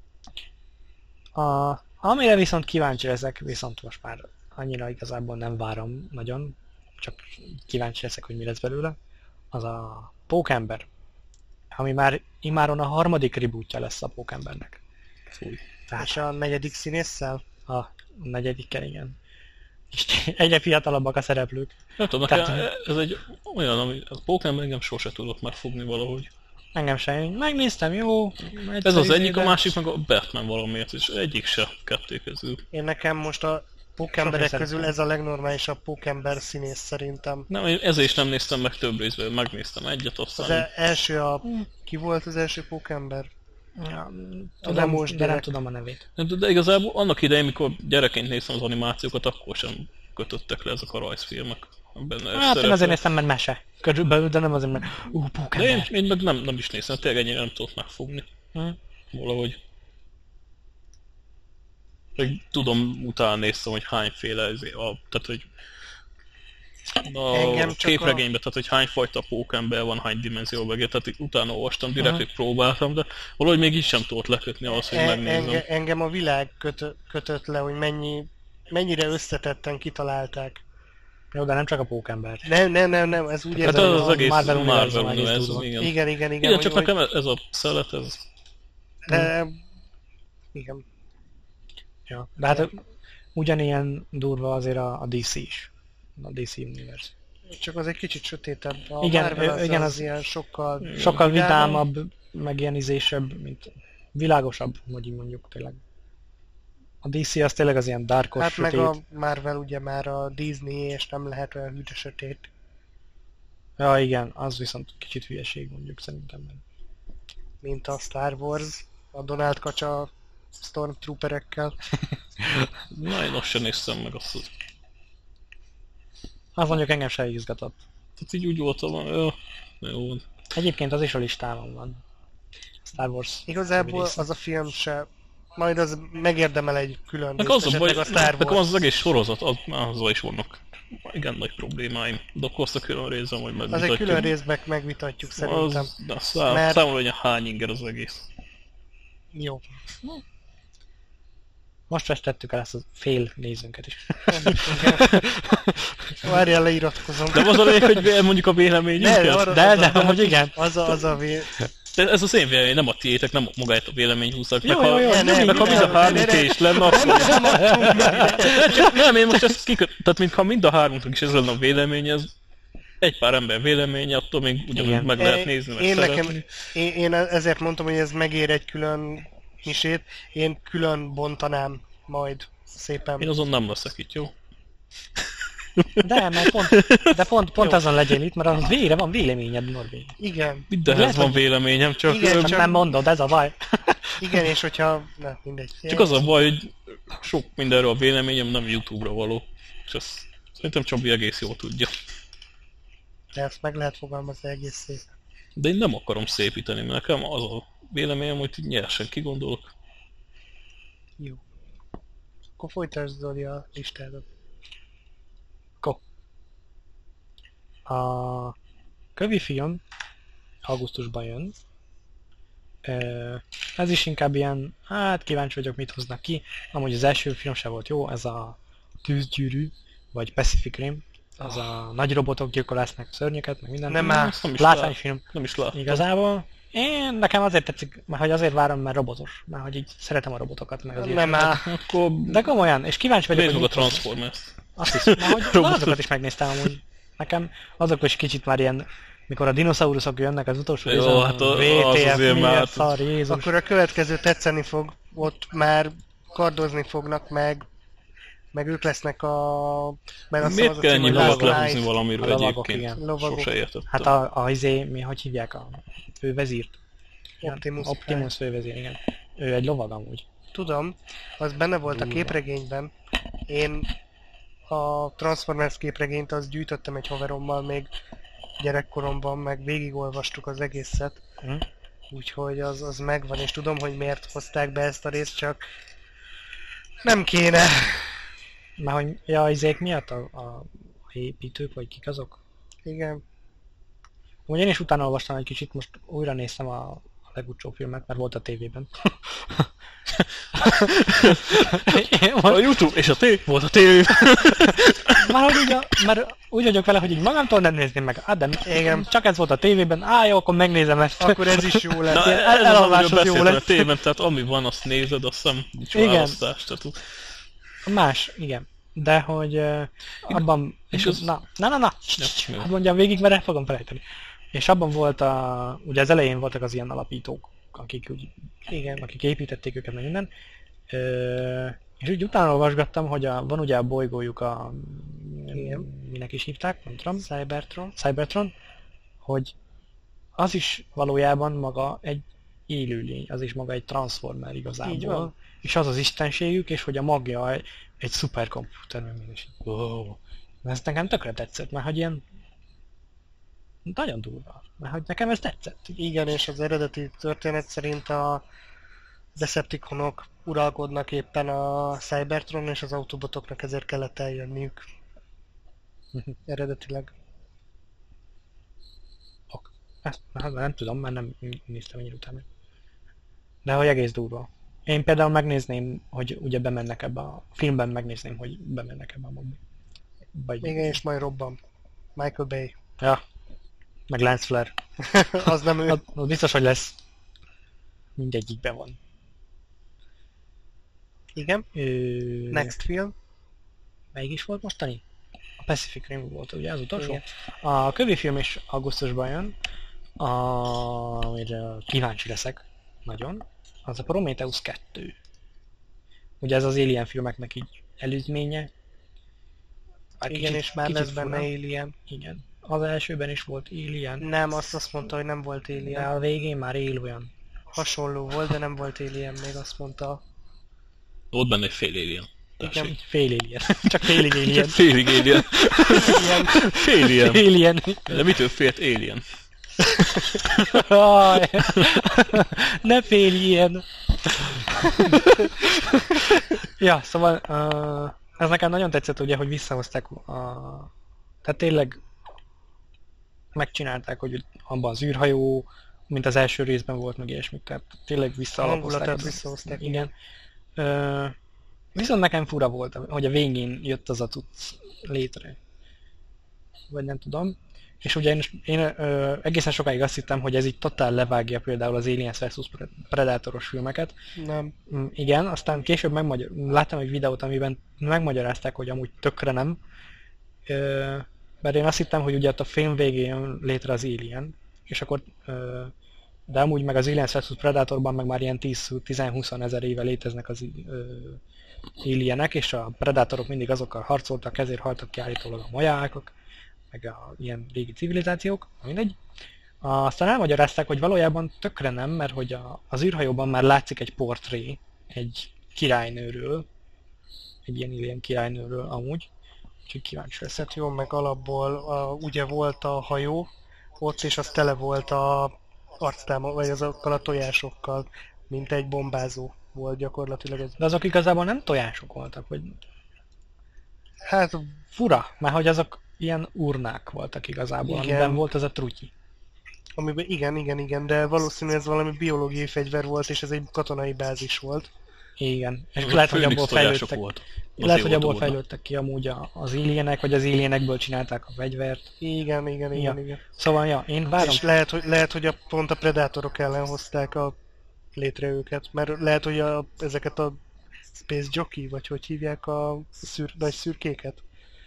Amire viszont kíváncsi leszek, viszont most már annyira igazából nem várom nagyon, csak kíváncsi leszek, hogy mi lesz belőle, az a Pókember, ami már immáron a harmadik rebootja lesz a Pókembernek. Fúj. Tehát És a negyedik színésszel? a negyedikkel, igen. És egyre fiatalabbak a szereplők. Nem tudom, nekem Tehát- ez egy olyan, ami a Pokémon engem sose tudott már fogni valahogy. Engem sem. Megnéztem, jó. Ez az egyik, de- a másik meg a Batman valamiért, és egyik se kettő közül. Én nekem most a pókemberek Sok közül szeretem. ez a legnormálisabb pókember színész szerintem. Nem, én ezért is nem néztem meg több részben, megnéztem egyet, Az aztán... első ki volt az első pókember? Ja, A demós de nem gyerek. tudom a nevét. De igazából annak idején, mikor gyerekként néztem az animációkat, akkor sem kötöttek le ezek a rajzfilmek. Benne Hát én szerepel. azért néztem, mert mese. Körülbelül, de nem azért, mert De én pókember. meg nem is néztem, tényleg ennyire nem tudott megfogni. Hm. Valahogy. Meg tudom, utána néztem, hogy hányféle, tehát hogy Engem a csak képregényben, tehát hogy hány fajta pókember van, hány dimenzió meg, tehát utána olvastam, direkt hogy próbáltam, de valahogy még így sem tudott lekötni ahhoz, hogy megnézem. Engem a világ kötött le, hogy mennyire összetetten kitalálták. Jó, de nem csak a pókember. Nem, ez úgy Hát érzem, az hogy egész Marvel Marvel univerzum egész univerzum, durva. igen. igen, Igen, hogy, csak nekem ez a szelet, ez... de, igen. Ja. De hát ugyanilyen durva azért a DC is. A DC univerzum. Csak az egy kicsit sötétebb. A Igen, Marvel az, igen, az az ilyen sokkal... Sokkal vidámabb, meg ilyen izésebb, mint világosabb, hogy így mondjuk tényleg. A DC az tényleg az ilyen darkos, Hát sötét. meg a Marvel ugye már a Disney, és nem lehet olyan hűte sötét. Ja igen, az viszont kicsit hülyeség mondjuk szerintem. Mint a Star Wars, a Donald kacsa Stormtrooperekkel. Na, én azt sem néztem meg azt. Az mondjuk engem se izgatott. Tehát így úgy voltam, jó. Egyébként az is a listámon van. Star Wars. Igazából része. az a film se... Majd az megérdemel egy külön Meg részt, az a baj, esetleg a Star nekem Wars. az egész sorozat, azzal is vannak igen nagy problémáim. De akkor azt a külön részem, hogy Az megmutatjuk. egy külön részben megvitatjuk szerintem. Mert- Számomra hogy hány inger az egész. Jó. Most vesztettük el ezt a fél nézőnket is. Várjál, leiratkozom. De az a lényeg, hogy mondjuk a véleményünket. Ne, arra- De hogy igen. Az a De ez az én vélemény, nem a tiétek, nem magát a vélemény húzak. Jó, Meg jó, jó, ha, nem, meg ha mind a nem, hármunk nem, is lenne, akkor... Nem, én most ezt tehát mintha mind a hármunknak is ez lenne a vélemény, ez egy pár ember véleménye, attól még ugyanúgy Igen. meg lehet nézni, meg én szeretni. nekem, én ezért mondtam, hogy ez megér egy külön misét. Én külön bontanám majd szépen. Én azon nem leszek itt, jó? De, mert pont azon legyél itt, mert az végre van véleményed, Norbi. Igen, Mindenhez Lehet, van hogy- véleményem, csak, Igen, Csak nem mondod, ez a baj. igen, és hogyha... Na, mindegy. csak az a baj, hogy sok mindenről a véleményem nem YouTube-ra való. És ezt szerintem Csabi egész jól tudja. De ezt meg lehet fogalmazni egész szép. De én nem akarom szépíteni, mert nekem az a véleményem, hogy nyersen kigondolok. Jó. Akkor folytasd, Zoli, a listádat. A kövi film augusztusban jön. Ez is inkább ilyen, hát kíváncsi vagyok, mit hoznak ki. Amúgy az első film sem volt jó, ez a Tűzgyűrű, vagy Pacific Rim. Az a nagy robotok gyilkolásznak szörnyeket, meg minden. Nem áll. Azt nem is Látványfilm. Nem is láttam. Igazából nekem azért tetszik, mert hogy azért várom, mert robotos. Mert hogy így szeretem a robotokat, meg az Nem ilyesmiket. áll. Akkor De komolyan, és kíváncsi vagyok, nézd meg a mit hoznak. Transformers-t. Azt hiszem, na, hogy na, azokat is megnéztem amúgy. Nekem azok is kicsit már ilyen, mikor a dinoszauruszok jönnek az utolsó Jó, részen, hát az VTF, azért milyen már- szar, Jézus. Akkor a következő tetszeni fog. Ott már kardozni fognak, meg ők lesznek a... Mert azt Miért hiszem kell az a ennyi cím, hogy lovat Last lehúzni Night. valamiről A lovagok, egyébként? igen. Lovagok. Sose értettem. Hát mi hogy hívják a fővezírt? Optimus Optimus fővezír, igen. Ő egy lovag amúgy. Tudom, az benne volt a Durva. képregényben. Én a Transformers képregényt azt gyűjtöttem egy haverommal még gyerekkoromban, meg végigolvastuk az egészet. Hm? Úgyhogy az megvan, és tudom, hogy miért hozták be ezt a részt, csak nem kéne. Már hogy, ja, izék miatt a építők, vagy kik azok? Igen. Úgy én is utána olvastam egy kicsit, most újra néztem a legutolsó filmet, mert volt a tévében. A YouTube és a volt a tévében. Már úgy vagyok vele, hogy így magamtól nem nézném meg. De Igen. csak ez volt a tévében, jó, akkor megnézem ezt. Akkor ez is jó lesz. Na, Ilyen ez az, elalvás amiről az jó beszéltem a lesz. tévében, tehát ami van, azt nézed, azt hiszem nincs Igen. választás. Tehát, Más, igen. De hogy abban... És igaz. na. jó. Hát mondjam végig, mert el fogom felejteni. És abban volt ugye az elején voltak az ilyen alapítók, akik úgy, Igen. akik építették őket, meg minden. És úgy utána olvasgattam, hogy van ugye a bolygójuk Igen. minek is hívták, nem tudom, Cybertron. Cybertron, hogy az is valójában maga egy élőlény, az is maga egy transformer Így igazából. van. És az az istenségük, és hogy a magja egy szuperkomputer megmérés. Wow. Ez nekem tökre tetszett, mert hogy ilyen nagyon durva. Mert hogy nekem ez tetszett. Igen, és az eredeti történet szerint a Decepticonok uralkodnak éppen a Cybertron, és az Autobotoknak ezért kellett eljönniük. Eredetileg. Ok. Ezt hát nem tudom, mert nem néztem ennyire utána. De hogy egész durva. Én például megnézném, hogy ugye bemennek ebbe a filmben, megnézném, hogy bemennek ebbe a mobba. Vagy... Igen, és majd robban. Michael Bay. Ja. Meg Lance Flair. Az nem ő. Az biztos, hogy lesz. Mindegyikben van. Igen. Ö... Next film. Melyik is volt mostani? A Pacific Rim volt, ugye az utolsó? Igen. A kövi film is augusztusban jön, amire kíváncsi leszek nagyon. Az a Prometheus 2. Ugye ez az Alien filmeknek így előzménye. Bár Igen, kicsit- és már kicsit lesz benne fura. Alien. Igen. Az elsőben is volt Alien, Nem, azt mondta, hogy nem volt de Alien. a végén már Alien. Hasonló volt, de nem volt Alien, még azt mondta. Volt benne egy fél alien. Igen. Fél Alien. Csak félig Alien. Félig alien. Ilyen, Fél alien. Alien. De mitől félt alien? Aj, ne fél ilyen. Ja, szóval ez nekem nagyon tetszett ugye, hogy visszahozták tehát tényleg megcsinálták, hogy abban az űrhajó, mint az első részben volt, meg ilyesmik, tehát tényleg visszaalapozták. hangulatát ezt. visszahozták. Igen. Viszont nekem fura volt, hogy a végén jött az a cucc létre. Vagy nem tudom. És ugye én egészen sokáig azt hittem, hogy ez így totál levágja például az Aliens vs Predatoros filmeket. Nem. Igen, aztán később láttam egy videót, amiben megmagyarázták, hogy amúgy tökre nem. Mert én azt hittem, hogy ugye ott a film végén jön létre az Alien, és akkor de amúgy meg az Aliens vs Predatorban meg már ilyen 10-20 ezer éve léteznek az alienek, és a predátorok mindig azokkal harcoltak, ezért haltak ki állítólag a majákok, meg ilyen régi civilizációk, mindegy. Aztán elmagyarázták, hogy valójában tökre nem, mert hogy az űrhajóban már látszik egy portré, egy királynőről, egy ilyen alien királynőről amúgy, úgyhogy kíváncsi leszek. Tehát jó, meg alapból ugye volt a hajó ott, és az tele volt a arctáma, vagy azokkal a tojásokkal, mint egy bombázó volt gyakorlatilag ez. De azok igazából nem tojások voltak, vagy Hát fura, mert hogy azok ilyen urnák voltak igazából, Igen. amiben volt az a trutyi. amiben igen, de valószínűleg ez valami biológiai fegyver volt, és ez egy katonai bázis volt. Igen, és Azok lehet, hogy Phoenix abból tojások fejlődtek. volt. Lehet, Azért hogy volt abból durva. fejlődtek ki amúgy az alienek, vagy az alienekből csinálták a fegyvert. Igen. Ja. Szóval, ja, én várom. És lehet, hogy pont a predátorok ellen hozták létre őket, mert lehet, hogy ezeket a Space Jockey, vagy hogy hívják a nagy szürkéket,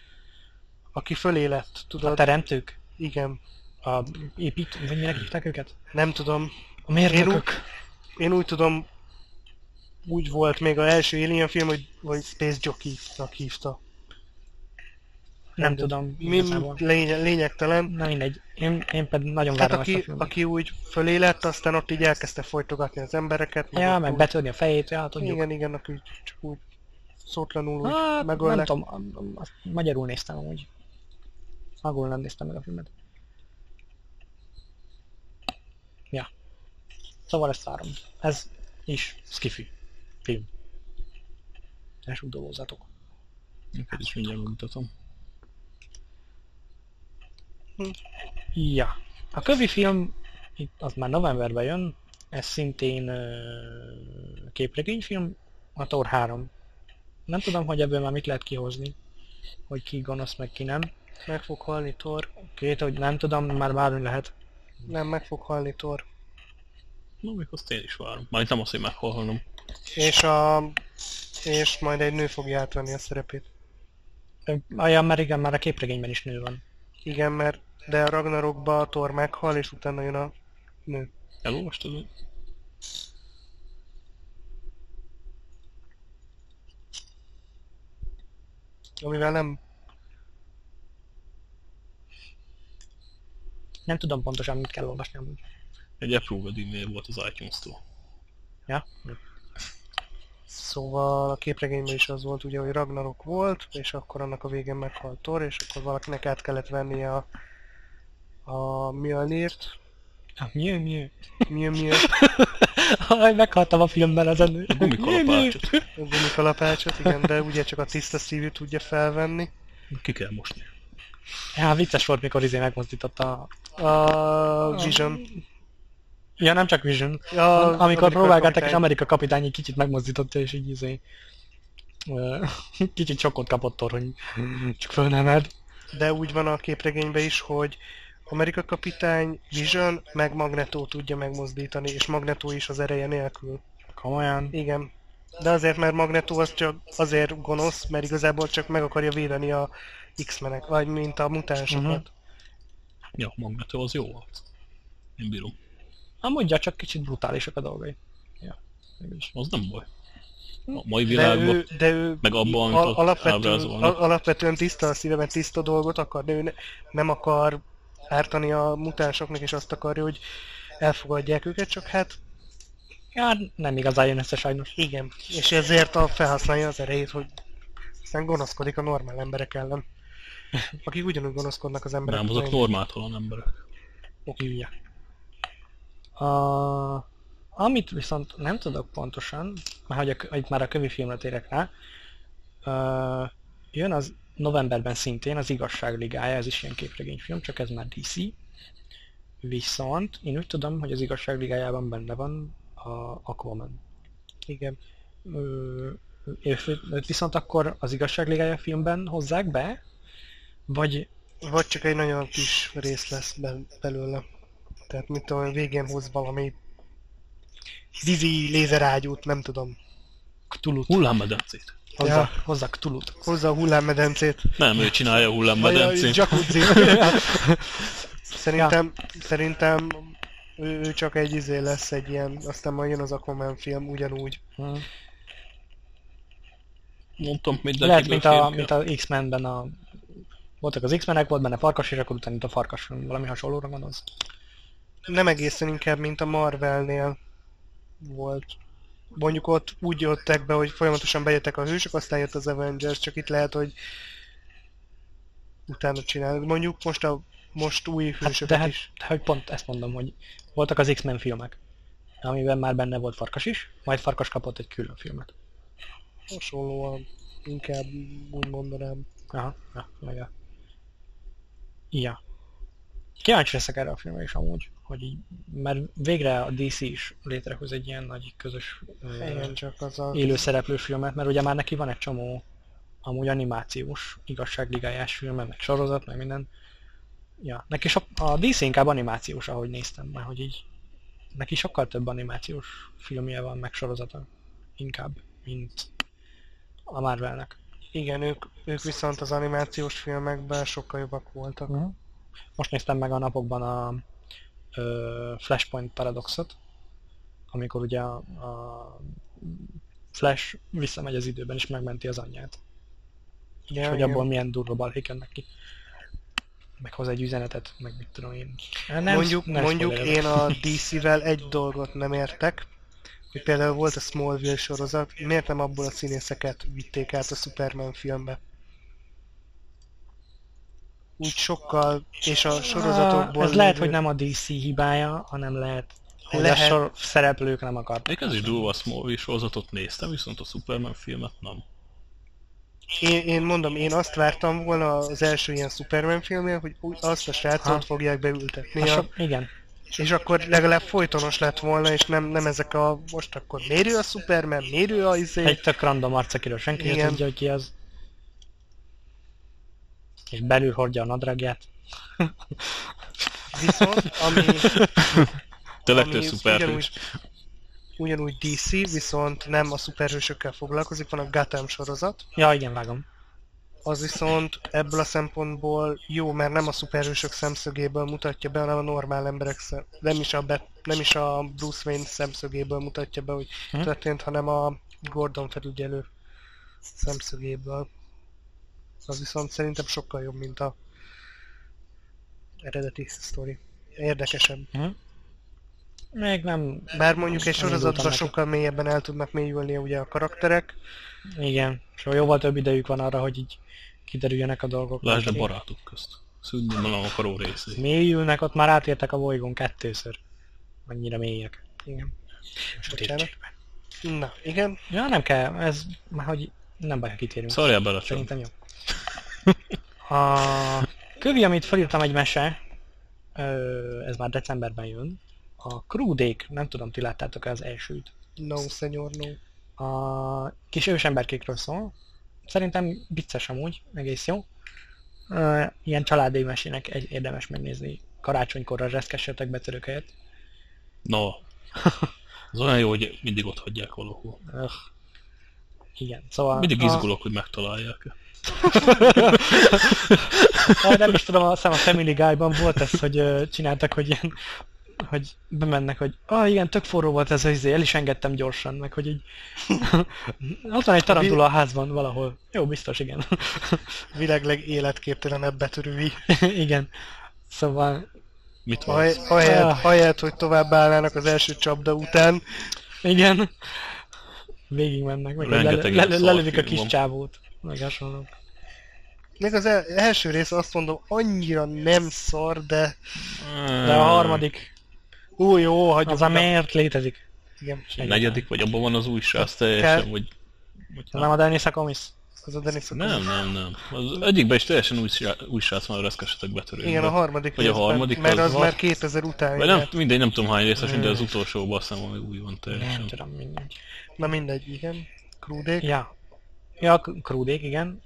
aki fölé lett, A tudod? teremtők? Igen, A épít, vagy minek hívták őket? nem tudom. A mérnökök? Én úgy tudom, úgy volt még az első Alien film, hogy Space Jockey-nak hívta. Nem tudom, Mi igazából. lényegtelen. Na mindegy. Én pedig nagyon Tehát várom ezt a filmet. aki úgy fölé lett, aztán ott így elkezdte folytogatni az embereket. Ja, ott meg úgy- betörni a fejét, ja, tudjuk. Igen, aki csak úgy szótlanul úgy Hát, nem megöllek. tudom, azt magyarul néztem amúgy. Angolul nem néztem meg a filmet. Ja. Szóval ezt várom. Ez is skifi film. Ne sugdolózatok. Neked is mindjárt megmutatom. Ja. A kövi film, az már novemberben jön, ez szintén képregényfilm, a Thor 3. Nem tudom, hogy ebből már mit lehet kihozni, hogy ki gonosz, meg ki nem. Meg fog halni Thor. Hogy nem tudom, már bármi lehet. Nem, meg fog halni Thor. No, még azt én is várom. Mármint nem azt, hogy meghalnom. És majd egy nő fogja átvenni a szerepét. Ja, már igen, már a képregényben is nő van. Igen, de a Ragnarokba a Thor meghal, és utána jön a nő. Elolvastad? Amivel nem... Nem tudom pontosan, mit kell olvasni amúgy. Egy approved e-mail volt az iTunes-tól. Ja? Szóval a képregényben is az volt ugye, hogy Ragnarok volt, és akkor annak a végén meghalt Thor, és akkor valakinek át kellett venni a Mjölnirt. Mi? Mjölnir, Haj, meghaltam a filmben ezen. A gumikalapácsot. a gumikalapácsot, igen, de ugye csak a tiszta szívű tudja felvenni. Ki kell mosni. Ja, vicces volt, mikor megmozdította A Vision. Ja, nem csak Vision. Ja, Amikor próbálgattak, és kapitány. Amerika kapitány egy kicsit megmozdította, és így kicsit sokkot kapott Thor, hogy csak föl nem ed. De úgy van a képregényben is, hogy Amerika kapitány, Vision, meg Magneto tudja megmozdítani, és Magneto is az ereje nélkül. Komolyan. Igen. De azért, mert Magneto az csak azért gonosz, mert igazából csak meg akarja védeni a X-menek, vagy mint a mutánsokat. Ja, Magneto az jó volt. Én bírom. Amúgy csak kicsit brutálisak a dolgai. Ja, mégis. Az nem baj. A mai De világban, ő meg abban, amit ott ábrázolnak. alapvetően tiszta a szíveben, tiszta dolgot akar, de ő nem akar ártani a mutánsoknak, és azt akarja, hogy elfogadják őket, csak hát Ja, nem igazán jön össze sajnos. igen. És ezért felhasználja az erejét, hogy aztán gonoszkodik a normál emberek ellen. Akik ugyanúgy gonoszkodnak az emberek Nem, azok ellen. normáltalan emberek. Ja. Amit viszont nem tudok pontosan, mert hogy itt már a kövi filmre térek rá, jön az novemberben szintén az Igazság Ligája, ez is ilyen képregényfilm, csak ez már DC. Viszont én úgy tudom, hogy az Igazság Ligájában benne van a Aquaman. Igen. Őt viszont akkor az Igazság Ligája filmben hozzák be? Vagy Vagy csak egy nagyon kis rész lesz belőle. Tehát mit tudom, hogy végén hoz valami vízi lézerágyút, nem tudom. Cthulhu-t? Hullámmedencét. Hozzá Cthulhu-t. Hozza a hullámmedencét. Nem, ő csinálja a Vagy a hullámmedencét. jacuzzi. Szerintem ő csak egy lesz egy ilyen, aztán majd jön az Aquaman film ugyanúgy. Mondtam, Lehet, mindenkiből mint a X-Menben voltak az X-Menek, volt benne farkas, és akkor utána itt a farkas film, valami hasonlóra gondolsz? Nem egészen, inkább, mint a Marvelnél volt. Mondjuk ott úgy jöttek be, hogy folyamatosan bejöttek a hősök, aztán jött az Avengers, csak itt lehet, hogy utána csinálnak. Mondjuk most új hősöket is. De hogy pont ezt mondom, hogy voltak az X-Men filmek, amiben már benne volt farkas is, majd farkas kapott egy külön filmet. Hasonlóan, inkább úgy mondanám. Aha, ja. Ja. Kíváncsi leszek erre a filmre is amúgy, hogy így, mert végre a DC is létrehoz egy ilyen nagy közös Igen, csak az a... élőszereplős filmet, mert ugye már neki van egy csomó amúgy animációs, igazságligájás filme, meg sorozat, meg minden. Ja, neki a DC inkább animációs, ahogy néztem, mert hogy így neki sokkal több animációs filmje van, meg sorozata inkább, mint a Marvelnek. Igen, ők viszont az animációs filmekben sokkal jobbak voltak. Most néztem meg a napokban a Flashpoint Paradoxot, amikor ugye a Flash visszamegy az időben és megmenti az anyját. Ja, és hogy igen. abból milyen durva balhék jönnek ki. Meg hoz egy üzenetet, meg mit tudom én. Mondjuk spoilerezek. én a DC-vel egy dolgot nem értek, hogy például volt a Smallville sorozat, miért nem abból a színészeket vitték át a Superman filmbe? Úgy sokkal, és a sorozatokból... Ez lehet, hogy nem a DC hibája, hanem lehet, hogy Lehet. a szereplők nem akartak. Még ez is durva, a Smallville sorozatot néztem, viszont a Superman filmet nem. Én mondom, én azt vártam volna az első ilyen Superman filmnél, hogy azt a srácot fogják beültetni. Igen. És akkor legalább folytonos lett volna, és nem ezek a... Most akkor mérő a Superman, mérő a izé... Egy tök random arc, akiről senki nem Igen. tudja, hogy ki az. És belül hordja a nadrágját. Viszont, ami Te lettél szuperhős. ugyanúgy DC, viszont nem a szuperhősökkel foglalkozik, van a Gotham sorozat. Ja, igen, vágom. Az viszont ebből a szempontból jó, mert nem a szuperhősök szemszögéből mutatja be, hanem a normál emberek nem is a Bruce Wayne szemszögéből mutatja be, hogy történt, hanem a Gordon felügyelő szemszögéből. Az viszont szerintem sokkal jobb, mint a eredeti sztori. Érdekesebb. Még nem... Bár mondjuk egy nem indultam sorozatban neki. sokkal mélyebben el tudnak mélyülni ugye a karakterek. Igen, és jóval több idejük van arra, hogy így kiderüljenek a dolgok. Lásd a Meg barátok közt. Szűnni nem akaró részét. mélyülnek, ott már átértek a bolygón 2-ször. Annyira mélyek. Igen. Sötétségben. Na, igen. Ja, nem kell, ez már hogy nem baj, ha kitérünk. Szarjál bele csak. Szerintem jó. A kövi, amit felírtam egy mese, ez már decemberben jön. A Krúdék, nem tudom, ti láttátok-e az elsőt. No, senyor, no. A kis ősemberkékről szól. Szerintem vicces amúgy, egész jó. Ilyen családi mesének érdemes megnézni. Karácsonykorra reszkessetek betörők helyett. No. Az olyan jó, hogy mindig ott hagyják valahol. Igen, szóval... Mindig izgulok, hogy megtalálják. Nem is tudom, azt hiszem a Family Guy-ban volt ez, hogy csináltak, hogy ilyen, hogy bemennek, hogy igen, tök forró volt ez az izé, el is engedtem gyorsan, meg hogy így... Ott van egy tarantula a házban valahol. Jó, biztos, igen. Világ legéletképtelenebb betörői. Igen. Szóval... Mit van? Ahelyett, hogy tovább állnának az első csapda után. Igen. Végig mennek, meg Rengeteg ilyen lelövik a szarfilm kis van. csávót. Meg hasonlók. Még az első rész azt mondom, annyira nem szar, de... De a harmadik, Jó, hagyjuk. az a miért létezik. Igen. A negyedik, vagy abban van az új srác teljesen, Kell. vagy... Nem a Dennis Akomis. Az a Dennis Nem. Az egyikben is teljesen új srác van, reszkessetek betörőkbe. Igen, a harmadik Vagy a részben, harmadik, mert az az- már 2000 után Vagy nem, járt. mindegy, nem tudom hány részes, de az utolsóban azt hiszem, hogy új van Nem teljesen. tudom, mindegy. Na mindegy, igen. Krúdék. Ja, Krúdék, igen.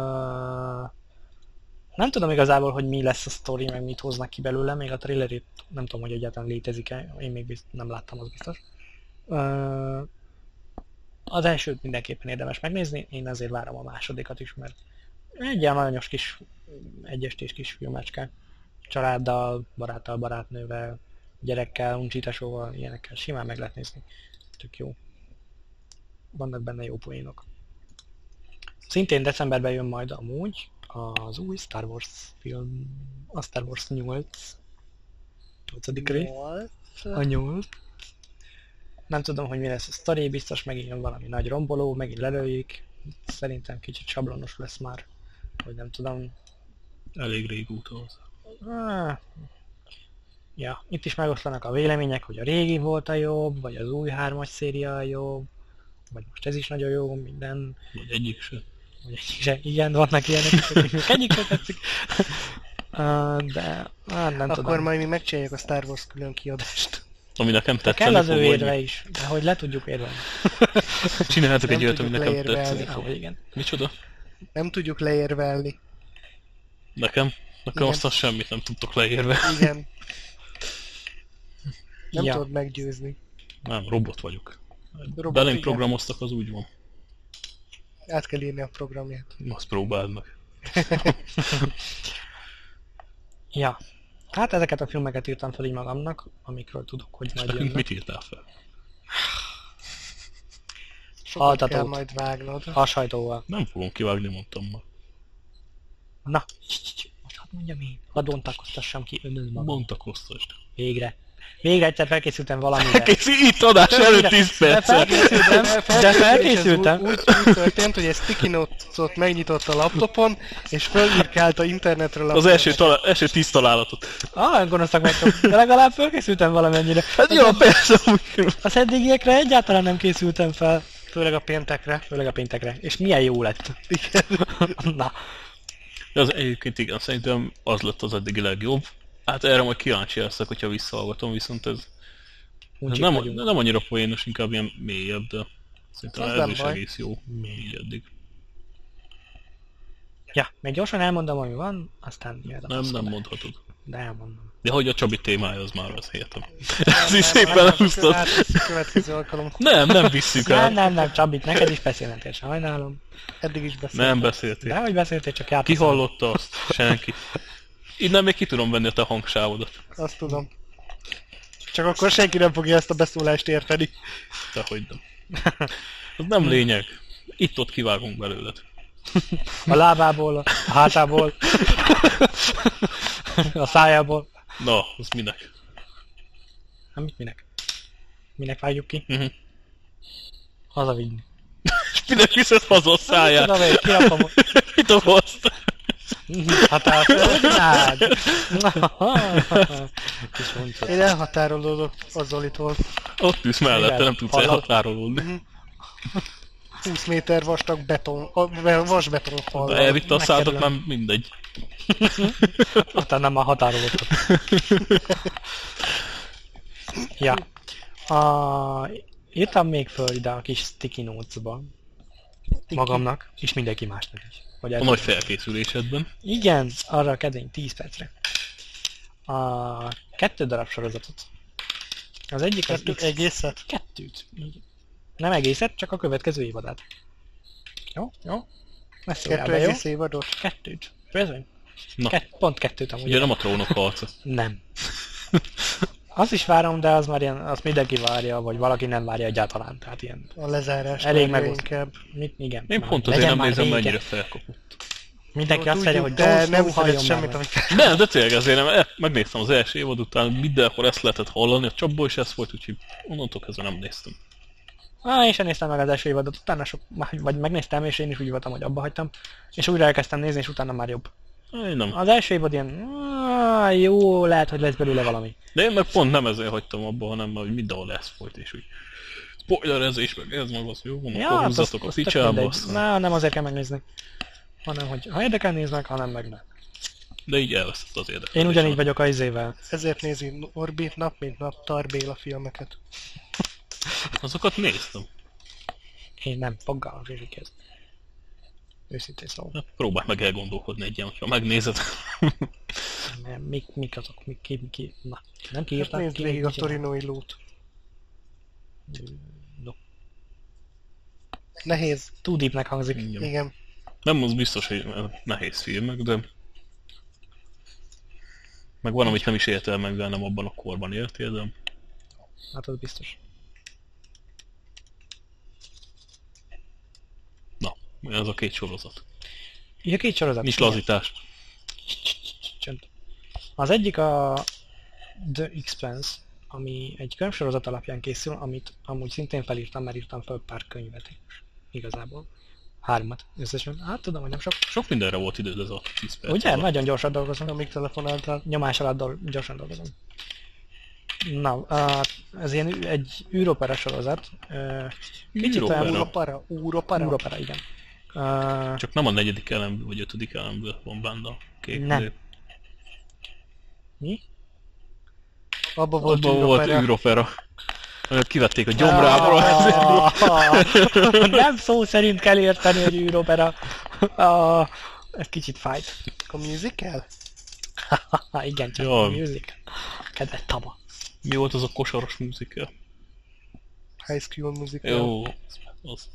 Nem tudom igazából, hogy mi lesz a sztori, meg mit hoznak ki belőle, még a trailerét nem tudom, hogy egyáltalán létezik-e, én még nem láttam, az biztos. Az elsőt mindenképpen érdemes megnézni, én azért várom a másodikat is, mert egy ilyen aranyos kis egyestés kis filmecske. Családdal, baráttal, barátnővel, gyerekkel, uncsitesóval, ilyenekkel simán meg lehet nézni. Tök jó. Vannak benne jó poénok. Szintén decemberben jön majd amúgy az új Star Wars film, a Star Wars 8. 8. rész. A 8. Nem tudom, hogy mi lesz a sztori, biztos megint jön valami nagy romboló, megint lelőjük. Szerintem kicsit sablonos lesz már, hogy nem tudom. Elég régóta az. Ja, itt is megoszlanak a vélemények, hogy a régi volt a jobb, vagy az új 3-as széria a jobb, vagy most ez is nagyon jó, minden. Vagy egyik se. Vagy egyik se. Igen, vannak ilyenek, akiknek egyik se tetszik. De nem Akkor tudom. majd mi megcsináljuk a Star Wars külön kiadást. Ami nekem De tetszeni kell az fog, ő vagy érve is, de hogy le tudjuk érvelni. csinálhatok Nem egy olyat, ami tudjuk nekem leérvelni. tetszeni fog. Ahogy igen. Micsoda? Nem tudjuk leérvelni. Nekem? Nekem Igen. aztán semmit nem tudtok leérve. Igen. Nem Ja. tudod meggyőzni. Nem, robot vagyok. Robot, Belém igen. programoztak, az úgy van. Át kell írni a programját. Azt próbáld meg. Ja. Hát ezeket a filmeket írtam fel így magamnak, amikről tudok, hogy majd jönnek. Mit írtál fel? Sokat Altatót. kell majd vágnod. Hasajtóval. Nem fogom kivágni, mondtam már. Na, most hadd mondjam én. Hadd bontakoztassam ki önön magam. Bontakoztasd. Végre. Végre egyszer felkészültem valamire. Itt adás előtt 10 perccel. De felkészültem. Úgy történt, hogy egy sticky note-ot megnyitott a laptopon, és fölírkált a internetről Az első 10 találatot. Gonoszak vagytok, de legalább felkészültem valamennyire. Hát jó, persze, amúgy. Az eddigiekre egyáltalán nem készültem fel. Főleg a péntekre. Főleg a péntekre. És milyen jó lett. Igen. Na, De az egyébként igen, szerintem az lett az eddigi legjobb. Hát erre majd kíváncsi leszek, hogyha visszahallgatom, viszont ez uncsik nem, vagyunk. nem annyira poénos, inkább ilyen mélyebb, de szerintem Az ez nem is baj. egész jó. Így eddig. Ja, még gyorsan elmondom, ami van, aztán jöhet a Nem faszomba. mondhatod. De elmondom. De hogy a Csabi témája, az már az hétem. Ez is szépen elhúztad. Átveszünk következő alkalom. Nem visszük el. Nem, Csabit, neked is beszélnél, sajnálom. Eddig is beszéltem. Nem beszéltél. De hogy beszéltél, csak járt. Ki hallotta azt? Senki. Innen még ki tudom venni a te hangsávodat. Azt tudom. Csak akkor senki nem fogja ezt a beszólást érteni. Dehogy nem. Az nem lényeg. Itt-ott kivágunk belőled. A lábából, a hátából, a szájából. Na, az minek? Hát mit minek? minek vágjuk ki? Mhm. Hazavinni. És minek viszed haza a száját? Tudom én, kirakom. Mit okozt? Határoznád! Kis huncot. Én elhatárolódok a Zolitól. Ott ülsz mellette, Igen, nem tudsz hallod? elhatárolódni. 20 méter vastag beton, vasbeton fal. De elvitte a szádat, megkerülöm. már mindegy. Utána már határolódott. Ja. Írtam még föl ide a kis sticky notes-ba. Magamnak, és mindenki másnak is. Hogy A nagy felkészülésedben. Igen, arra a kedvény 10 percre. A 2 darab sorozatot. Az egyik az X... Egészet? 2-t. Nem egészet, csak a következő évadát. Jó? Jó? Ne szóljál 2 be, jó? egész évadot? 2-t. Bizony. Na, Pont 2-t amúgy. ugye nem a trónok harca. Nem. Azt is várom, de az már ilyen, azt mindenki várja, vagy valaki nem várja egyáltalán. Tehát ilyen... A lezárás. Elég várja megosztó. inkább. Igen. Én már pont azért legyen nem már nézem, vége. mennyire felkapott. Mindenki azt mondja, hogy de Jon nem Snow halljon szeretsz már semmit, meg. amit Nem, de tényleg azért nem. Megnéztem az első évad után, mindenhol ezt lehetett hallani, a csapból is ez volt, úgyhogy onnantól kezdve nem néztem. Én sem néztem meg az első évadot, utána vagy megnéztem, és én is úgy voltam, hogy abba hagytam. És újra elkezdtem nézni, és utána már jobb. Én nem. Az első évad ilyen, jó, lehet, hogy lesz belőle valami. De én meg pont nem ezért hagytam abba, hanem hogy mindenhol lesz volt, és úgy spoilerezés, meg ez meg az, jó, akkor húzzatok a az tök picsába. mindegy. Aztán. Nem azért kell megnézni. Hanem, hogy ha érdekel, nézd meg, ha nem, meg nem. De így elveszett az érdeklődés. Én ugyanígy vagyok az izével. ezért nézi Orbi nap mint nap Tarbéla filmeket. Azokat néztem. Én nem, foggal az ez. Őszintén szóval. Hát próbálj meg elgondolkodni egy ilyen, ha megnézed. Mik azok? Ki? Na, nem Hát kiírták? nézd végig a Torinói lót. No. Nehéz. Too deepnek hangzik. Igen. Nem az biztos, hogy nehéz filmek, de... Meg van, amit nem is értel meg, de nem abban a korban értél, de... Hát az biztos. Na, ez a két sorozat. Ja, 2 sorozat. Nincs Igen. lazítás. Csönd. Az egyik a The Expanse, ami egy könyvsorozat alapján készül, amit amúgy szintén felírtam, mert írtam fel pár könyvet is. Igazából. 3 összesen. Hát tudom, hogy nem sok. Sok mindenre volt időd ez a 10 perc Ugye? alatt. Nagyon gyorsan dolgozom. Amíg telefonáltál. Nyomás alatt gyorsan dolgozom. Na, ez ilyen egy űropera sorozat. Kicsit olyan... Űropera? Űropera, igen. Csak nem a 4. elemből vagy 5. elemből van benne a kék Nem. nő. Mi? Abba volt Abban volt űropera. űropera. Olyat kivették a gyomrából. Nem szó szerint kell érteni, hogy űropera. Ez kicsit fájt. A musical? Igen, csak Jó. a music. Kedves Taba. Mi volt az a kosaros musical? High School Musical. Jó, az.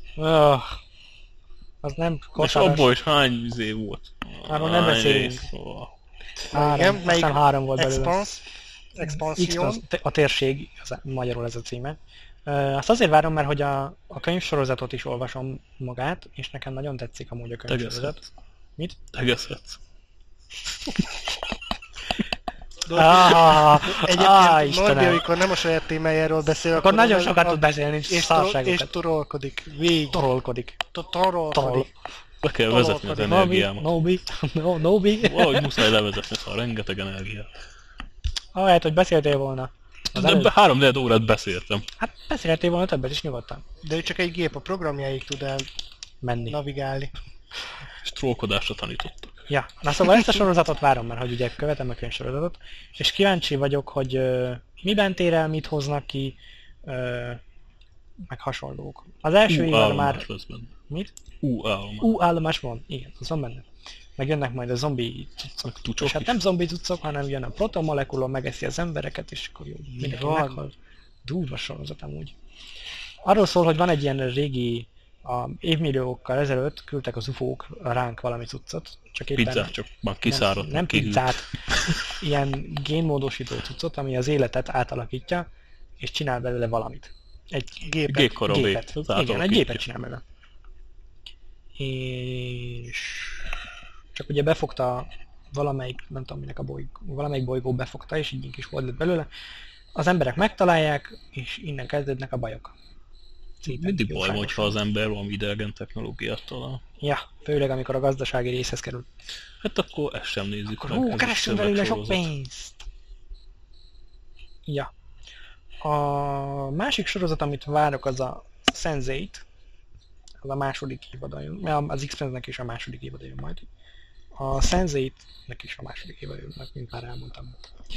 Az nem És kosaras. abból is hány izé volt? Arról nem Hány beszélünk. rész, szóval. 3, Igen, melyik? aztán 3 volt belőle. Expansion. A térség, magyarul ez a címe. Azt azért várom, mert hogy a könyvsorozatot is olvasom magát, és nekem nagyon tetszik amúgy a könyvsorozat. Tegezhetsz. Mit? Tegezhetsz. Egyébként Istenem. Norbi, amikor nem a saját témájáról beszél, Akkor nagyon az- sokat tud beszélni, és szarságokat. torolkodik. Végig. Torolkodik. Torolkodik. Le kell vezetni az energiámat. Nobi. Valahogy muszáj levezetni, szóval rengeteg energiát. Ahelyett, hogy beszéltél volna. Az előbb. De 3-4 órát beszéltem. Hát beszéltél volna többet is nyugodtan. De ő csak egy gép, a programjáig tud el Menni. navigálni. És trollkodásra tanítottak. Ja, na szóval ezt a sorozatot várom, mert hogy ugye követem a könyvsorozatot, és kíváncsi vagyok, hogy miben tér el, mit hoznak ki, meg hasonlók. Az első évad már... Lesz benne. Mit? Állomás. Állomás van, igen, az van benne. Meg jönnek majd a zombi cuccok. Meg tucsok És hát is. nem zombi cuccok, hanem jön a protomolekula, megeszi az embereket, és akkor jó, mindenki van? meghal. Durva sorozat amúgy. Arról szól, hogy van egy ilyen régi, a évmilliókkal ezelőtt küldtek az UFO-k ránk valami cuccot. Csak éppen Pizzát, csak már kiszáradt. nem kihűlt. pizzát, ilyen génmódosító cuccot, ami az életet átalakítja, és csinál belőle valamit. Egy Gépet. Gépkarabé. gépet. Az Igen, egy átalakítja. gépet csinál belőle. És csak ugye befogta valamelyik, nem tudom minek a bolygó, valamelyik bolygó befogta, és így kis volt lett belőle, az emberek megtalálják, és innen kezdődnek a bajok. Szépen, Mindig baj, jóságosan. hogyha az ember valami idegen technológiát talál. Ja, főleg amikor a gazdasági részhez kerül. Hát akkor ezt sem nézzük Akkor meg. ez is keressünk belőle sok szövegsorozat. pénzt! Ja. A másik sorozat, amit várok, az a Sense8. Az a második évada jön. Az X-Mennek is a második évada jön majd. A Sense8-nek is a második évada jön, mint már elmondtam.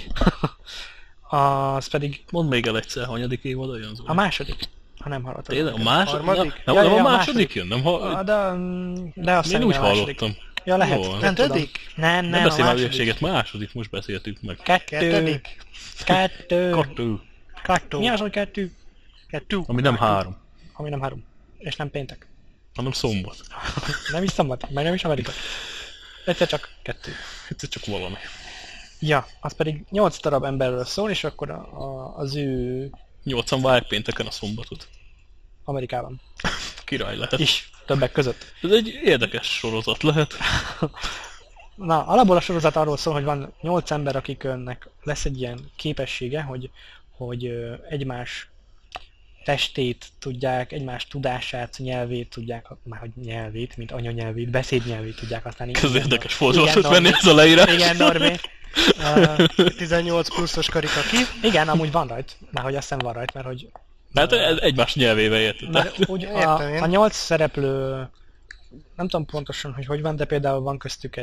Az pedig Mondd még el egyszer, hanyadik évad jön? a második, ha nem hallottad. Tényleg? A második? Harmadik? Nem, Ja, nem ja, a a második második. jön? Nem, De azt én hiszem, úgy a második. hallottam. Ja, lehet. Jó, Nem tudom. Ötödik? Nem, Nem nem, a beszélj már második. hülyeséget, második, most beszéltük meg. Kettő. Kettő. Kettő. Mi az, hogy kettő? Kettő. Ami nem 3, Ami nem 3. És nem péntek. hanem szombat. Nem is szombat, meg nem is Amerika. Egyszer csak 2. Ez csak valami. Ja, az pedig 8 darab emberről szól, és akkor az ő 8-an várják pénteken a szombatot. Amerikában Király lehet. is, többek között. Ez egy érdekes sorozat lehet. Na, alapból a sorozat arról szól, hogy van 8 ember, akiknek lesz egy ilyen képessége, hogy egymás testét tudják, egymás tudását, nyelvét tudják, már hogy nyelvét, mint anyanyelvét, beszédnyelvét tudják használni. Ez Igen, érdekes Norbi. fordulatot Igen, venni Norbi. ez a leírás. Igen, Norbi. 18 pluszos karika ki. Igen, amúgy van rajt, már hogy azt hiszem van rajt, mert hogy Hát ez egymás nyelvével érted. mert úgy Értem én. a 8 szereplő, nem tudom pontosan, hogy van, de például van köztük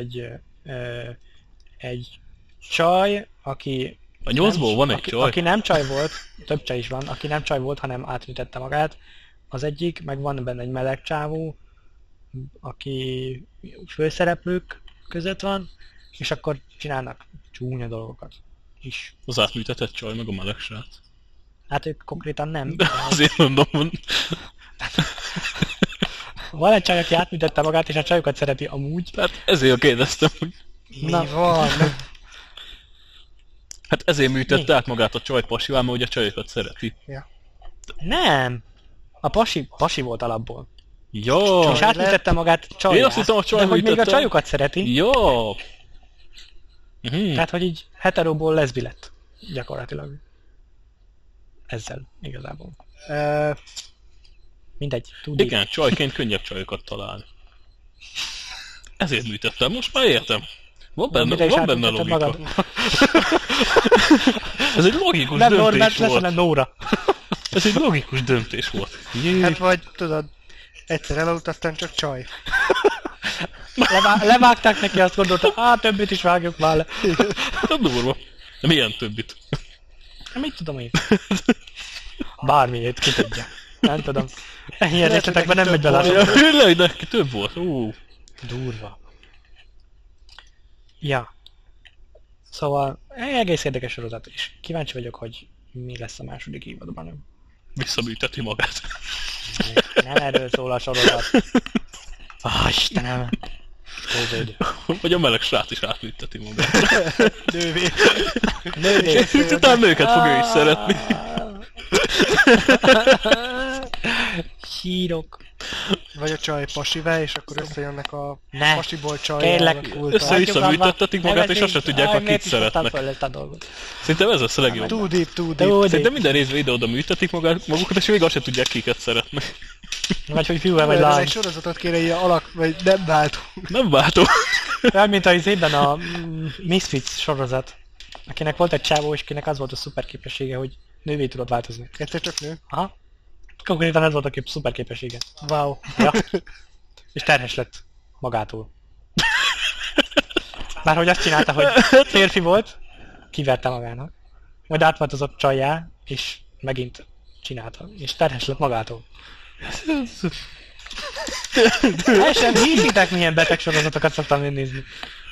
egy csaj, aki A 8-ból van egy aki, csaj. aki nem csaj volt, több csaj is van, aki nem csaj volt, hanem átültette magát, az egyik, meg van benne egy meleg csávó, aki főszereplők között van, és akkor csinálnak csúnya dolgokat is. Az átműtetett csaj, meg a meleg srác. Hát ők konkrétan nem. De azért mondom, hogy Van egy csaj, aki átműtette magát, és a csajokat szereti amúgy. hát ezért kérdeztem, hogy Mi Na. van? hát ezért műtette Mi? át magát a csaj pasival, mert hogy a csajokat szereti. Nem! A pasi volt alapból. Jó, És átműtette magát csajjá. Én azt hittem, a csaj de hogy még a műtette. csajokat szereti. jó. Mhm. Tehát, hogy így heteróból leszbi lett. Gyakorlatilag. Ezzel, igazából. Mindegy, tudni. Igen, csajként könnyebb csajokat találni. Ezért műtettem, most már értem. Van benne, Mire is van benne átműtetted logika. magad? Ez egy logikus Nem döntés Norbert lesz, volt. hanem Nóra. Ez egy logikus döntés volt. Jé, Hát vagy, tudod, egyszer elaludtam, aztán csak csaj. Levágták neki, azt gondolta, többit is vágjuk már le. hát durva. De milyen többit? Mit tudom én? Bármiért, ki tudja. Nem tudom. Ilyen részletekben nem megy bele. a Ja, tényleg, de neki több volt. Durva. Ja. Szóval egész érdekes sorozat is. Kíváncsi vagyok, hogy mi lesz a második évadban. Visszaműteti magát. Nem erről szól a sorozat. Istenem. Covid. Vagy a meleg srác is átműteti magát. Nővé. Nővé. És utána nőket fog ő is szeretni. Sírok. Vagy a csaj pasivel, és akkor összejönnek a Ne. pasiból csaj. Kérlek. Össze-vissza műtettetik magát, és azt se tudják, hogy kit szeretnek. Föl a dolgot. Szerintem ez lesz a legjobb. Too deep, too deep. Tudj. Szerintem minden részben ide-oda műtetik magukat, és még azt se tudják, kiket szeretnek. Vagy hogy fiú vagy Ez lány. egy sorozatot kéne ilyen alak, vagy nem váltó. Nem váltó. Olyan, mint az évben a Misfits sorozat. Akinek volt egy csávó, és akinek az volt a szuper képessége, hogy nővé tudott változni. Egyszer csak nő. Aha. Konkrétan ez volt a szuper képessége. Wow. Ja. És terhes lett magától. Már hogy azt csinálta, hogy férfi volt, kiverte magának. Majd átváltozott csajjá, és megint csinálta. És terhes lett magától. El sem hiszitek, milyen beteg sorozatokat szoktam én nézni.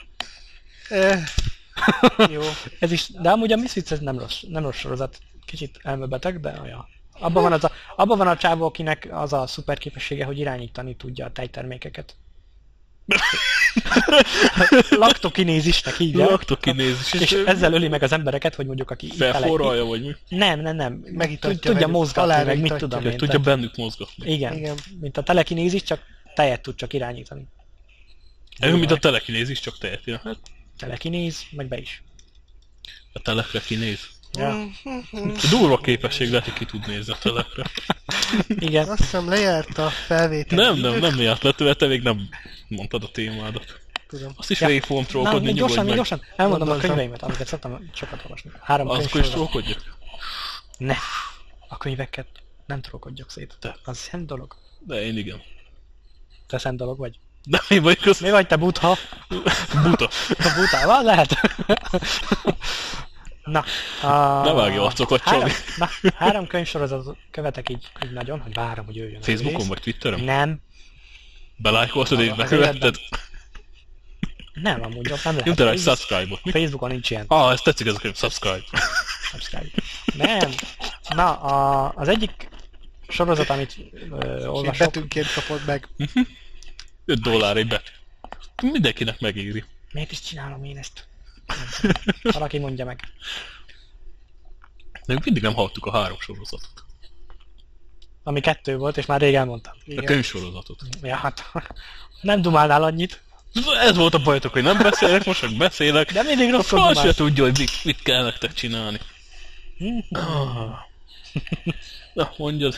Jó. Ez is, de amúgy a Misfits ez nem rossz sorozat. Kicsit elmebeteg, de olyan. Abban van a csávó, akinek az a szuper képessége, hogy irányítani tudja a tejtermékeket. Laktokinézisnek hívják. Laktokinézis. És ezzel öli meg az embereket, hogy mondjuk aki Felforralja, vagy mi? Nem. Megitatja Tudja velük, mozgatni, halára meg mit itatja. tudom Hogy én. tudja bennük mozgatni. Igen. Igen. Mint a telekinézis, csak tejet tud csak irányítani. Ez mint a telekinézis, csak tehet. Ja. Hát Telekinéz, meg be is. a telekre kinéz. Ja. Durva képesség lehet, hogy ki tud nézni a telepre. Igen. Azt hiszem lejárt a felvétel. Nem miatt lett, mert te még nem mondtad a témádat. Tudom. Azt is Ja. végig fogom trollkodni, nyugodj meg. Gyorsan, elmondom a Gondoltam. könyveimet, amiket szoktam sokat olvasni. 3 Akkor is könyvsorozat. trollkodjak? Ne! A könyveket nem trollkodjak szét. Te. Az szent dolog. De én igen. Te szent dolog vagy. De mi vagyok az Mi vagy te butha? buta. A butha? Van lehet? Na. Ne vágj arcokat, Csabi. 3 könyvsorozatot követek így nagyon, hogy várom, hogy jöjjön. a Facebookon rész. vagy Twitteren? Nem. Belájkoltad és Az bekövetted? Nem, amúgy ott nem lehet. Nyomtál egy subscribe-ot. Mi? Facebookon nincs ilyen. Ez tetszik ez a könyv, subscribe. Subscribe. Nem. Na, az egyik sorozat, amit És olvasok, betűnként kapod meg. $5 egy bet. Mindenkinek megéri. miért is csinálom én ezt? Nem tudom. Valaki mondja meg. De mindig nem hallottuk a 3 sorozatot. Ami 2 volt, és már rég elmondtam. A Igen. könyvsorozatot. Ja, hát nem dumálnál annyit, Ez volt a bajotok, hogy nem beszélek, most meg beszélek. de mindig A rosszul fal se dumálsz. tudja, hogy mit kell nektek csinálni. Na, mondjad.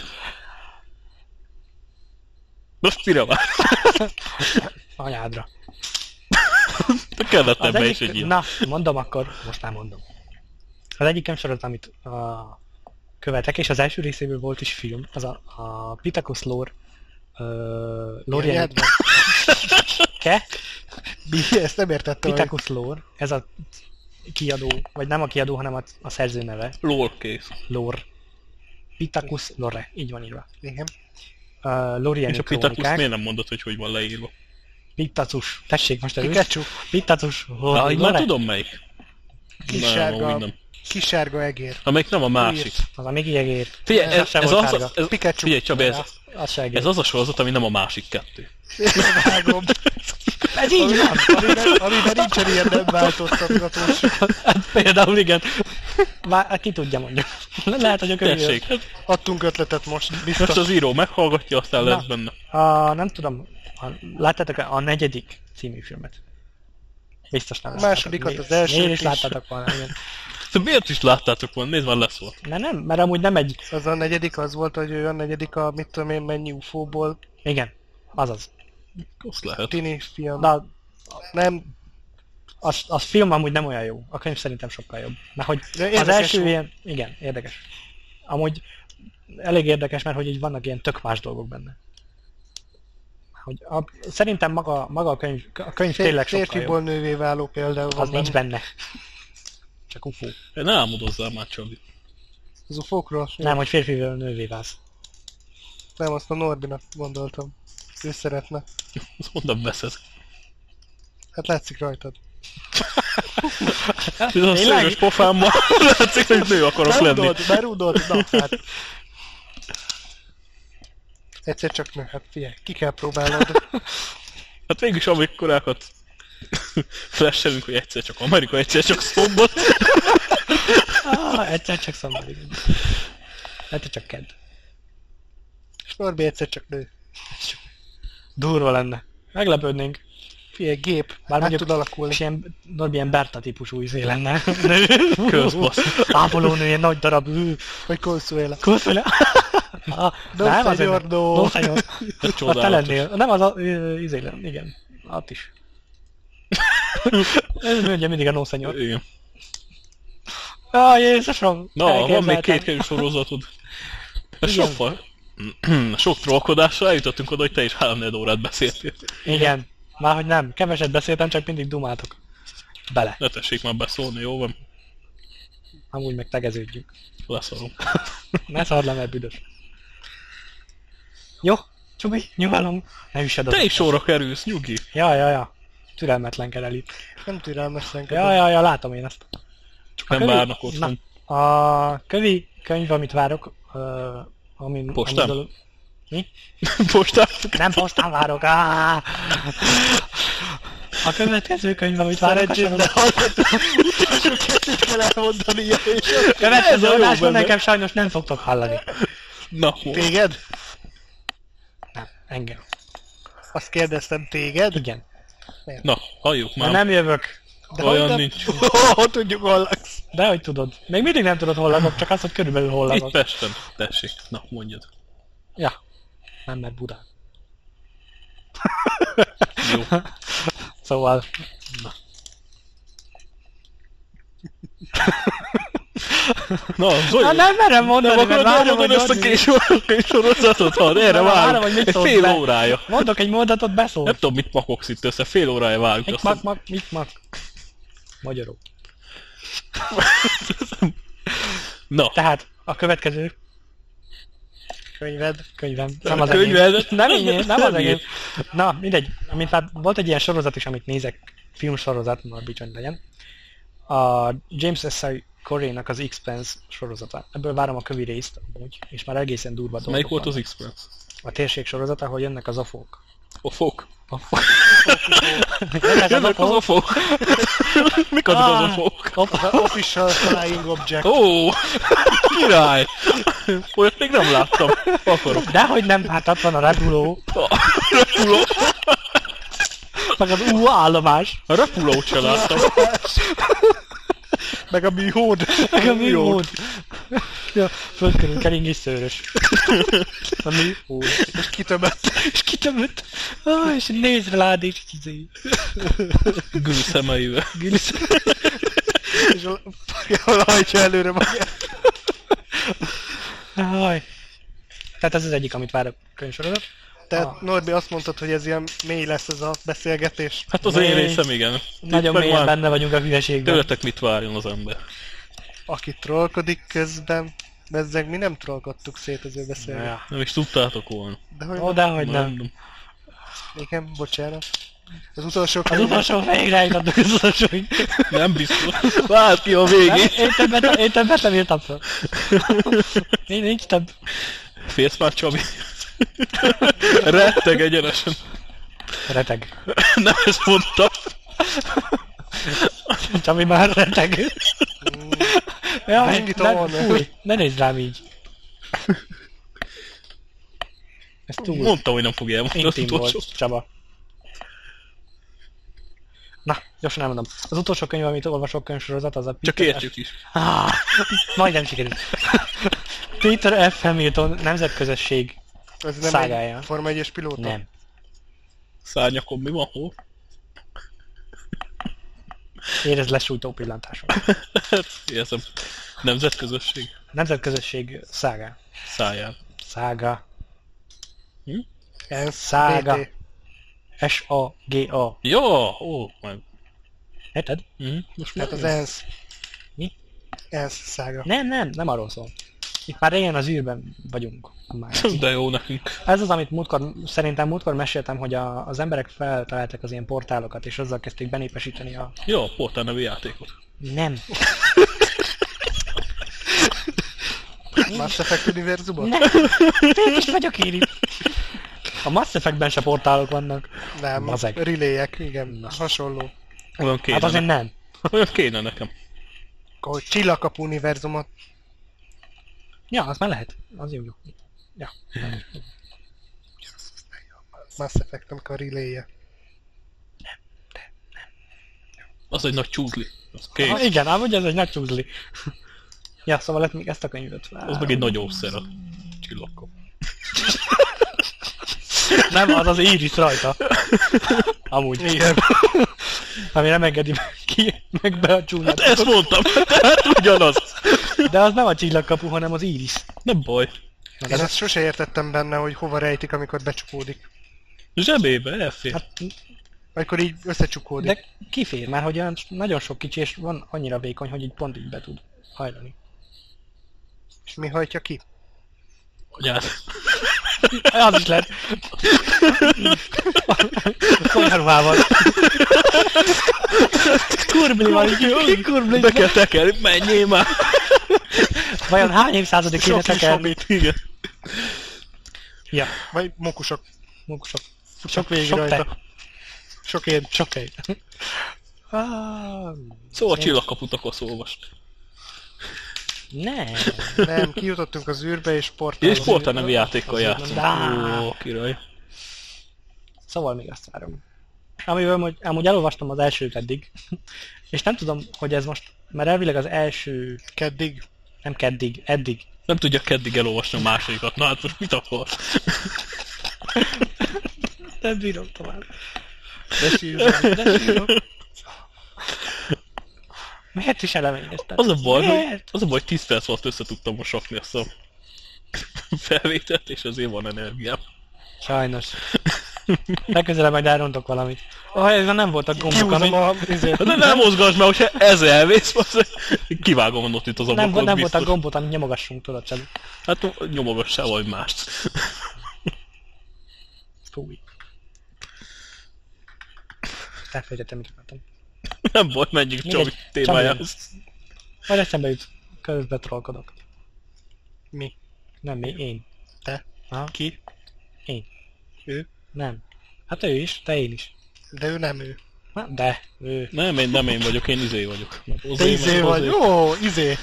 Most mire vár? Anyádra. Te kellett Az ebbe is egy ilyen. na, mondom akkor, most már mondom. Az egyik könyvsorozat, amit követek, és az első részéből volt is film, az a Pittacus Lore. Lore Ilyen van. Ke? Mi? Ezt nem értettem. hogy- Pittacus Lore, ez a kiadó, vagy nem a kiadó, hanem a szerző neve. Lore kész. Lore. Pittacus Lore, így van írva. Igen. Lorieni És a Pittacus krónikák. miért nem mondod, hogy van leírva? Pittacus. Tessék, most előtt. Pikachu. Pittacus. Na, így már Lore. tudom melyik. Kis Nem, sárga. amúgy nem. Kis sárga egér. Amelyik nem a másik. Az a még ilyegér. Figyelj, Az sem ez volt az, sárga. ez, Pikachu. figyelj Csabi, Az se egér. ez az a sorozat, ami nem a másik 2. Vágom. Ez így van. Amiben nincsen ilyen nem változtatgatós. Hát például igen. Már ki tudja mondjuk. Lehet, hogy a könyv. Tessék, hát Adtunk ötletet most, most biztos. az író meghallgatja, aztán Na. lesz benne. Nem tudom, láttátok a 4. című filmet? Biztos nem A láttátok. másodikat, az elsőt Miért is is. láttátok volna, igen. Te miért is láttátok volna? Nézd már, lesz volt. Mert amúgy nem egy... Az a negyedik az volt, hogy ő a negyedik a mit tudom én mennyi UFO-ból. Igen, azaz. Azt lehet. Tini film. De Nem, az film amúgy nem olyan jó. A könyv szerintem sokkal jobb. Mert hogy de az érdekes első volt. ilyen... Igen, érdekes. Amúgy elég érdekes, mert hogy így vannak ilyen tök más dolgok benne. Hogy szerintem maga a könyv tényleg sokkal jobb. Férfiból nővé váló például van Az nincs benne. benne. Csak UFO. Ne álmodozzál már, Csabi. Az UFO-król? Nem, hogy férfivel nővé válsz. Nem, azt a Norbinak gondoltam. Ő szeretne. Azt mondom, veszed. Hát látszik rajtad. Ez a szőrös pofámmal látszik, hogy nő akarok lenni. Berúdod, na hát. Egyszer csak nő, hát figyelj, ki kell próbálnod. Hát végülis amikkorákat flashelünk, hogy egyszer csak Amerika, egyszer csak Szombat. Egyszer csak szombat. Egyszer csak kedd. És Norbi egyszer csak nő. Durva lenne. Meglepődnénk. Figyelj, gép, Bár hát mondjuk- tud alakulni. És Norbi ilyen Berta típusú izé lenne. Közbasz. Ápolónő, ilyen nagy darab. Vagy Consuela. Kurszféle. Nem, az senyor, no. No, senyor. Ez Ott te csodálatos. lennél. Nem az a izé lenne, igen. Ott is. Ez mondja mindig a no, senyor. Igen. Jézusom! Na, van még elképzeltem. 2 könyvsorozatod. Ez Igen. sok trollkodással eljutottunk oda, hogy te is 3-4 órát beszéltél. Igen. Már hogy nem. Keveset beszéltem, csak mindig dumáltok. Bele. Ne tessék már beszólni, jó van? Amúgy meg tegeződjünk. Leszarom. Ne szard le, mert büdös. Jó, Csubi, nyugalom. Ne üssed az... Te is sorra kerülsz, nyugi. Ja. Türelmetlenkedel itt. Nem türelmetlenkedem. Ja, látom én ezt. Csak nem kövi- várnak otthon. A könyv, amit várok, Postán? amiből- Postán? Nem postán várok, A következő könyv, amit várok a Szerencsém, de sorozat. hallgatom. kell elmondani ilyen és Következő Ez a jó adásban benne. nekem sajnos nem fogtok hallani. Na, Téged? Nem, engem. Azt kérdeztem, téged? Igen. na, halljuk Már már. nem jövök. De Olyan hogy nem- nincs. Hogy tudjuk, hol laksz? De hogy tudod? Még mindig nem tudod hol lakok, csak azt, hogy körülbelül hol Itt lakok. Pesten. Tessék. Na, mondjad. Ja. Nem, mert Budán. Jó. Szóval... Na, Zoli. nem merem mondani, Nem mert akarod várom, hogy elmondani ezt a kis sorozatot, ha erre Várom, várunk. hogy mit Egy szólsz fél be. órája. Mondok egy mondatot, beszól. Nem tudom, mit makogsz itt össze, fél órája várjuk. Mit mak? Magyarul. Na, Tehát a következő... Könyvem. Nem az Könyved? enyém. Nem enyém, nem az Nem enyém. ír. Na, mindegy. Amint már volt egy ilyen sorozat is, amit nézek, filmsorozat, Norbicsony legyen. A James S. Corey-nak az Expanse sorozata. Ebből várom a kövi részt, amúgy, és már egészen durva dolgok melyik volt az vannak. Express? A térség sorozata, ahol jönnek az ofók. A fok. Jönnek az Jönnek az ofók. ofok. Mik azok az ofok? Official Flying Object. Ó, király! Olyat még nem láttam. Akarok. Dehogy nem, hát ott van a repuló, Repuló. meg az állomás, A repulót se láttam. Meg a műhód. meg a műhód. Ja, földkörül keringés szőrös. A műhód. És kitömött. És kitömött. És néz rád, és izé. Gül szemeivel. Gülsz. És hajtja előre magát. Haj. Tehát ez az egyik, amit várok könyvsorozat. Tehát Norbi azt mondtad, hogy ez ilyen mély lesz ez a beszélgetés. Hát az én részem, igen. Nagyon Itt meg mélyen már benne vagyunk a hülyeségben. Tőletek mit várjon az ember? Aki trollkodik közben, bezzeg mi nem trollkodtuk szét az ő beszélgetést. Ja. Nem is tudtátok volna. De hogy Ó, dehogy nem. igen, bocsánat. Az utolsó Az utolsó végre eljutottuk az utolsóig. Nem biztos. Vált ki a végén. Én többet nem írtam fel. Nincs több. Félsz már, Csabi? Retteg egyenesen. Reteg. Nem ezt mondtam. Csabi már reteg. Jaj, Bring it on. fúj, ne nézd rám így. Ez túl Mondtam, hogy nem fogja elmondani az intim utolsó. volt, Csaba. Na, gyorsan elmondom. Az utolsó könyv, amit olvasok könyvsorozat, az a Csak Peter értjük is. Majdnem sikerült. Peter F. Hamilton nemzetközösség. Ez nem Szágája. egy Forma 1-es pilóta? Nem. Szárnyakon mi van? Hol? Érezd lesújtó pillantásom. Hát, érzem. Nemzetközösség Nemzetközösség szága. száján. Szága. ENSZ, Szága. BT. S-A-G-A. Jó, ó, meg. Érted? Most Tehát már az ENSZ. Mi? ENSZ szága. Nem arról szól. Itt már régen az űrben vagyunk. Már. De jó nekünk. Ez az, amit szerintem múltkor meséltem, hogy az emberek feltaláltak az ilyen portálokat, és azzal kezdték benépesíteni a... Jó, Portál nevű játékot. Nem. Mass Effect univerzumot? Nem. Én is vagyok én itt. A Mass Effectben se portálok vannak. Nem, Mazeg. relayek, igen, hasonló. Olyan kéne. Hát azért nem. Olyan kéne nekem. Hogy Csillagkapu univerzumot. Ja, az már lehet. Az jó. Ja. Mass Effect-nek a relay-je. Az egy nagy csúzli. Az Ah, kész. igen, ám ugye ez egy nagy csúzli. Ja, szóval lett még ezt a könyvet. Az meg egy nagy ószer a csillagkap. Nem, az az Iris rajta. Amúgy. Igen. Ami nem engedi ki, meg be a csúnyát. Hát ezt mondtam, tehát ugyanaz. De az nem a csillagkapu, hanem az Iris. Nem baj. Én ezt sose értettem benne, hogy hova rejtik, amikor becsukódik. Zsebébe elfér. Hát, Amikor így összecsukódik. de kifér már, hogy olyan nagyon sok kicsi, és van annyira vékony, hogy így pont így be tud hajlani. És mi hajtja ki? Anyád. Az is lehet. Konyharuhával. Kurbli van, kurbli. Be kell tekerni, menjél már. Vajon hány évszázadig kéne Sok is tekerni? amit, igen. Ja, Vagy mokusok. munkusok. Sok végig sok rajta. te. Sok én. Sok tej. Szóval csillagkaput akarsz olvasni. Nem. Nem, kijutottunk az űrbe és portál. És Portál nevű játékkal játszom. Dá. Ó, király. Szóval még azt várom. amivel amúgy elolvastam az elsőt eddig, és nem tudom, hogy ez most, mert elvileg az első, Keddig. nem keddig, eddig. Nem tudja keddig elolvasni a másodikat. Na hát most mit akarsz? Nem bírom tovább. De sírok. Miért is eleményezted? Az a baj, Miért? hogy 10 perc alatt össze tudtam mosakni azt a felvételt, és azért van energiám. Sajnos. Legközelebb majd elrontok valamit. Ezzel nem voltak gombok, Kihúzom a... De nem mozgass, mert hogyha ez elvész, kivágom a notit az ablakon, nem biztos. voltak gombot, amit nyomogassunk, tudod, Cseli. Hát nyomogassál valami mást. Fúj. Elfelejtettem, mit akartam. Nem volt, menjünk Csabi Mindegy, témájához. Majd eszembe jut. Közben trollkodok. Mi? Nem mi, én. Te? Aha. Ki? Én. Ő? Nem. Hát ő is, te én is. De ő nem ő. Na, de, ő. Nem én vagyok, én izé vagyok. Te izé vagy. Jó, izé.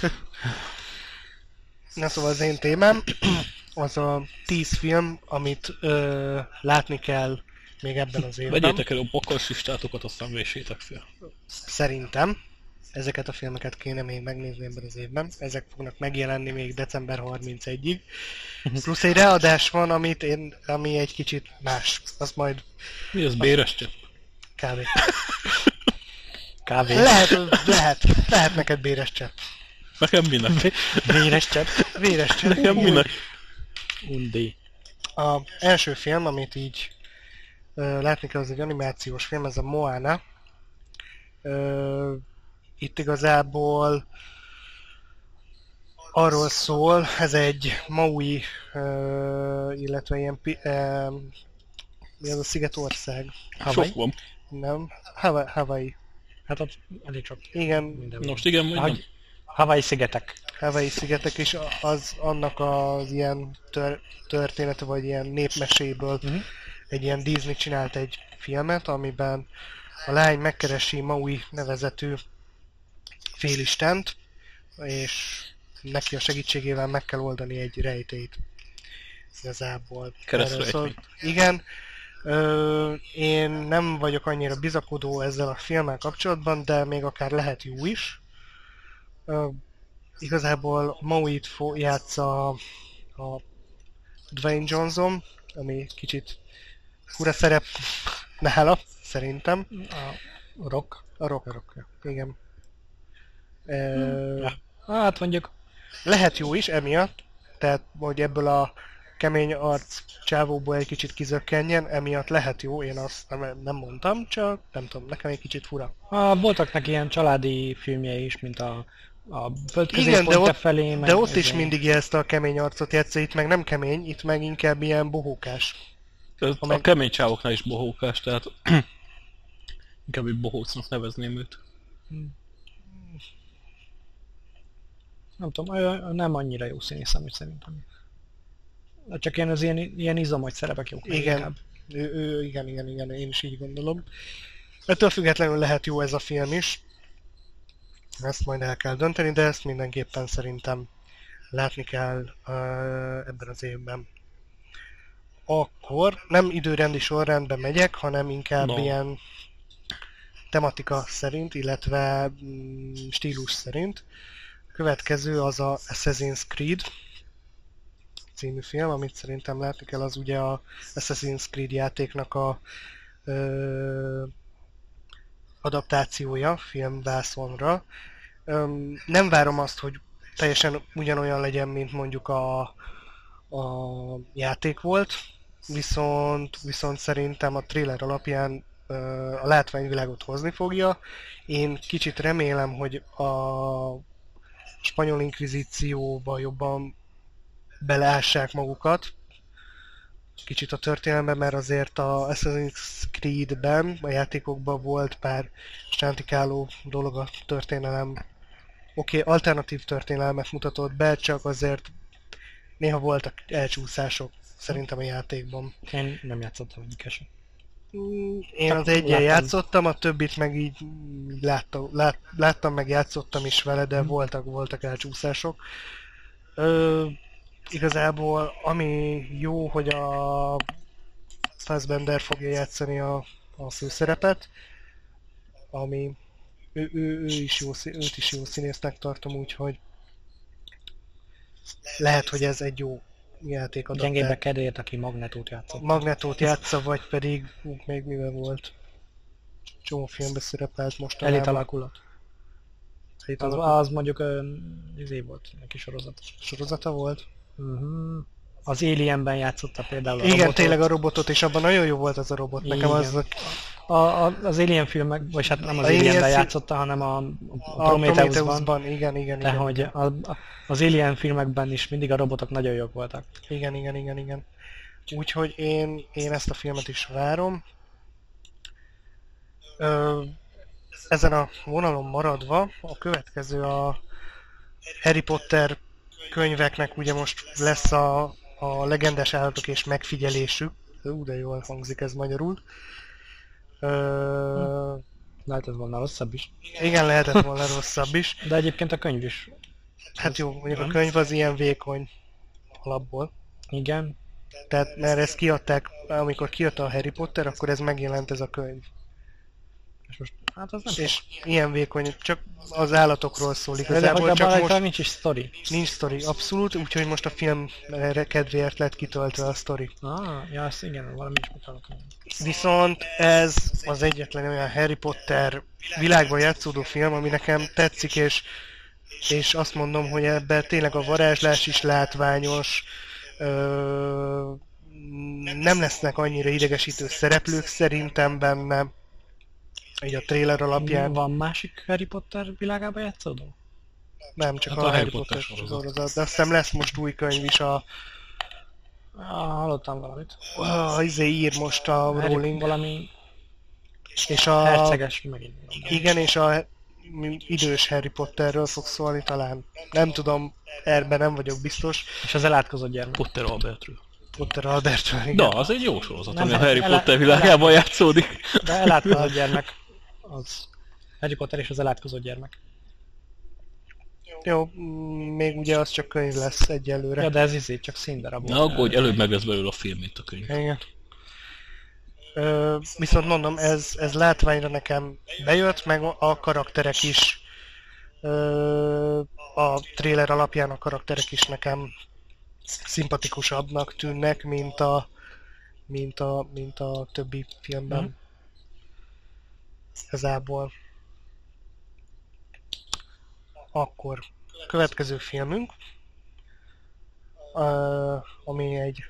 Na szóval az én témám az a 10 film, amit látni kell még ebben az évben. Vegyétek el a bakalsistátokat, aztán véssétek fel. Szerintem ezeket a filmeket kéne még megnézni ebben az évben. Ezek fognak megjelenni még december 31-ig. Plusz egy readás van, ami egy kicsit más. Az majd Mi az béres csepp? kávé. Kávé. Lehet neked béres csepp. Nekem minek? Véres csepp. Véres csepp. Nekem minek? Undi. A első film, amit így látni kell, az egy animációs film, ez a Moana. Itt igazából arról szól, ez egy Maui, illetve ilyen, mi az a szigetország? Sok van. Nem? Hawaii. Hát ott elég sok Igen, minden van. Most igen, vagy nem? Ahogy Hawaii szigetek. Hawaii szigetek, és az annak az ilyen története, vagy ilyen népmeséből egy ilyen Disney csinált egy filmet, amiben a lány megkeresi Maui nevezetű félistent, és neki a segítségével meg kell oldani egy rejtélyt. Igazából. Keresztrejtmény. Igen. Én nem vagyok annyira bizakodó ezzel a filmmel kapcsolatban, de még akár lehet jó is. Igazából Mauit játsza a Dwayne Johnson, ami kicsit fura szerep nála, szerintem. A Rock. A Rock. Igen. Hát mondjuk, Lehet jó is emiatt, tehát hogy ebből a kemény arc csávóból egy kicsit kizökkenjen, emiatt lehet jó, én azt nem mondtam, csak nem tudom, nekem egy kicsit fura. voltak neki ilyen családi filmjei is, mint a Földközi Igen, pont te felé. de ott is mindig ezt a kemény arcot játsza, itt meg nem kemény, itt meg inkább ilyen bohókás. A kemény csávoknál is bohókás, tehát inkább egy bohócnak nevezném őt. Nem tudom, nem annyira jó színész, amit szerintem. Csak az ilyen izomogy szerepek jók. Igen. Igen, én is így gondolom. Ettől függetlenül lehet jó ez a film is. Ezt majd el kell dönteni, de ezt mindenképpen szerintem látni kell ebben az évben. Akkor nem időrendi sorrendben megyek, hanem inkább ilyen tematika szerint, illetve stílus szerint. A következő az a Assassin's Creed című film, amit szerintem látni kell, az ugye a Assassin's Creed játéknak a adaptációja filmvászonra. Nem várom azt, hogy teljesen ugyanolyan legyen, mint mondjuk a játék volt, viszont szerintem a trailer alapján a látványvilágot hozni fogja. Én kicsit remélem, hogy a spanyol inkvizícióba jobban beleássák magukat, kicsit a történelemben, mert azért a Assassin's Creed-ben, a játékokban volt pár sántikáló dolog a történelem. Oké, alternatív történelmet mutatott be, csak azért néha voltak elcsúszások szerintem a játékban. Én nem játszottam egyiket. Én az egyen játszottam, a többit meg így láttam meg játszottam is vele, de voltak elcsúszások. Igazából ami jó, hogy a Fassbender fogja játszani a a főszerepet, ami ő is jó, őt is jó színésznek tartom, úgyhogy lehet, hogy ez egy jó játékadaptáció. Gyengébbek kedvéért, aki Magnetót játszott. Magnetót játsza, vagy pedig még mivel volt. Csomó filmbe szerepelt mostanában. Elit alakulat. Elit Az, alakulat. az mondjuk izé volt, neki sorozat. Sorozata volt. Az Alienben játszotta például a Igen, robotot. tényleg a robotot, és abban nagyon jó volt az a robot. Nekem az... Az Alien filmek, vagy hát nem az Alien Alienben fi- játszotta, hanem a A Prometheusban. Prometheusban, igen. De hogy az Alien filmekben is mindig a robotok nagyon jók voltak. Igen. Úgyhogy én ezt a filmet is várom. Ezen a vonalon maradva, a következő a Harry Potter könyveknek ugye most lesz a legendás állatok és megfigyelésük. De jól hangzik ez magyarul. Lehetett volna rosszabb is. Igen, lehetett volna rosszabb is. De egyébként a könyv is. Hát jó, mondjuk a könyv az ilyen vékony alapból. Igen. Tehát mert ezt kiadták, amikor kijött a Harry Potter, akkor ez megjelent ez a könyv. És most, hát az nem És ilyen vékony, csak az állatokról szól de igazából, hogy csak abban most nincs is sztori. nincs sztori, abszolút, úgyhogy most a film kedvéért lett kitöltve a sztori. Ja, azt igen, valami is mutatnak. Viszont ez az egyetlen olyan Harry Potter világban játszódó film, ami nekem tetszik, és azt mondom, hogy ebben tényleg a varázslás is látványos, nem lesznek annyira idegesítő szereplők szerintem benne, így a trailer alapján. Van másik Harry Potter világában játszódó? Nem, csak Hát a a Harry Potter sorozat, de azt hiszem lesz most új könyv is, Hallottam valamit. izé ír most a Rowling, Valami és a... herceges megint. Igen, és a idős Harry Potterről fog szólni talán. Nem tudom, ebben nem vagyok biztos. És az elátkozott gyermek. Potter Albertről. Potter Albertről, igen. Na, az egy jó sorozat, Nem, ami a hát Harry Potter világában játszódik. De elátkozott gyermek. Az Harry Potter és az elátkozott gyermek. Jó, még ugye az csak könyv lesz egyelőre. Ja, de ez izé, csak színdarab. Na, aggódj, előbb meg lesz belőle a film, mint a könyv. Igen. Viszont mondom, ez látványra nekem bejött, meg a karakterek is. A trailer alapján a karakterek is nekem szimpatikusabbnak tűnnek, mint a többi filmben. Igazából. Akkor következő filmünk, ami egy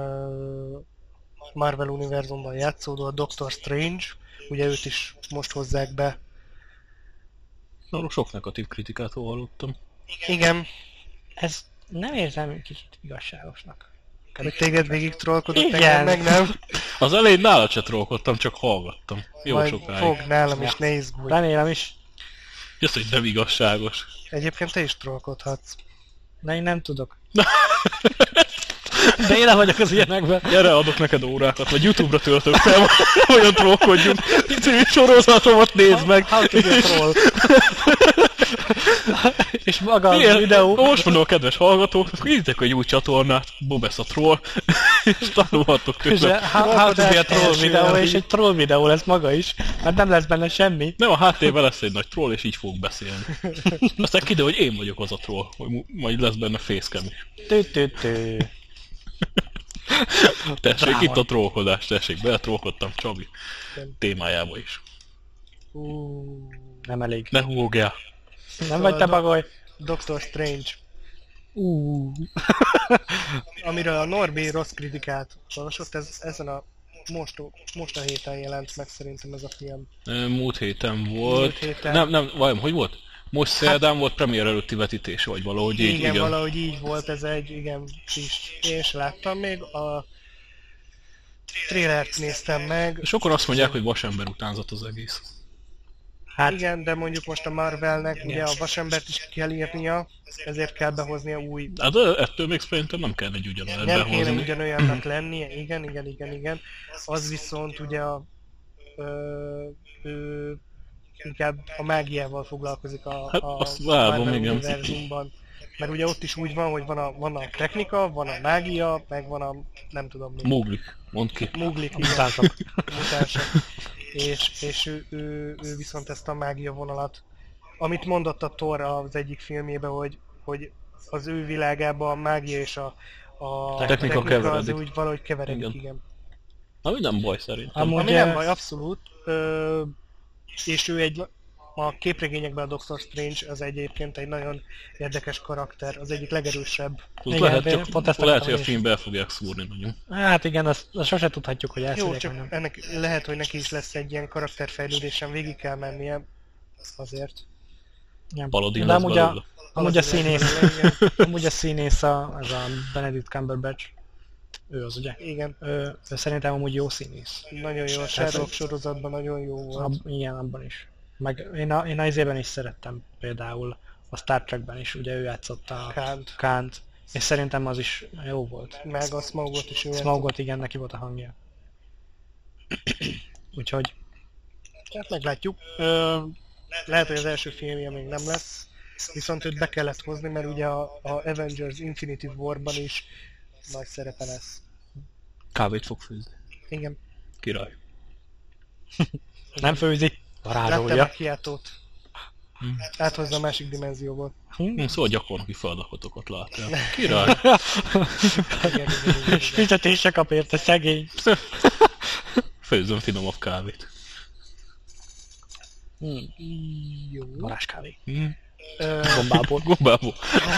Marvel univerzumban játszódó, a Doctor Strange. Ugye őt is most hozzák be. Na, sok negatív kritikát hallottam. Igen, Ez nem érzem kicsit igazságosnak. hogy téged végig trollkodott, Igen. engem meg nem. Az elején nálad se trollkodtam, csak hallgattam. Jó Majd sokáig. fog nálam is, ne izgulj. Remélem is, Jössz, hogy nem igazságos. Egyébként te is trollkodhatsz. de én nem tudok. De én nem vagyok az ilyenekben. Gyere, adok neked órákat, vagy YouTube-ra töltök fel, olyan trollkodjunk. Című sorozatomat nézd meg. How to be a troll. És maga a Ilyen, videó. most mondom a kedves hallgatóknak, nézzétek egy új csatornát, Bobesz a troll, és tanulhattok És tőle. how to be a troll első videó, elvi. és egy troll videó lesz maga is, mert nem lesz benne semmi. Nem, a háttérben lesz egy nagy troll, és így fogok beszélni. Aztán kiderül, hogy én vagyok az a troll, hogy majd lesz benne facecam is. Tü-tü-tü. Tessék, Dráma. itt a trollkodás, tessék, beletrollkodtam Csabi témájába is. Nem elég. Ne húgjál. Nem vagy te bagoly. Doctor Strange. Amiről a Norbi rossz kritikát olvasott, ez ezen a most a héten jelent meg szerintem ez a film. Múlt héten volt. Múlt héten. Nem, vajon, hogy volt? Most szerdán volt premier előtti vetítés, vagy valahogy így, Igen, valahogy így volt, ez egy igen friss. Én sem láttam még, a trailert néztem meg. Sokan azt mondják, hogy vasember utánzat az egész. Hát Igen, de mondjuk most a Marvelnek ugye a vasembert is kell írnia, ezért kell behoznia új... Hát de ettől még szerintem nem kell egy ugyanolyan Nem kéne behozni. ugyanolyannak lennie, igen. Az viszont ugye ő inkább a mágiával foglalkozik Hát a azt várom, Marvel igen. univerzumban. Mert ugye ott is úgy van, hogy van a technika, van a mágia, meg van a nem tudom mi. Mowglik, mondd ki. Muglik, mutánsok. mutánsok. és ő viszont ezt a mágia vonalat, amit mondott a Thor az egyik filmjében, hogy az ő világában a mágia és a technika az keveredik. úgy valahogy keveredik, Igen. igen. Ami nem baj szerintem. Amúgy- Ami nem baj, abszolút. És ő a képregényekben a Doctor Strange az egyébként egy nagyon érdekes karakter, az egyik legerősebb. Plusz Igen, lehet, de csak, pont ezt lehet, akartam hogy a én is. filmbe el fogják szúrni nagyon. Hát igen, azt sose tudhatjuk, hogy Jó, elszúrják, csak vagy nem. ennek lehet, hogy neki is lesz egy ilyen karakterfejlődésen, végig kell mennie azért. Ja. Paladin De lesz amúgy belőle. amúgy a színész, Igen. amúgy a színész ez a Benedict Cumberbatch. Ő az, ugye? Igen, Ő szerintem amúgy jó színész. nagyon jó, a Sherlock sorozatban nagyon jó volt. Igen, abban is. Meg én a izében is szerettem például, a Star Trekben is, ugye ő játszott a Kant, Kant, és szerintem az is jó volt. meg a Smaug-ot is ő Smaugot, igen, neki volt a hangja. Úgyhogy, Hát meglátjuk. Lehet, hogy az első filmje még nem lesz, viszont őt be kellett hozni, mert ugye a Avengers Infinity War-ban is nagy szerepe lesz. Kávét fog főzni. Igen, Király. nem főzi, láttam a varázsolja. kiáltót. Áthozza a másik dimenzióból. Szóval gyakornoki feladatokat lát el. Király. Igen. És fizetése kap érte, szegény. Főzzön finomabb kávét. Jó. Varázskávé. Gombából. Gombából.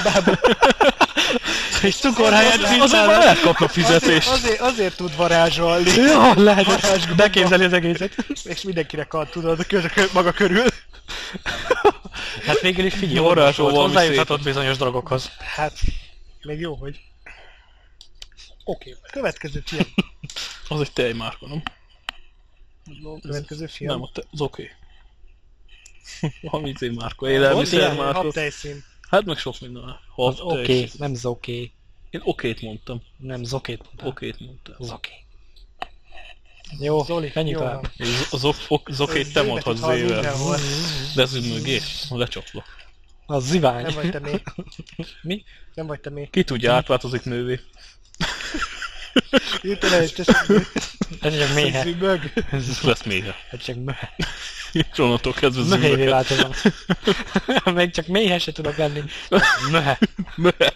És cukor helyett Azért már lehet kapna fizetést. Azért tud varázsolni. Jó, lehet, beképzeli az egészet. És mindenkinek ad, tudod, a maga körül. Hát végül is figyelj, Jó, orvos varázsol volt, valami hozzájuthatott bizonyos dolgokhoz. Hát, még jó, hogy... Oké, következő film. Az egy tejmárka, nem? Következő film. Nem, az oké. Valami izé márka, élelmiszer Ilyen márka. habtejszín. Hát meg sok minden. Az oké, nem zoké. Én okét mondtam. Nem zokét mondtál. Okét mondtam. Zoké. Jó, Zoli, menjünk jó tovább. van. És az okét te mondhatsz Zöldbetűt hall zével. mindenhol. De ez úgy mögé, lecsaplak. Az zivány. Nem vagy te még. Mi? Nem vagy te még. Ki tudja, átváltozik nővé. Írtál el egy tessék. Ez csak méhe. Zübög. Ez lesz méhe. Ez csak möhe. És onnantól kezdve Möhévé zümmöghet. változom. Még csak méhe se tudok lenni. Möhe. Möhe.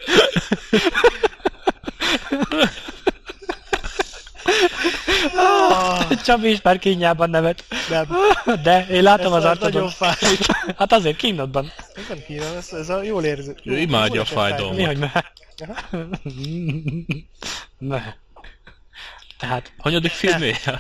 Csabi is már kínjában nevet. Nem. De én látom az Ez nagyon arcodon. fáj. Hát azért kínodban. Ez nem kínos, ez a jól érző. Ő imádja a fájdalmat. Mi, hogy möhe? Aha. Möhe. Tehát Hanyadik filmé?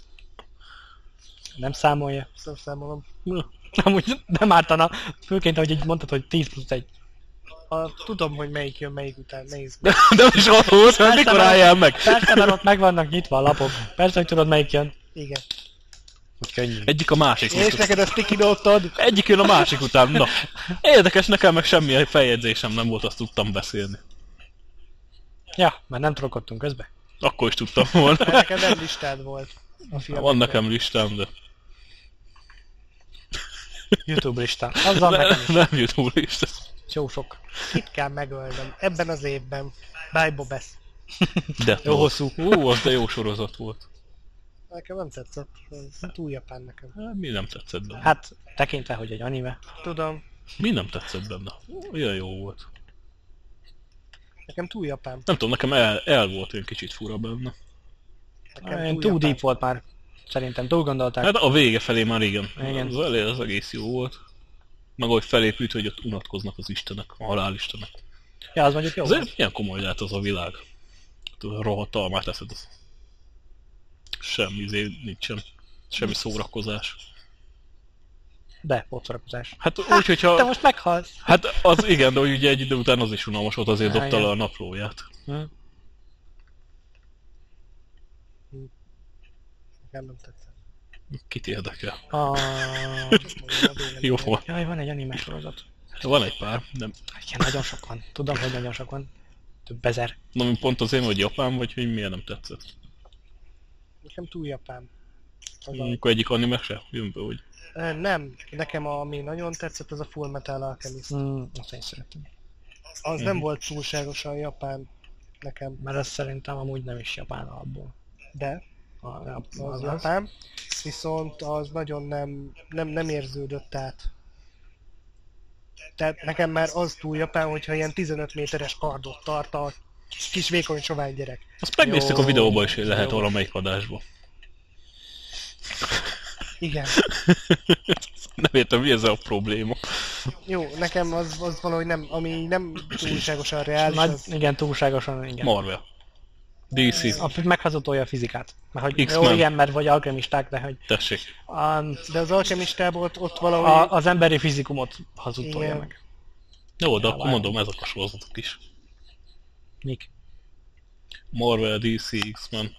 nem számolja. Számolom. Amúgy nem ártana. Főként, ahogy így mondtad, hogy 10+1. Tudom, hogy melyik jön, melyik után, nézd. De is ahhoz, mert mikor álljál meg? Persze, mert ott meg vannak nyitva a lapok. Persze, hogy tudod, melyik jön. Igen. Hogy könnyű. Egyik a másik És után. neked a sticky note-od? Egyik jön a másik után. Na, érdekes, nekem meg semmi feljegyzésem nem volt, azt tudtam beszélni. Ja, mert nem trollkodtunk közbe. Akkor is tudtam volna. Mert neked nem listád volt. A filmekben. Van nekem listám, de YouTube lista. Azzal nekem is. nem jut túl lista. Jó sok. Kit kell megölnöm? Ebben az évben. Bye, Bobesz. De Jó hosszú. Az de jó sorozat volt. Nekem nem tetszett. Ez túl japán nekem. Hát, mi nem tetszett benne? Hát, tekintve, hogy egy anime. Tudom. Mi nem tetszett benne? Olyan jó volt. Nekem túl japán. Nem tudom, nekem el volt olyan kicsit fura benne. Nekem Túl japán. deep volt már. Szerintem túl gondolták. Hát a vége felé már igen. Igen. Az elé az egész jó volt. Meg ahogy felépült, hogy ott unatkoznak az istenek, a halálistenek. Ja, az mondjuk jó. Azért milyen komoly lehet az a világ. Rohadt almát eszed az. Semmi nincsen. Semmi szórakozás. De, potszorakozás. Hát úgy, hogyha... Te most meghalsz. Hát az igen, de ugye egy idő után az is unalmas volt, azért Á, dobta le igen. a naplóját. Nekem nem tetszett. Kit érdekel? Jó Jó volt. Jaj, van egy anime sorozat. Van egy pár, nem. Igen, nagyon sok van. Tudom, hogy nagyon sok van. Több ezer. Na, mi pont azért, hogy japán vagy, hogy miért nem tetszett. Nekem túl japán. Az Amikor egyik anime se jön be, hogy... Nem, nekem ami nagyon tetszett, az a Full Metal Alchemist. Azt én szeretem. Az nem volt túlságosan japán nekem, Mert az szerintem amúgy nem is japán alapból. de az japán, viszont az nagyon nem érződött át. Tehát nekem már az túl japán, hogyha ilyen 15 méteres kardot tart a kis vékony sovány gyerek. Azt megnéztük Jó, a videóban is, hogy lehet jó. valamelyik adásban. Igen. Nem értem, mi ezzel a probléma. Jó, nekem az valahogy nem, ami nem túlságosan reális, az... Igen, túlságosan, igen. Marvel. DC. Meghazudtolja a fizikát. Mert hogy X-Men. jó, igen, mert vagy alkemisták, de hogy Tessék. De az alkemistában ott valahogy... az emberi fizikumot hazudtolja Igen. meg. Jó, de akkor várom. mondom, ezek a sorozatok is. Mik? Marvel, DC, X-Men.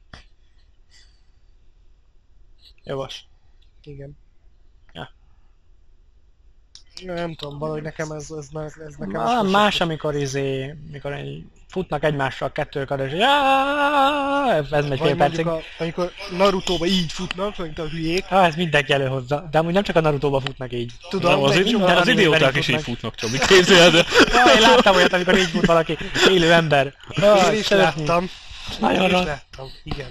Javas. Igen. Ja. Nem tudom, valahogy nekem ez nekem... Más, amikor mikor futnak egymással kettőkkel, és ez megy fél Vagy percig. mondjuk amikor Narutóba így futnak, mint a hülyék. Ez mindenki előhozza. De amúgy nem csak a Narutóba futnak így. Tudom, Nem, az, meg minden az animében idióták így is így futnak. futnak, Csabi, képzeld el. Én láttam olyat, amikor így fut valaki, élő ember. Én is láttam. Nagyon Én is rossz. láttam, igen.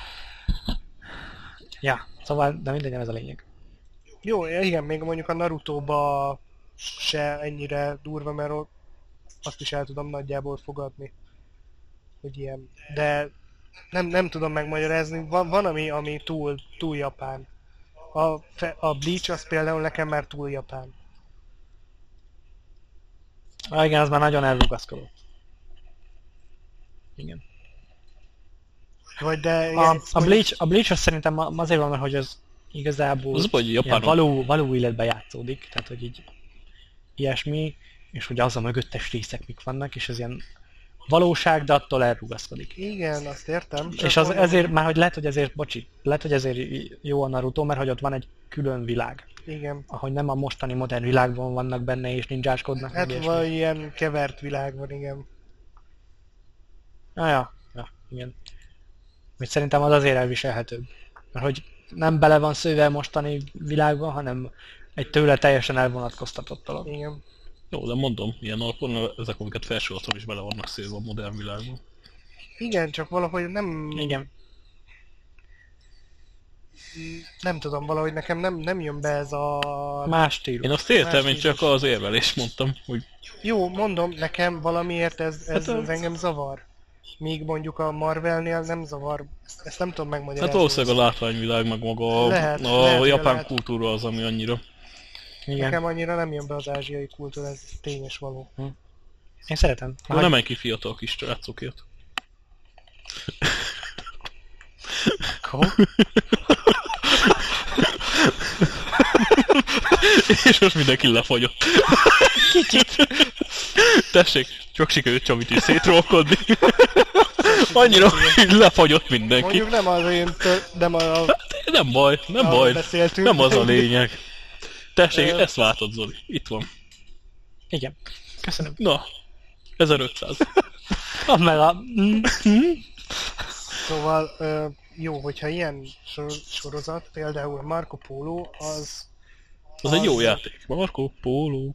Ja, szóval, de mindegy, ez a lényeg. Jó, igen, még mondjuk a Narutóba se ennyire durva, mert ott azt is el tudom nagyjából fogadni, hogy ilyen. De nem tudom megmagyarázni, van ami túl japán. A Bleach az például nekem már túl japán. Igen, az már nagyon elrugaszkodott. Igen. Vagy de... A Bleach az szerintem azért van, mert hogy az igazából Az baj, hogy ilyen japánok. való életben játszódik, tehát hogy így ilyesmi, és hogy az a mögöttes részek mik vannak, és az ilyen valóság, de attól elrugaszkodik. Igen, azt értem. És az ezért, már hogy lehet, hogy ezért jó a Naruto, mert hogy ott van egy külön világ, Igen. ahogy nem a mostani modern világban vannak benne és ninjáskodnak. meg Hát ilyesmi. van ilyen kevert világ van, igen. Ja, igen. Hogy szerintem az azért elviselhetőbb. Mert hogy nem bele van szőve a mostani világban, hanem egy tőle teljesen elvonatkoztatott dolog. Igen. Jó, de mondom, ilyen alapon ezek, amiket felsoroltam is bele vannak szélve a modern világban. Igen, csak valahogy nem... Igen. Nem tudom, valahogy nekem nem jön be ez a... Más stílus. Én azt értem, Más én csak stílus. az érvelést mondtam, hogy Jó, mondom, nekem valamiért ez Hát az- engem zavar. Míg mondjuk a Marvelnél nem zavar, ezt nem tudom megmagyarázni. hát valószínűleg a látványvilág, meg maga Lehet, a hogy japán lehet. kultúra az, ami annyira. Igen. Nekem annyira nem jön be az ázsiai kultúra, ez tény és való. Én szeretem. Jó, nem menj ki fiatal kis srácokért. És most mindenki lefagyott. Kicsit. Tessék, csak sikerült Csabit is szétrolkodni. Annyira, hogy lefagyott mindenki. Mondjuk nem az én, nem a... Nem baj, nem arról baj. beszéltünk. Nem az a lényeg. Tessék, Ö. ezt látod, Zoli. Itt van. Igen. Köszönöm. Na, 1500. Add meg a... Szóval jó, hogyha ilyen sorozat, például Marco Polo, Az egy jó játék. Marco Polo.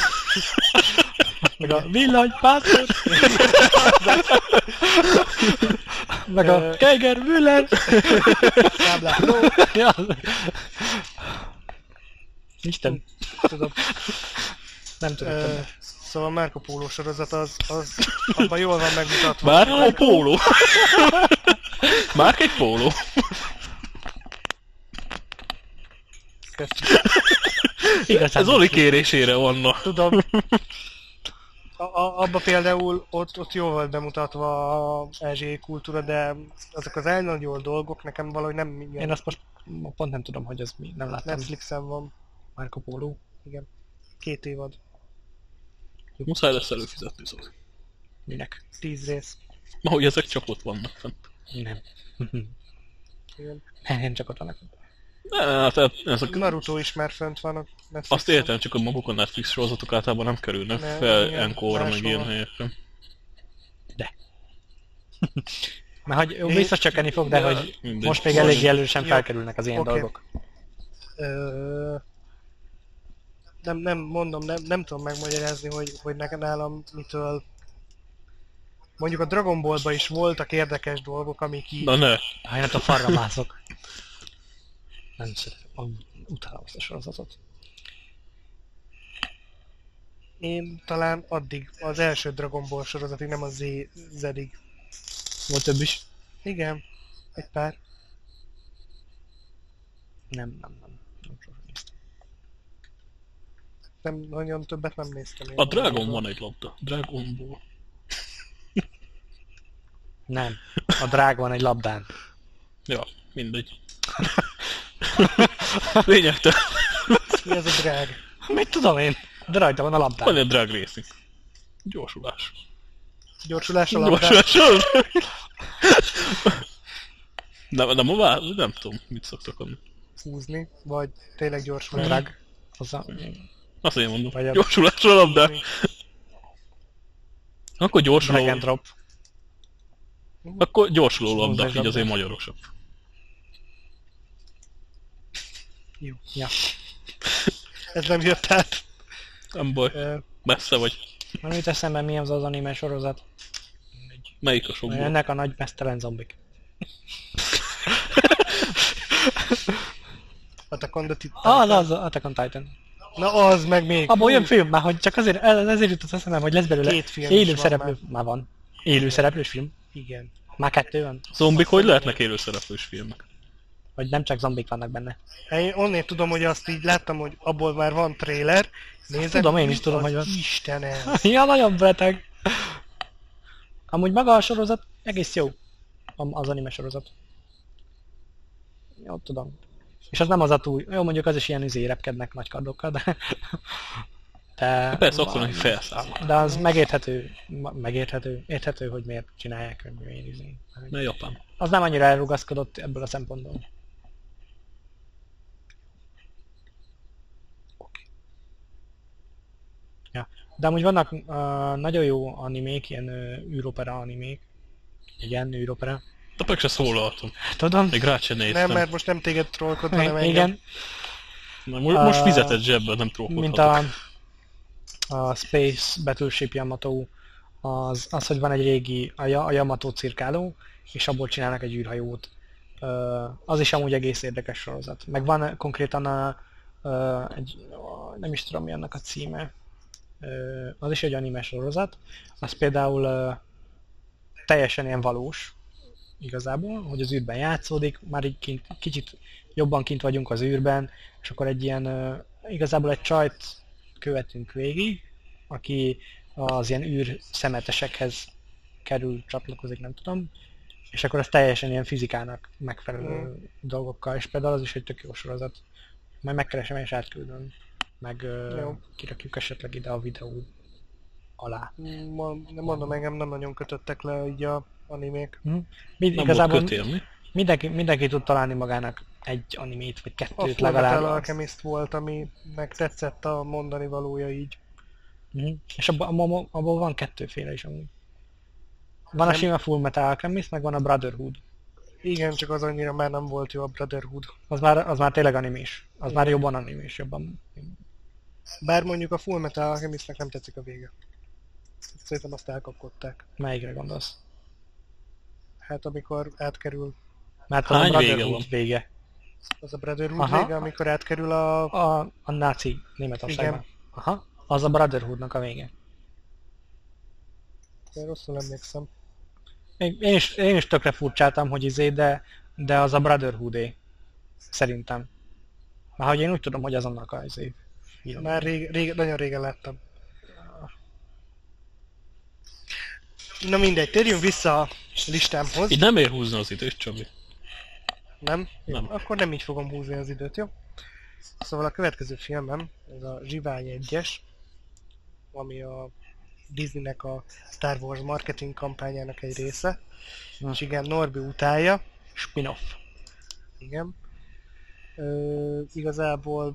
Meg a villanypásztor. Meg a Geiger Müller. tábláló, Ja. Isten. tudom. Nem tudok Ö, többet. Szóval Marco Polo sorozat az abban jól van megmutatva. Marco Polo. Márk egy póló. Igazán. Zoli kérésére vanna. Tudom. Abba például ott jól volt bemutatva az ázsiai kultúra, de azok az elnagyolt dolgok nekem valahogy nem igen. Én azt most pont nem tudom, hogy ez mi. Nem láttam. Netflixen van, Marco Polo. igen. 2 évad, Muszáj lesz előfizetni, Zoli. Minek? 10 rész. Ma, hogy ezek csak ott vannak fent. Nem. Igen. Nem csak ott vannak. Hát ezek, Naruto is már fönt van a Netflixen. azt értem, csak a maguk a Netflix sorozatok általában nem kerülnek Ne, fel igen, Encore, meg máshol. ilyen helyekre. Mert hogy biztos csökkenni fog, de hogy Mindegy. most még elég erősen Jó. felkerülnek az ilyen Oké. dolgok. Ö, nem mondom, nem tudom megmagyarázni, hogy nekem nálam mitől mondjuk a Dragon Ballban is voltak érdekes dolgok, amik így... Na ne! Ha én a falra mászok. Nem szeretem, utálom azt a sorozatot. Én talán addig, az első Dragon Ball sorozatig, nem a Z-ig. Volt több is? Igen, egy pár. Nem sosem néztem. Nem, nagyon többet nem néztem én. A Dragon van egy labda. Dragon Ball. Nem. A drág van egy labdán. Ja, mindegy. Lényegtelen. Mi ez a drág? Mit tudom én? De rajta van a labdán. Van egy drag racing. Gyorsulás. Gyorsulás a labdán? Gyorsulás. De ma már nem tudom, mit szoktak adni. Húzni, vagy tényleg A gyorsulás? drág. Az a... Azt én mondom. Vagy a- Gyorsulás a labdán. Akkor Drag and gyorsuló. drop. Akkor gyorsuló labda, Húzás így azért labda. magyarosabb. Jó. Ja. Ez nem jött át. Nem baj. Ö, Messze vagy. Nem jut eszembe, mi az az anime sorozat. Melyik a sokból? Ennek a nagy mesztelen zombik. Attack on the Titan. Az Attack on Titan. Na az meg még. Abból jön film, már hogy csak ezért jutott eszembe, hogy lesz belőle Két film is élő van szereplő. Már van. Élő szereplős film. Igen. Már 2 van. Zombik hogy lehetnek élőszereplős filmek? Hogy nem csak zombik vannak benne. Hát én onnét tudom, hogy azt így láttam, hogy abból már van trailer. Nézem, Tudom, én is mi tudom, az hogy van. Istenem. Ja, nagyon beteg. Amúgy maga a sorozat egész jó. Az anime sorozat. Jó, tudom. És az nem az a túl... Jó, mondjuk az is ilyen repkednek nagy kardokkal, de... De... Persze, akkor neki felszáll. De az megérthető, érthető, hogy miért csinálják, hogy miért izé. Mert Japán. Az nem annyira elrugaszkodott ebből a szempontból. Ja. De amúgy vannak nagyon jó animék, ilyen űropera animék. Igen, űropera. De meg se szólaltam. Tudom? Még rá sem néztem. Nem, mert most nem téged trollkod, hanem engem. Igen, Na, most fizetett zsebből, nem trókolhatok. mint a Space Battleship Yamato, az, hogy van egy régi, a Yamato cirkáló, és abból csinálnak egy űrhajót. Az is amúgy egész érdekes sorozat. Meg van konkrétan nem is tudom mi annak a címe, az is egy anime sorozat, az például teljesen ilyen valós, igazából, hogy az űrben játszódik, már így kicsit jobban kint vagyunk az űrben, és akkor egy ilyen, igazából egy csajt követünk végig, aki az ilyen űrszemetesekhez csatlakozik, nem tudom, és akkor az teljesen ilyen fizikának megfelelő dolgokkal, és például az is egy tök jó sorozat. Majd megkeresem és átküldöm, meg kirakjuk esetleg ide a videó alá. Mondom, engem nem nagyon kötöttek le így a animék. Nem Igazából volt kötél, mi? mindenki tud találni magának egy animét, vagy A kettőt Fullmetal legalább. Alchemist volt, aminek tetszett a mondani valója így. És abból van kettőféle is amúgy. Van a Nem. sima Fullmetal Alchemist, meg van a Brotherhood. Igen, csak az annyira már nem volt jó a Brotherhood. Az már tényleg animés. Az már jobban animés, jobban. Bár mondjuk a Fullmetal Alchemistnek nem tetszik a vége. Szerintem azt elkapkodták. Melyikre gondolsz? Hát amikor átkerül, Mert az Hány a vége Brotherhood van? vége. az a Brotherhood Aha. vége, amikor átkerül a... A náci Németországban. Igen. Aha. Az a Brotherhoodnak a vége. Én rosszul emlékszem. Én is tökre furcsáltam, hogy de az a Brotherhood-é. Szerintem. Már hogy én úgy tudom, hogy az annak a film. Már nagyon régen láttam. Na mindegy, térjünk vissza a listámhoz. Így nem ér húzni az időt, Csabi. Nem? Jó, Nem. akkor nem így fogom húzni az időt, jó? Szóval a következő filmem, ez a Zsivány 1-es, ami a Disneynek a Star Wars marketing kampányának egy része. És igen, Norbi utálja. Spin-off. Igen. Igazából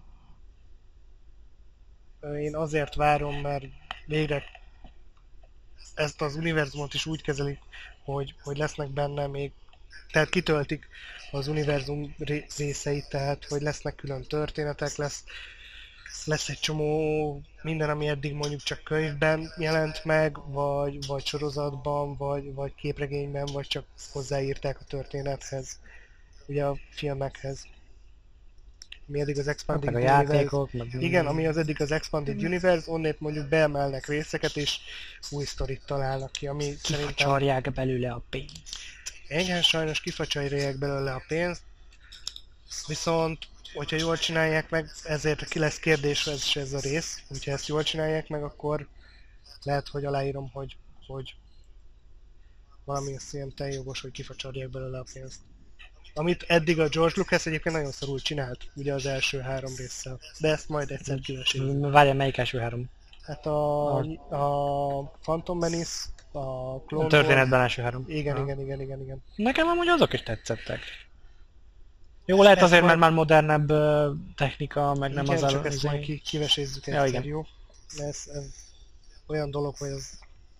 én azért várom, mert végre ezt az univerzumot is úgy kezelik, hogy lesznek benne még, tehát kitöltik az univerzum részeit, tehát hogy lesznek külön történetek, lesz lesz egy csomó minden, ami eddig mondjuk csak könyvben jelent meg, vagy sorozatban, vagy képregényben, vagy csak hozzáírták a történethez, ugye a filmekhez. Ami eddig az Expanded Meg a Universe... játékok, meg... Igen, ami az eddig az Expanded Universe, onnét mondjuk beemelnek részeket, és új sztorit találnak ki, ami szerintem... Kifacsarják belőle a pénzt. Igen, sajnos kifacsarják belőle a pénzt, viszont hogyha jól csinálják meg, ezért ki lesz kérdés ez a rész, hogyha ezt jól csinálják meg, akkor lehet, hogy aláírom, hogy valamilyen szinten jogos, hogy kifacsarják belőle a pénzt. Amit eddig a George Lucas egyébként nagyon szarul csinált, ugye az első 3 résszel. De ezt majd egyszer kivesézzük. Várjál, melyik első 3? Hát a Phantom Menace, a Clone A történetben első 3. Igen. Nekem amúgy azok is tetszettek. Jó, lehet azért, mert már modernebb technika, meg nem igen, az csak ezt majd kivesézzük Ja, egyszer, igen. jó? Ez olyan dolog, hogy az...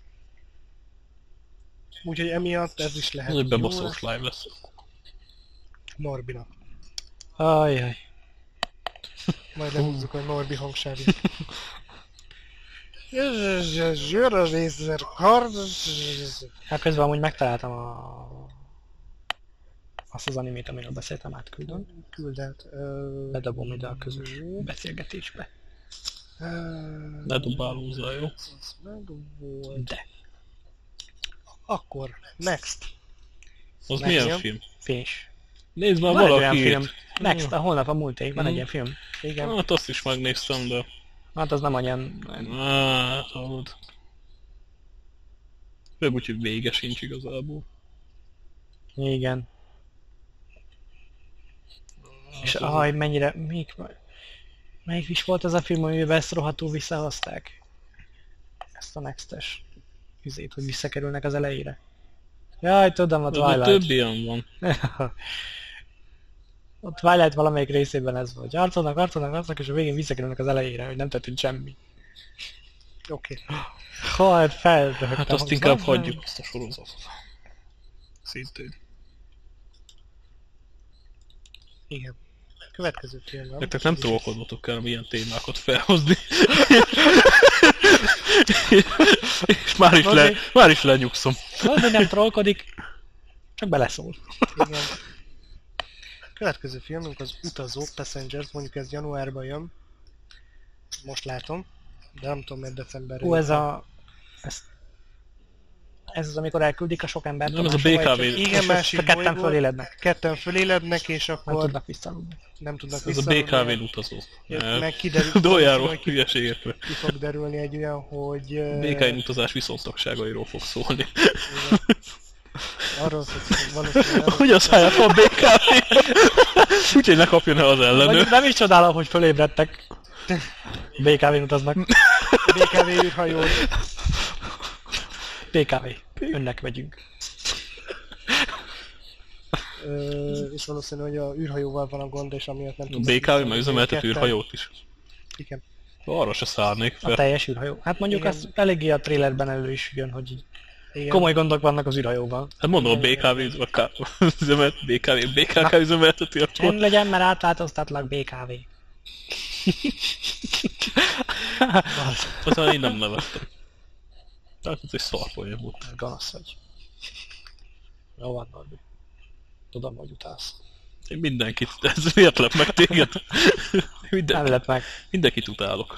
Úgyhogy emiatt ez is lehet Ez egy jó bebaszós live lesz. Norbinak. Ajjaj. Majd lehúzzuk a Norbi hangsávét. Jön a Razer Card. Hát közben amúgy megtaláltam azt az animét, amiről beszéltem, átküldöm. Küldelt. Bedobom ide a közös beszélgetésbe. Ne dobálózzál, jó? Ez meg volt. De. Akkor, next. Az Meg milyen ilyen? film? Fés. Nézd már Van egy olyan valaki film. írt. Next, a holnap a múlték, van egy Mhm. ilyen film. Igen. Hát azt is megnéztem, de... Hát az nem olyan... Hát, hallod. Meg úgy, hogy vége sincs igazából. Igen. És Hát az- aj, mennyire... Melyik is volt az a film, amiben ezt rohadtul visszahozták? Ezt a Next-es üzét, hogy visszakerülnek az elejére. Jaj, tudom, a De Twilight. több ilyen van. A Twilight valamelyik részében ez volt. Harcolnak, és a végén visszakerülnek az elejére, hogy nem történt semmi. Oké. Hát feldöhögtem. Hát azt inkább hagyjuk, azt a sorozatot. Szintén. Igen. Következő film van. Nektek nem trollkodnotok kell ilyen témákat felhozni. És már is lenyugszom. Az, hogy nem trollkodik, csak beleszól. Igen. Következő filmünk az Utazók, Passengers, mondjuk ez januárban jön. Most látom, de nem tudom, mert decemberre. Ez az, amikor elküldik a sok embert. Nem, ez a máshova, BKV. és Igen, másik a ketten bolygón. fölélednek. Ketten fölélednek, és Nem akkor tudnak visszaludni. nem tudnak Ez a visszaludni. BKV-n utazó. Meg kiderül, Doljáról hogy hülyeségekre. ki fog derülni egy olyan, hogy... BKV-n utazás viszontagságairól fog szólni. Arról szól, hogy valószínűleg... Hogy az helyett van BKV? Úgyhogy ne kapjon el az ellenő. Vagy nem is csodálom, hogy fölébredtek. BKV-n utaznak. BKV űrhajó. BKV. Önnek vegyünk. És valószínű, hogy a űrhajóval van a gond, és amiatt nem A tudnak BKV meg üzemeltet űrhajót is. Igen. Arra se szállnék A fel. teljes űrhajó. Hát mondjuk Igen. az eléggé a trailerben elő is jön, hogy így Igen. komoly gondok vannak az űrhajóval. Hát mondom, a BKV BKK üzemelteti akkor. Csend legyen, mert átváltoztatlak BKV. Aztán én nem nevettem. Tehát ez egy szarpolyém volt. Gonosz vagy. Jó van, Norbi. Tudom, hogy utálsz. Én mindenkit, ez miért lep meg téged? Nem lep meg. Mindenkit utálok.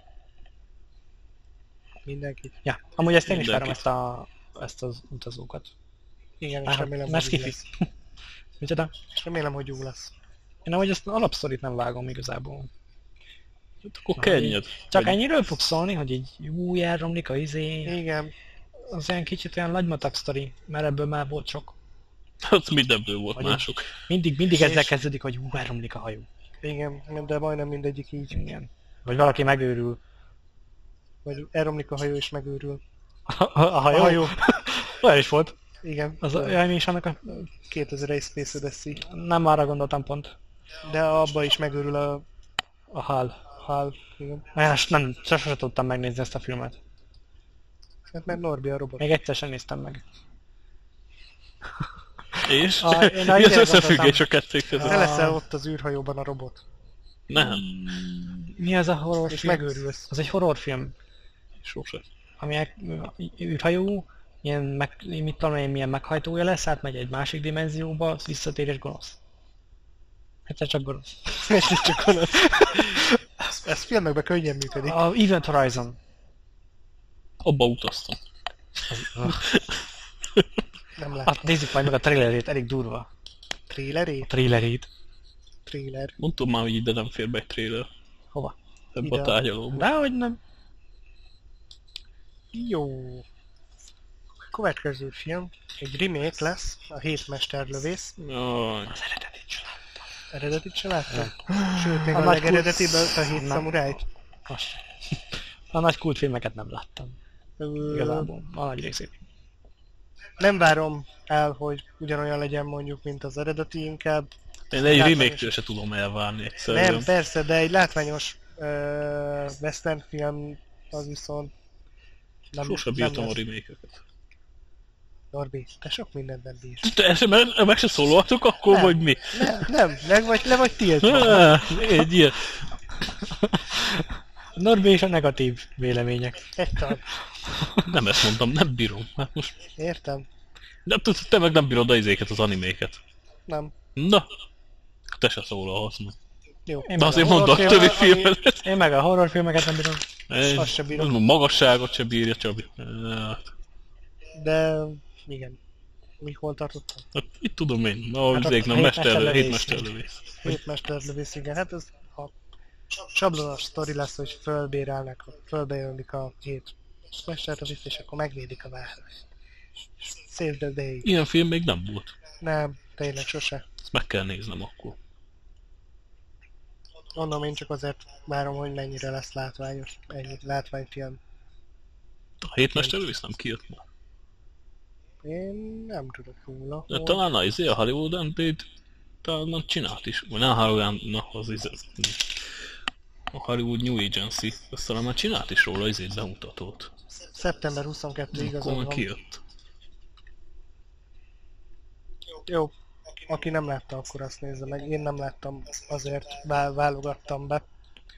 Mindenkit. Ja, amúgy ezt én is várom, Mindenkit. ezt az utazókat. Igen, és Mert remélem, mert hogy jó skifi. lesz. Micsoda? És remélem, hogy jó lesz. Én amúgy ezt alapsztorit nem vágom igazából. Hát akkor Na, kenjed. Csak Vagy- ennyiről fog szólni, hogy így új elromlik a izé. Igen. Az olyan kicsit olyan lagymatag sztori, mert ebből már volt sok. Hát mindenből volt Vagy mások. Mindig És- ezzel kezdődik, hogy elromlik a hajó. Igen, de majdnem mindegyik így. Igen. Vagy valaki megőrül. Vagy elromlik a hajó és megőrül. A hajó? A hajó. Olyan is volt. Igen. Az olyan is annak a... 2001 Space Odyssey. Nem arra gondoltam pont. De abba is megőrül a A hal. hal. Igen. Nem, sosem tudtam megnézni ezt a filmet. Hát mert Norbi a robot. Még egyszer sem néztem meg. És? Én Mi az azért összefüggés gondoltam- a kettők között? Te leszel ott az űrhajóban a robot. Nem. Mi az a és horrorfilm? megőrülsz. Az egy horrorfilm, Sose. ami űrhajó, ilyen mit tudom én, milyen meghajtója lesz, átmegy egy másik dimenzióba, visszatér és gonosz. Hát csak gonosz. És így csak gonosz. Ez filmekben könnyen működik. A Event Horizon. Abba utaztam. Nem látom. Hát nézzük majd meg a trailerét, elég durva. A Trailerét? trailerét. Trailer. Mondtam már, hogy ide nem fér be egy trailer. Hova? Ebbe Ide. a tárgyalóba. Dehogy nem. Jó. Következő film. Egy remake lesz. A Hét mesterlövész. Jaj. Az eredetit sem láttam. Eredetit se láttam? Sőt, még A a nagy legeredetiben a Hét Nem. szamurájt. Azt. A nagy kultfilmeket nem láttam. Igazából. A nagy részét. Nem várom el, hogy ugyanolyan legyen mondjuk, mint az eredeti, inkább. Én egy Látványos. remake-től se tudom elvárni egyszerűen. Nem, persze, de egy látványos western film az viszont Sose bírtam a lesz. remake-eket. Norbi, te sok mindent nem bírsz. Te ezt meg se szólaltok akkor, Nem. vagy mi? Nem, le vagy tiltva. Egy ilyen. Norbi és a negatív vélemények. Egytal. Nem ezt mondtam, nem bírom. Hát most... Értem? Nem tudsz, te meg nem bírod a izéket, az animéket. Nem. Na, te se szólalhatsz meg. Jó. Én De meg azért a mondd a horrorfilm- többi filmet. Én meg a horrorfilmeket nem bírom. Azt se bírom. Magasságot se bírja, Csabi. Hát, De igen. Hol tartottam? itt tudom én. A Hát izék, a nem hétmesterlövész. hétmesterlövész. Hét mesterlövész, igen. Hát ez a sablonos sztori lesz, hogy fölbejönik a hét mesterlövész, és akkor megvédik a várost. Save the day. Ilyen film még nem volt. Nem, tényleg sose. Ezt meg kell néznem akkor. Mondom, én csak azért várom, hogy mennyire lesz látványos. Ennyi látványfilm. A hétmesterlövész nem kijött már. Én nem tudok róla. De talán a izé, a Hollywood Unpaid talán csinált is. Vagy nem Hollywood, az izé. A Hollywood New Agency. Azt talán már csinált is róla izét bemutatót. Szeptember 22 Akkor igazad már van. kijött. Jó. Aki nem látta, akkor azt nézze meg. Én nem láttam, azért válogattam be.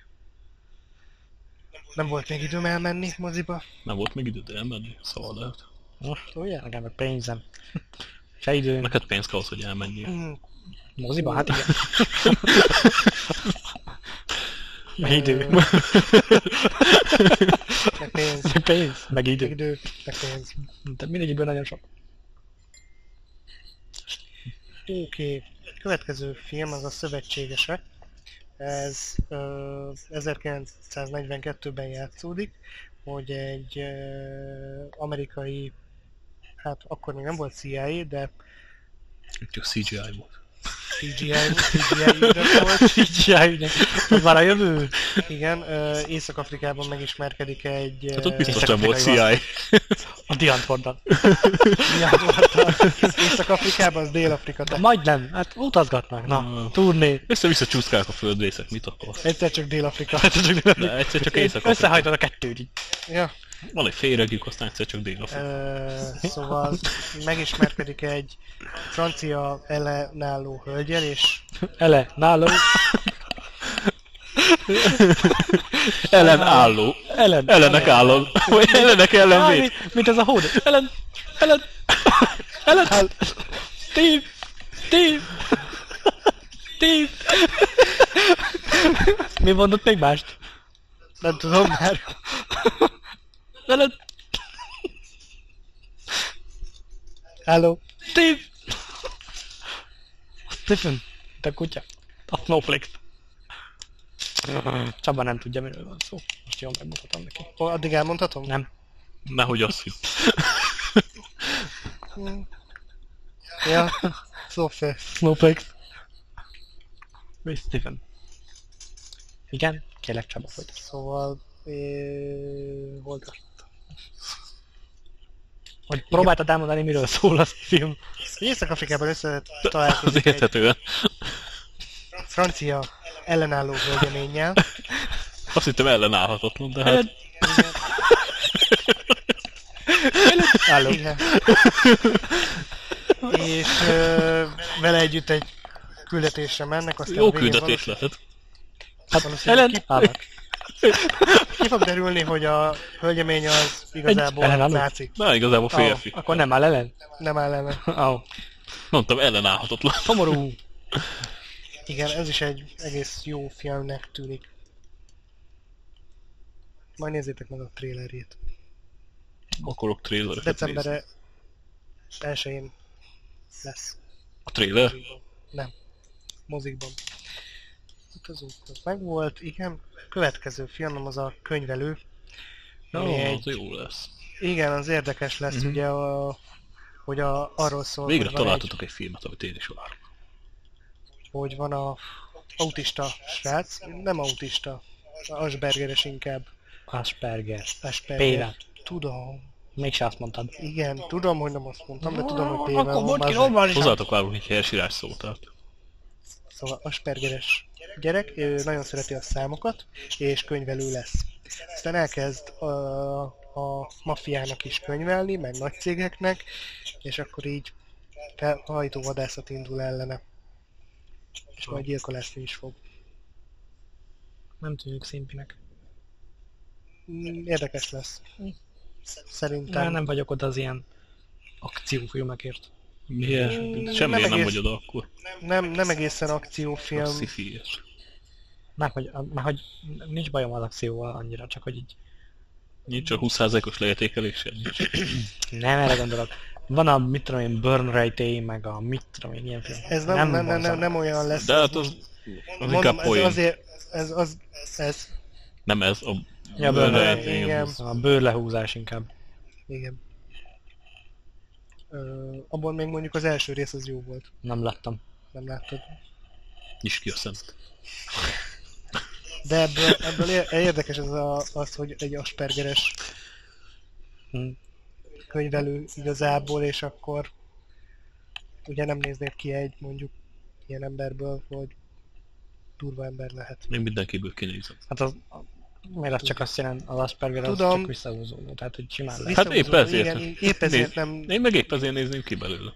Nem volt még időm elmenni moziba. Nem volt még időd elmenni, szóval lehet. Most ugye, nekem meg pénzem. Se időm. Neked pénz kell az, hogy elmenjél. Moziba? Hát igen. Meg idő. Meg pénz. Meg pénz. Meg Meg idő. idő. Meg pénz. Tehát mindegyikből nagyon sok. Oké. Következő film az a Szövetségesek. Ez 1942-ben játszódik, hogy egy amerikai, hát akkor még nem volt CIA, de Csak CGI volt. CGI ügynök volt. CGI-nek. Az már a jövő. Igen, Észak-Afrikában megismerkedik egy... Hát ott biztos nem volt CIA. A Diantfordal. Észak-Afrikában, az Dél-Afrika. Tehát Majdnem. Hát utazgatnak. Na, turné. Össze-vissza csúszkálnak a földrészek, mit akarsz? egyszer csak Dél-Afrika. De egyszer csak Észak-Afrika. Összehajtod a kettőt így. Ja. Van egy féregjük, aztán egyszer csak Dél-Afrika. Szóval megismerkedik egy francia ellenálló hölgyel, és Náló. Ellenálló. Ellenek álló. Vagy ellenek ellenvét. Mint ez a hód. Ellen. Steve. Mi mondott még mást? nem tudom már. Ellen. Hello. Steve. Stephen. Te kutya. A Snowflake. Csaba nem tudja, miről van szó. Most jól megmutatom neki. Addig elmondhatom? Nem. Nehogy azt hitt. Ja. Szóval. Snowflake. Vagy Stephen. Igen? Kérlek Csaba, hogy. Szóval... hol tart? Hogy próbáltad elmondani, miről szól az a film. Észak-Afrikában Az találkozik egy érthetően. francia ellenálló hölgyeménnyel. Azt hittem ellenállhatatlan, de hát... Álló. Igen. És vele együtt egy küldetésre mennek, aztán Jó a végén küldetés lehet. Hát Valószínűleg Ellen állnak. ki fog derülni, hogy a hölgyemény az igazából ellenálló? náci. Na, igazából férfi. Akkor nem áll ellen? Nem áll ellen. Mondtam, ellenállhatatlan. Szomorú. Igen, ez is egy egész jó filmnek tűnik. Majd nézzétek meg a trailerjét. Akarok trailereket nézni. December 1-én lesz. A trailer? Nem. Mozikban. Az megvolt, igen. Következő filmem az a Könyvelő. Ami Az jó lesz. Igen, az érdekes lesz, ugye, hogy arról szól, Végre hogy van találtatok egy filmet, amit én is várok. hogy van a autista srác, nem autista, Aspergeres inkább. Asperger. Asperger. Péve. Tudom. Mégse azt mondtad. Igen, tudom, hogy nem azt mondtam, de tudom, hogy Péve Akkor van. mondd ki bazd meg. normálisan. Hozzátok várunk egy helyesírás szót, tehát. Szóval Aspergeres gyerek, ő nagyon szereti a számokat, és könyvelő lesz. Aztán elkezd a maffiának is könyvelni, meg nagy cégeknek, és akkor így hajtóvadászat indul ellene. És majd gyilkolásni is fog. Nem tűnik szimpinek. Érdekes lesz. Szerintem. Nem vagyok oda az ilyen akciófilmekért. Miért? Nem Semmiért nem egész- vagy oda akkor. Nem egészen A akciófilm. sci-fi-es. Már hogy nincs bajom az akcióval annyira, csak hogy így Nincs a 20%-os leértékelésed. nem erre gondolok. Van a, mit tudom én, Burn Rate, meg a mit tudom én, ilyen film. Ez nem borzalmas. olyan lesz. De hát az Mondom, inkább ez poén. azért, ez, Nem ez, a... Ja, Burn Rate, Rate, igen. A bőrlehúzás inkább. igen. Abban még mondjuk az első rész az jó volt. Nem láttam. Nem láttad. Nyisd ki a szemet. De ebből érdekes ez az, hogy egy aspergeres Hm. könyvelő igazából, és akkor ugye nem néznék ki egy mondjuk ilyen emberből, hogy durva ember lehet. Még mindenkiből kinézem. Hát az, miért az csak azt jelent, az Asperger az Tudom. csak visszahúzódó, tehát hogy simán lehet. Hát épp ezért. Igen, épp ezért nem... Én meg épp ezért nézném ki belőle.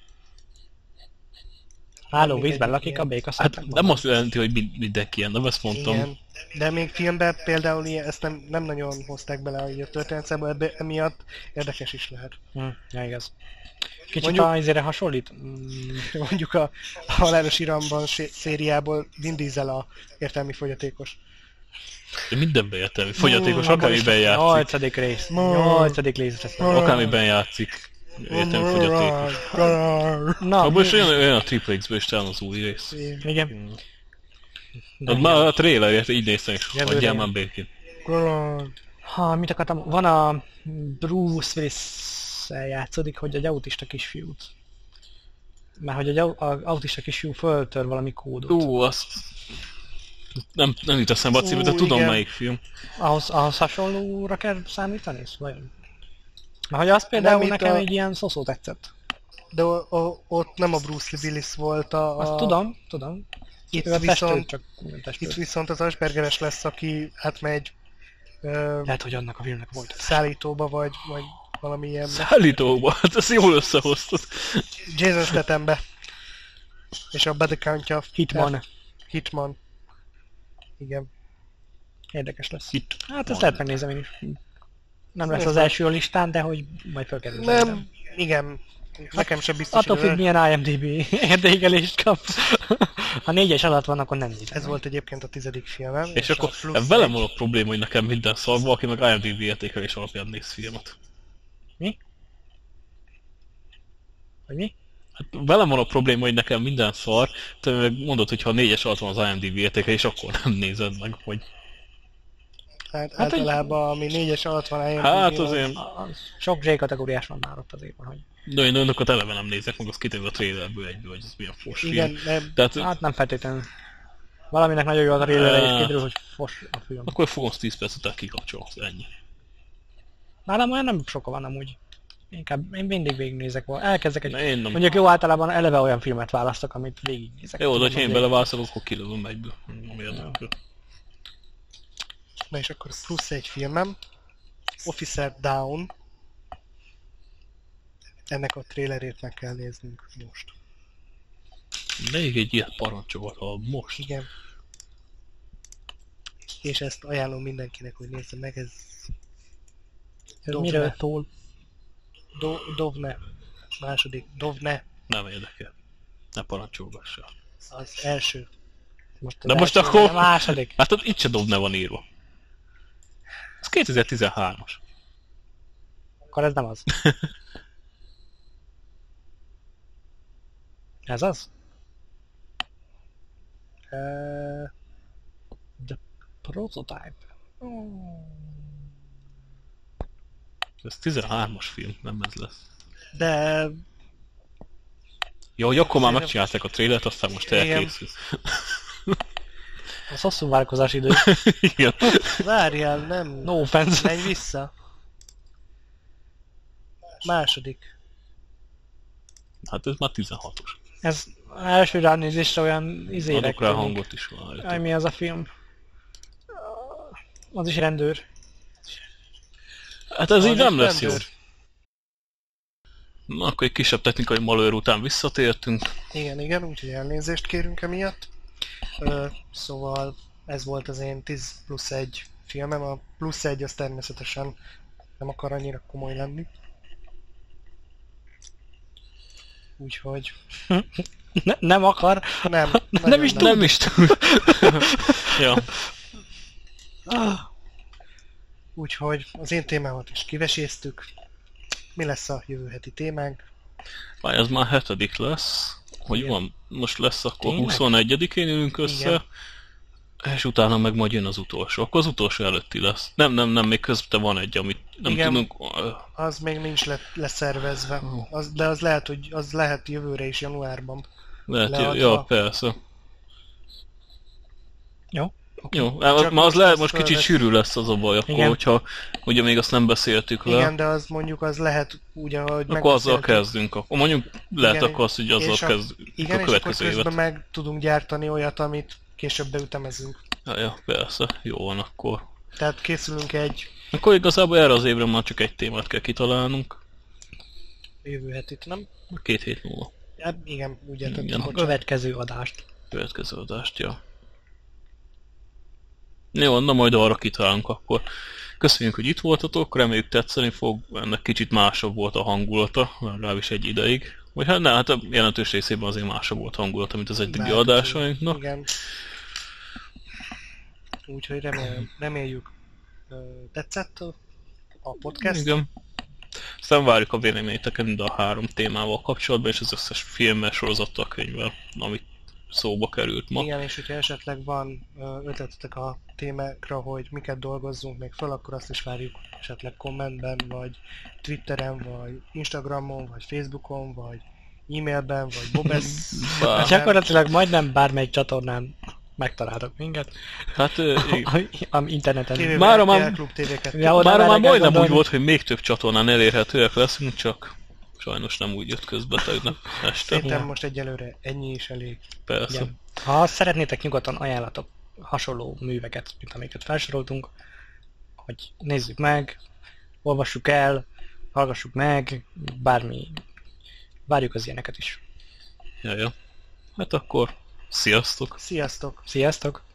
Álló még vízben egy lakik a ilyen- béka Hát szépen? nem azt jelenti, hogy mindenki ilyen, nem ezt mondtam. Igen. De még filmben például ezt nem nagyon hozták bele a történetszámba, emiatt érdekes is lehet. Ja, igaz. Kicsit Mondjuk- azért hasonlít? Mondjuk a Halálos Iramban szériából Vin Diesel a értelmi fogyatékos. De mindenben értelmi. Fogyatékos, akármiben játszik. 8. rész. 8. rész lesz. Akármiben játszik. Értelmi fogyatékos. Na, Abban is olyan a Triple X-ből is talán az új rész. igen. Hát már a trailerért így néztem is, Jövőre adjál jön. már békén. Ha, mit akartam? Van a Bruce Willis játszódik, hogy egy autista kisfiút. Mert hogy egy autista kisfiú föltör valami kódot. Azt... Nem jut eszembe a címe, de Ú, tudom igen. melyik film. Ahhoz hasonlóra kell számítani? Vajon? Mert hogy az például Nem, itt nekem a- egy ilyen szoszó tetszett. De ott nem a Bruce Willis volt Azt tudom. Itt Ő a testőr, viszont, csak testőr. itt viszont az Aspergeres lesz, aki átmegy Lehet, hogy annak a filmnek volt. szállítóba, vagy valami ilyen Szállítóba, hát ezt jól összehoztad. Jason Stathambe. És a body countja Hitman. Igen. Érdekes lesz. Hit. Hát ezt lehet megnézem én is. Nem lesz az első a listán, de hogy majd felkerül. Nem, igen. Nekem sem biztos, Attól hogy függ, milyen IMDb értékelést kap. Ha 4-es alatt van, akkor nem nézem. ez volt egyébként a 10. filmem. És a akkor plusz velem egy- van a probléma, hogy nekem minden szarva, aki meg IMDb értékelés alapján néz filmet. Hogy mi? Hát velem van a probléma, hogy nekem minden szar, te meg mondod, hogy ha 4-es alatt van az IMDb értékelés, akkor nem nézed meg, hogy... Hát Hát, általában, ami 4-es alatt van IMDb-n, Hát az- azért... Sok J kategóriás van már ott azért van, hogy... De én önöket eleve nem nézek, meg az kiderül a trailerből egyből, hogy ez milyen fos film. Igen, nem. Tehát Hát nem feltétlenül. Valaminek nagyon jó a trailer és kiderül, hogy fos a film. akkor fogom 10 perc után kikapcsolom, ennyi. Nálam olyan nem sok van amúgy. Én mindig végignézek volna. Elkezdek egy... Én nem. Mondjuk jó, általában eleve olyan filmet választok, amit végignézek. Jó, de Tudom, ha én hogy beleválaszok, akkor kilövöm egyből. Nem érdekel. Na és akkor plusz egy filmem. Officer Down. Ennek a trailerét meg kell néznünk most. Még egy ilyet parancsolhat, ha most. Igen. És ezt ajánlom mindenkinek, hogy nézze meg, ez Ez Dovne. miről szól? Dovne. Második. Dovne. Nem érdekel. Ne parancsolgassa. Az első. De most első, akkor- A második. Hát ott itt se Dovne van írva. Ez 2013-as. Akkor ez nem az. Ez az? The Prototype. Ez 13-as film, nem ez lesz. De Jó, hogy akkor már Szerintem- megcsinálták a trailert, aztán most Igen. elkészül. Az hosszú várkozás idő. Igen. várjál, nem. No offense. Menj vissza. Második. Hát ez már 16-os. Ez első ránézésre olyan izérek Adok rá tűnik. hangot is van. Aj, mi az a film? Az is rendőr. Hát ez így Az nem is lesz jó. rendőr. Na, akkor egy kisebb technikai malőr után visszatértünk. Igen, úgyhogy elnézést kérünk emiatt. Szóval ez volt az én 10+1 filmem. A plusz 1 az természetesen nem akar annyira komoly lenni. Úgyhogy Nem akar. nem. Nem nagyon is Nem is tud. ja. Úgyhogy az én témámat is kiveséztük. Mi lesz a jövő heti témánk? Várj, ez már 7. lesz. Hogy Igen. van? Most lesz akkor Tényleg? 21-én ülünk össze. Igen. És utána meg majd jön az utolsó. Akkor az utolsó előtti lesz. Nem, még közben van egy, amit nem Igen. tudunk... Az még nincs leszervezve. Ó. De az lehet, hogy az lehet jövőre is, januárban. Lehet, leadva. ja, persze. Jó. Jó, Csak már az most lehet, ezt most kicsit felvesz- sűrű lesz az a baj, akkor, Igen. hogyha ugye még azt nem beszéltük le, Igen, de az mondjuk az lehet úgy, ahogy akkor azzal megbeszéltük. kezdünk. Akkor mondjuk lehet Igen, akkor azt, hogy azzal és kezdünk Igen, a és akkor következő közben évet. meg tudunk gyártani olyat, amit később beütemezünk. Ja, persze, jó van akkor. Tehát készülünk egy Akkor igazából erre az évre már csak egy témát kell kitalálnunk. jövő hetit, nem? 2 hét múlva. Ja, igen, úgy értettem, Igen. A bocsánat. következő adást. Következő adást, ja. Jó, na majd arra kitalálunk akkor. Köszönjük, hogy itt voltatok, reméljük tetszeni fog, ennek kicsit másabb volt a hangulata, legalábbis egy ideig. Vagy hát ne, hát a jelentős részében azért másabb volt a hangulata, mint az eddigi Bárki. adásainknak. Igen. Úgyhogy reméljük tetszett a podcast. Igen. Aztán várjuk a véleményeteket mind a 3 témával kapcsolatban, és az összes filmmel, sorozattal, könyvvel, amit szóba került ma. Igen, és hogyha esetleg van ötletetek a témákra, hogy miket dolgozzunk még föl, akkor azt is várjuk esetleg kommentben, vagy Twitteren, vagy Instagramon, vagy Facebookon, vagy e-mailben, vagy Bobesz. Bár- Gyakorlatilag majdnem bármelyik csatornán megtaláltok minket. Hát A interneten. Mára már- Klub TV2. Ja, oda már merre kell majdnem úgy gondolni. volt, hogy még több csatornán elérhetőek leszünk, csak sajnos nem úgy jött közbe tegnap este. Szerintem Ja. most egyelőre ennyi is elég. Persze. Igen. Ha szeretnétek, nyugodtan ajánlatok hasonló műveket, mint amiket felsoroltunk, hogy nézzük meg, olvassuk el, hallgassuk meg, bármi. Várjuk az ilyeneket is. Ja. Hát akkor sziasztok! Sziasztok! Sziasztok!